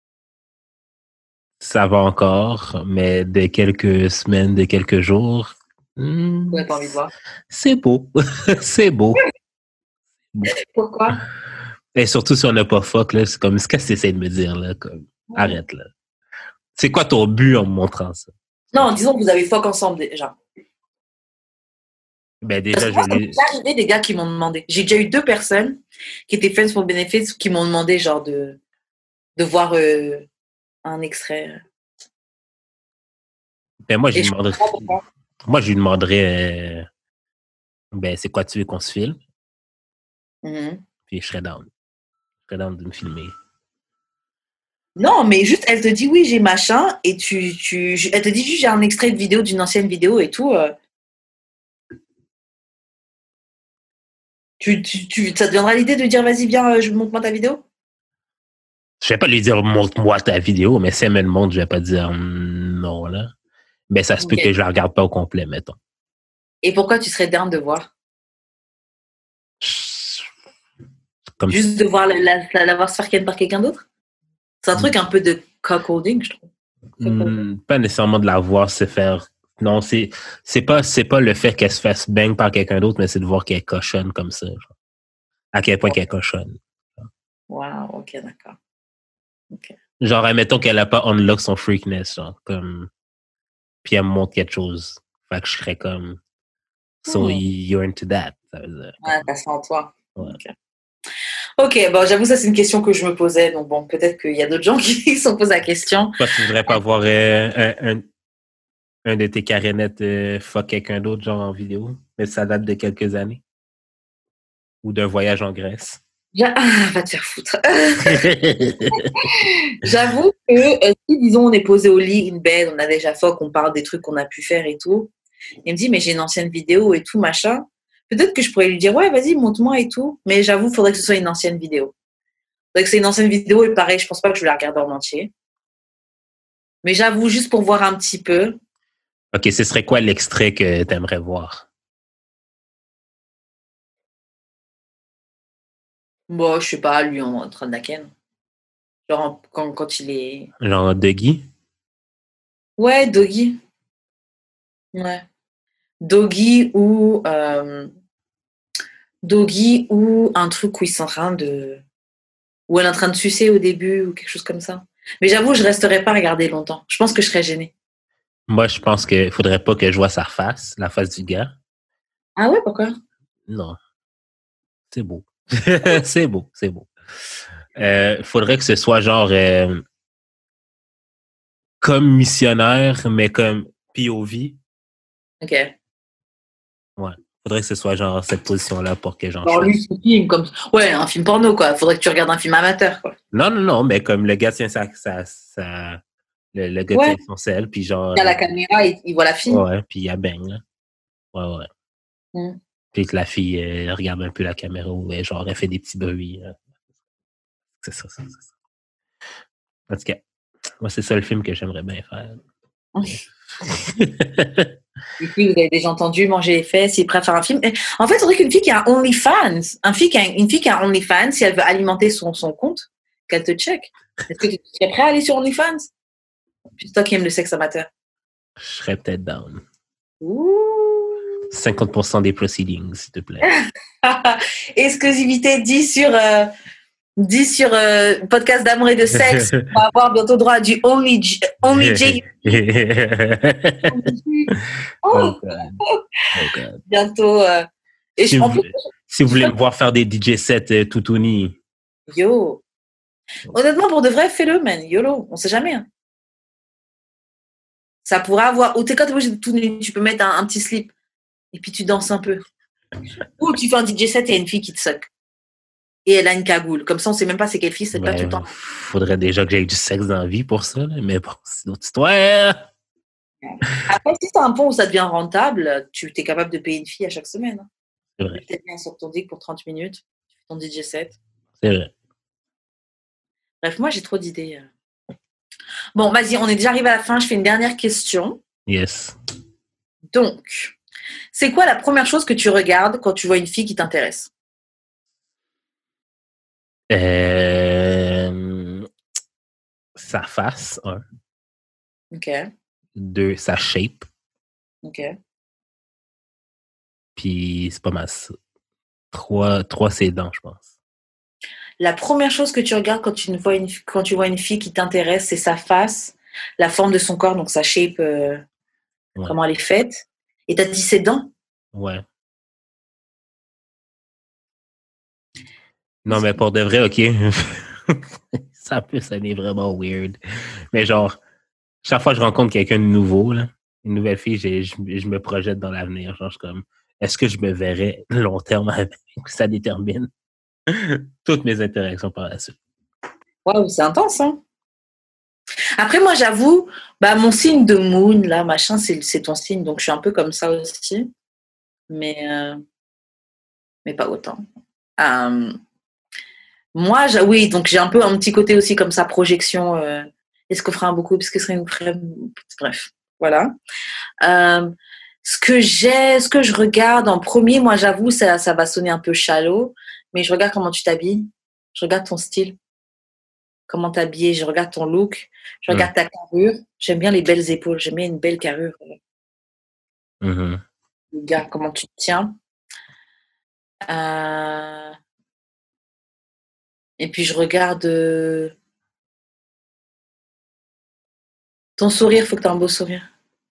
Speaker 6: Ça va encore, mais de quelques semaines, de quelques jours,
Speaker 5: Ouais, pas envie de voir.
Speaker 6: c'est beau. C'est beau.
Speaker 5: Pourquoi?
Speaker 6: Et surtout si on n'a pas fuck, là, c'est comme ce que tu essaies de me dire, là, comme, arrête, là. C'est quoi ton but en me montrant ça?
Speaker 5: Non, disons que vous avez fuck ensemble déjà.
Speaker 6: Ben déjà,
Speaker 5: Parce que moi, c'est arrivé des gars qui m'ont demandé. J'ai déjà eu 2 personnes qui étaient Friends for Benefits qui m'ont demandé genre de voir un extrait.
Speaker 6: Ben moi, je lui demanderais ben c'est quoi tu veux qu'on se filme? Puis je serais down. Je serais down de me filmer.
Speaker 5: Non, mais juste, elle te dit oui, j'ai machin, et elle te dit juste j'ai un extrait de vidéo d'une ancienne vidéo et tout. Ça te viendra l'idée de dire vas-y, viens, montre-moi ta vidéo?
Speaker 6: Je vais pas lui dire montre-moi ta vidéo, mais si elle me le montre, je vais pas dire non, là. Mais ça se peut que je la regarde pas au complet, mettons.
Speaker 5: Et pourquoi tu serais down de voir? Juste de voir la voir se faire ken par quelqu'un d'autre? C'est un truc un peu de cuckolding, je trouve.
Speaker 6: Pas nécessairement de la voir se faire. Non, c'est pas le fait qu'elle se fasse bang par quelqu'un d'autre, mais c'est de voir qu'elle cochonne comme ça. Genre. À quel point qu'elle cochonne.
Speaker 5: Wow, ok, d'accord. Okay.
Speaker 6: Genre, admettons qu'elle a pas unlock son freakness, genre, comme. Puis elle me montre quelque chose. Fait que je serais comme. So you're into that. Ça veut dire.
Speaker 5: Ouais, t'as ça en toi.
Speaker 6: Ouais.
Speaker 5: Ok, bon, j'avoue, ça, c'est une question que je me posais. Donc, bon, peut-être qu'il y a d'autres gens qui se posent la question.
Speaker 6: Toi, tu voudrais pas voir un de tes carénettes fuck quelqu'un d'autre, genre en vidéo, mais ça date de quelques années? Ou d'un voyage en Grèce?
Speaker 5: Va te faire foutre. J'avoue que si, disons, on est posé au lit, une bed, on a déjà fuck, on parle des trucs qu'on a pu faire et tout. Il me dit, mais j'ai une ancienne vidéo et tout, machin. Peut-être que je pourrais lui dire, ouais, vas-y, montre-moi et tout. Mais j'avoue, il faudrait que ce soit une ancienne vidéo. Il faudrait que c'est une ancienne vidéo et pareil, je pense pas que je vais la regarder en entier. Mais j'avoue, juste pour voir un petit peu.
Speaker 6: Ok, ce serait quoi l'extrait que tu aimerais voir?
Speaker 5: Bon, je sais pas, lui en train de naken. Genre quand il est...
Speaker 6: Genre Dougie?
Speaker 5: Ouais, Doggy. Ouais. Doggy ou un truc où ils sont en train de... Où elle est en train de sucer au début ou quelque chose comme ça. Mais j'avoue, je resterai pas à regarder longtemps. Je pense que je serais gênée.
Speaker 6: Moi, je pense qu'il faudrait pas que je vois sa face, la face du gars.
Speaker 5: Ah ouais, pourquoi?
Speaker 6: Non. C'est beau. C'est beau, c'est beau. Faudrait que ce soit genre comme missionnaire, mais comme POV.
Speaker 5: Ok.
Speaker 6: Ouais. Faudrait que ce soit genre cette position-là pour que j'en
Speaker 5: Alors lui, c'est un film comme... Ouais, un film porno, quoi. Faudrait que tu regardes un film amateur, quoi.
Speaker 6: Non, mais comme le gars tient le gars tient son sel, puis genre...
Speaker 5: Il a la caméra, il voit la fille.
Speaker 6: Ouais, puis il y a bang, là. Ouais. Puis que la fille regarde un peu la caméra, ouais, genre, elle fait des petits bruits. C'est ça. En tout cas, moi, c'est ça le film que j'aimerais bien faire.
Speaker 5: Et puis, vous avez déjà entendu manger les fesses, il préfère un film. En fait, on dirait qu'une fille qui a un OnlyFans, une fille qui a un OnlyFans, si elle veut alimenter son compte, qu'elle te check. Est-ce que tu serais prêt à aller sur OnlyFans? Puis toi qui aimes le sexe amateur.
Speaker 6: Je serais peut-être down.
Speaker 5: Ouh.
Speaker 6: 50% des proceedings, s'il te plaît.
Speaker 5: Exclusivité dit sur podcast d'amour et de sexe. On va avoir bientôt droit à du Only J.
Speaker 6: Oh God.
Speaker 5: Bientôt. Et
Speaker 6: si vous voulez me voir faire des DJ sets Toutouni.
Speaker 5: Yo. Honnêtement, pour de vrai, fais-le, man. YOLO. On sait jamais. Hein. Ça pourrait avoir. Ou t'es quand t'es tout nu, tu peux mettre un petit slip. Et puis tu danses un peu. Ou tu fais un DJ set et il y a une fille qui te suck. et elle a une cagoule. Comme ça, on sait même pas c'est quelle fille, c'est pas tout le temps.
Speaker 6: Faudrait déjà que j'aie du sexe dans la vie pour ça, là. Mais bon, c'est une autre histoire.
Speaker 5: Après, si t'as un pont où ça devient rentable, tu es capable de payer une fille à chaque semaine. Hein.
Speaker 6: C'est vrai.
Speaker 5: Peut-être bien sur ton dick pour 30 minutes, tu fais ton DJ set.
Speaker 6: C'est vrai.
Speaker 5: Bref, moi, j'ai trop d'idées. Bon, vas-y, on est déjà arrivé à la fin. Je fais une dernière question.
Speaker 6: Yes.
Speaker 5: Donc, c'est quoi la première chose que tu regardes quand tu vois une fille qui t'intéresse?
Speaker 6: Sa face, 1.
Speaker 5: Ok.
Speaker 6: 2, sa shape.
Speaker 5: Ok.
Speaker 6: Puis c'est pas mal ça. 3, ses dents, je pense.
Speaker 5: La première chose que tu regardes quand tu vois une fille qui t'intéresse, c'est sa face, la forme de son corps, donc sa shape, comment elle est faite. Et t'as dit ses dents?
Speaker 6: Ouais. Non, mais pour de vrai, OK. Ça peut sonner vraiment weird. Mais genre, chaque fois que je rencontre quelqu'un de nouveau, là, une nouvelle fille, je me projette dans l'avenir. Genre, je suis comme, est-ce que je me verrais long terme avec? Ça détermine toutes mes interactions par la suite.
Speaker 5: Waouh, c'est intense, hein? Après, moi, j'avoue, mon signe de moon, là, machin, c'est ton signe, donc je suis un peu comme ça aussi. Mais pas autant. Moi, oui, donc j'ai un peu un petit côté aussi comme ça, projection. Est-ce qu'on fera un beaucoup? Parce que ce serait une bref, voilà. Ce que je regarde en premier, moi, j'avoue, ça va sonner un peu shallow, mais je regarde comment tu t'habilles, je regarde ton style, comment t'habiller, je regarde ton look, je regarde ta carrure. J'aime bien les belles épaules, j'aime bien une belle carrure.
Speaker 6: Mm-hmm.
Speaker 5: Regarde comment tu te tiens. Et puis, je regarde ton sourire, il faut que tu aies un beau sourire.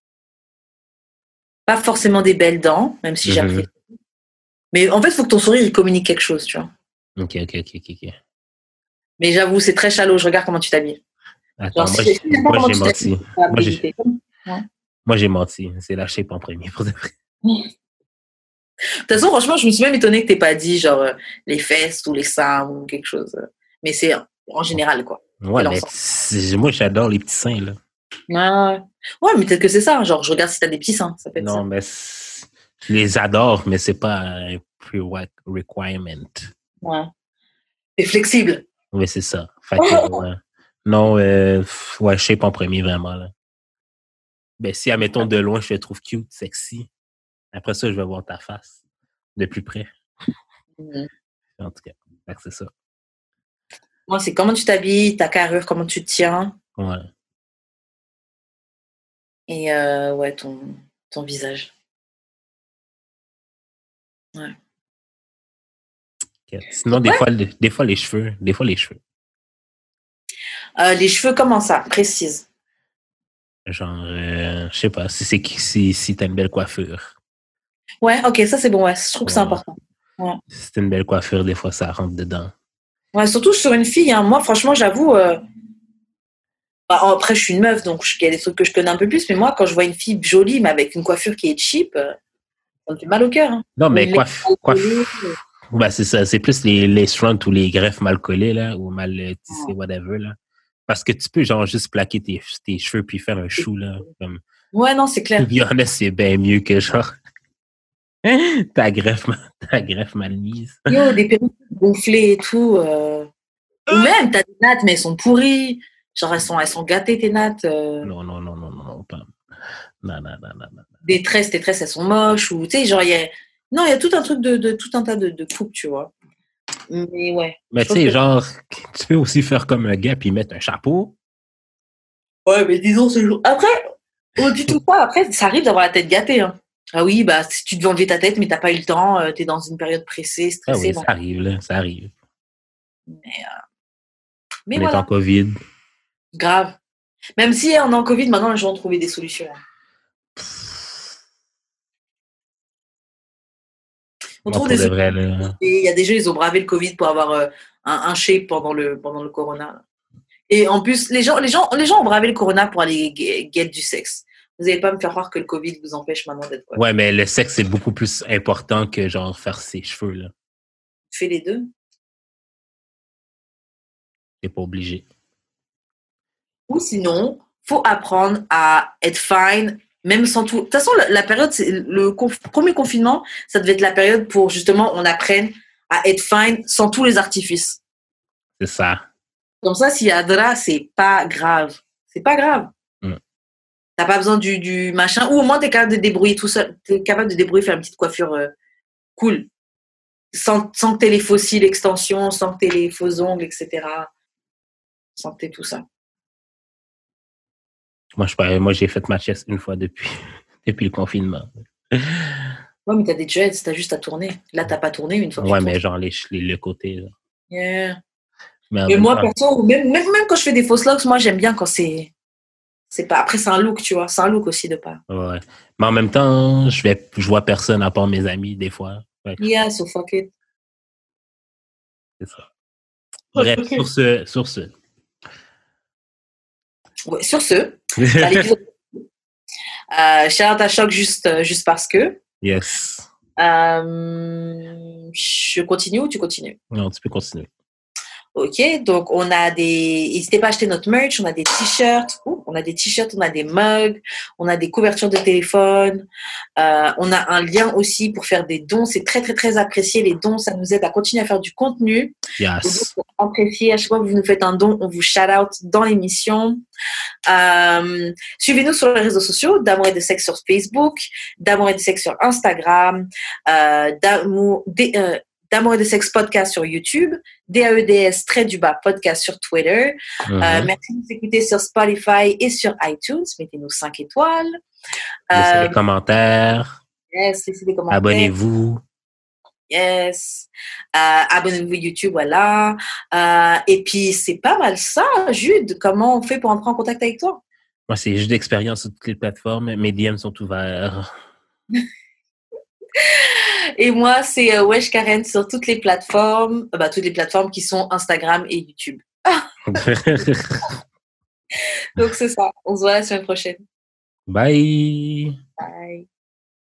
Speaker 5: Pas forcément des belles dents, même si j'apprécie. Mais en fait, il faut que ton sourire il communique quelque chose, tu vois.
Speaker 6: OK.
Speaker 5: Mais j'avoue, c'est très shallow. Je regarde comment tu t'habilles.
Speaker 6: Attends, moi, j'ai menti. Moi, j'ai menti. C'est la shape en premier, pour de vrai.
Speaker 5: De toute façon, franchement, je me suis même étonnée que tu n'aies pas dit genre les fesses ou les seins ou quelque chose. Mais c'est en général, quoi.
Speaker 6: Ouais, mais moi, j'adore les petits seins, là.
Speaker 5: Ouais, mais peut-être que c'est ça. Genre, je regarde si tu as des petits seins. Ça peut être
Speaker 6: non,
Speaker 5: ça.
Speaker 6: mais je les adore, mais c'est pas un requirement.
Speaker 5: Ouais. T'es flexible.
Speaker 6: Oui, c'est ça. Fait que, ouais. Non, ouais, shape en premier, vraiment, là. Ben, si, admettons, de loin, je te trouve cute, sexy, après ça, je vais voir ta face de plus près. En tout cas, c'est ça.
Speaker 5: Moi, c'est comment tu t'habilles, ta carrure, comment tu te tiens.
Speaker 6: Ouais.
Speaker 5: Et ouais, ton visage. Ouais.
Speaker 6: Okay. Sinon, des fois, les cheveux. Les
Speaker 5: cheveux, comment ça? Précise.
Speaker 6: Genre, je sais pas, si t'as une belle coiffure.
Speaker 5: Ouais, ok, ça c'est bon, ouais. Je trouve que c'est important. Ouais.
Speaker 6: Si t'as une belle coiffure, des fois, ça rentre dedans.
Speaker 5: Ouais, surtout sur une fille. Hein. Moi, franchement, j'avoue... après, je suis une meuf, donc il y a des trucs que je connais un peu plus. Mais moi, quand je vois une fille jolie, mais avec une coiffure qui est cheap, ça me fait mal au cœur. Hein.
Speaker 6: Non, mais coiffure... Ben, c'est ça. C'est plus les fronts ou les greffes mal collées, là, ou mal tissées, whatever, là. Parce que tu peux, genre, juste plaquer tes cheveux puis faire un chou, là. Comme...
Speaker 5: Ouais, non, c'est clair.
Speaker 6: To be honest, c'est bien mieux que, genre, ta greffe mal mise.
Speaker 5: Yo, des perruques gonflées et tout. Ou même, t'as des nattes, mais elles sont pourries. Genre, elles sont gâtées, tes nattes.
Speaker 6: Non, pas. Non.
Speaker 5: Tes tresses, elles sont moches. Ou, tu sais, genre, il y a tout un truc tout un tas de coupes, tu vois. Mais ouais.
Speaker 6: Mais tu sais, genre, tu peux aussi faire comme un gars puis mettre un chapeau.
Speaker 5: Ouais, mais disons ce jour. Après, on dit tout ça, après, ça arrive d'avoir la tête gâtée. Hein. Ah oui, si tu devais enlever ta tête, mais t'as pas eu le temps, t'es dans une période pressée, stressée.
Speaker 6: Ah oui, ça arrive, là, ça arrive.
Speaker 5: Mais
Speaker 6: on
Speaker 5: voilà.
Speaker 6: est en COVID.
Speaker 5: Grave. Même si on est en COVID, maintenant, les gens ont trouvé des solutions. On trouve des solutions. Il y a des gens, ils ont bravé le Covid pour avoir un shape pendant le corona. Et en plus, les gens ont bravé le corona pour aller get du sexe. Vous n'allez pas me faire croire que le Covid vous empêche maintenant d'être quoi.
Speaker 6: Ouais, mais le sexe, c'est beaucoup plus important que genre faire ses cheveux, là.
Speaker 5: Tu fais les deux?
Speaker 6: T'es pas obligé.
Speaker 5: Ou sinon, faut apprendre à être fine, même sans tout. De toute façon, la période, premier confinement, ça devait être la période pour justement on apprenne à être fine sans tous les artifices.
Speaker 6: C'est ça.
Speaker 5: Comme ça, s'il y a drap, c'est pas grave. C'est pas grave. T'as pas besoin du machin. Ou au moins, t'es capable de débrouiller tout seul. T'es capable de débrouiller, faire une petite coiffure cool. Sans que t'aies les fossiles extensions, sans que t'aies les faux ongles, etc. Sans que t'aies tout ça.
Speaker 6: Moi, j'ai fait ma chaise une fois depuis le confinement.
Speaker 5: Ouais, mais t'as des dreads, t'as juste à tourner. Là, t'as pas tourné une fois.
Speaker 6: Ouais, mais genre le côté. Là.
Speaker 5: Yeah.
Speaker 6: Mais
Speaker 5: moi, perso, même quand je fais des fausses locks, moi, j'aime bien quand c'est pas. Après, c'est un look, tu vois. C'est un look aussi de pas.
Speaker 6: Ouais. Mais en même temps, je vois personne à part mes amis, des fois. Ouais.
Speaker 5: Yeah, so fuck it.
Speaker 6: C'est ça. Bref,
Speaker 5: Okay.
Speaker 6: sur ce.
Speaker 5: Ouais, sur ce, shout-out à Choc juste parce que.
Speaker 6: Yes.
Speaker 5: Je continue ou tu continues?
Speaker 6: Non, tu peux continuer.
Speaker 5: Ok, donc on a n'hésitez pas à acheter notre merch, on a des t-shirts, on a des mugs, on a des couvertures de téléphone, on a un lien aussi pour faire des dons, c'est très très très apprécié, les dons ça nous aide à continuer à faire du contenu.
Speaker 6: Yes.
Speaker 5: Donc, apprécié, à chaque fois que vous nous faites un don, on vous shout out dans l'émission. Suivez-nous sur les réseaux sociaux, d'Amour et de Sexe sur Facebook, d'Amour et de Sexe sur Instagram, d'Amour et de Sexe podcast sur YouTube, DAEDS_ podcast sur Twitter. Merci de nous écouter sur Spotify et sur iTunes. Mettez-nous 5 étoiles.
Speaker 6: Laissez des commentaires.
Speaker 5: Yes, laissez des commentaires.
Speaker 6: Abonnez-vous.
Speaker 5: Yes. Abonnez-vous à YouTube, voilà. Et puis, c'est pas mal ça, Jude. Comment on fait pour entrer en contact avec toi?
Speaker 6: Moi, c'est juste d'expérience sur toutes les plateformes. Mes DM sont ouverts.
Speaker 5: Et moi, c'est Wesh Karen sur toutes les plateformes qui sont Instagram et YouTube. Donc, c'est ça. On se voit la semaine prochaine.
Speaker 6: Bye.
Speaker 5: Bye.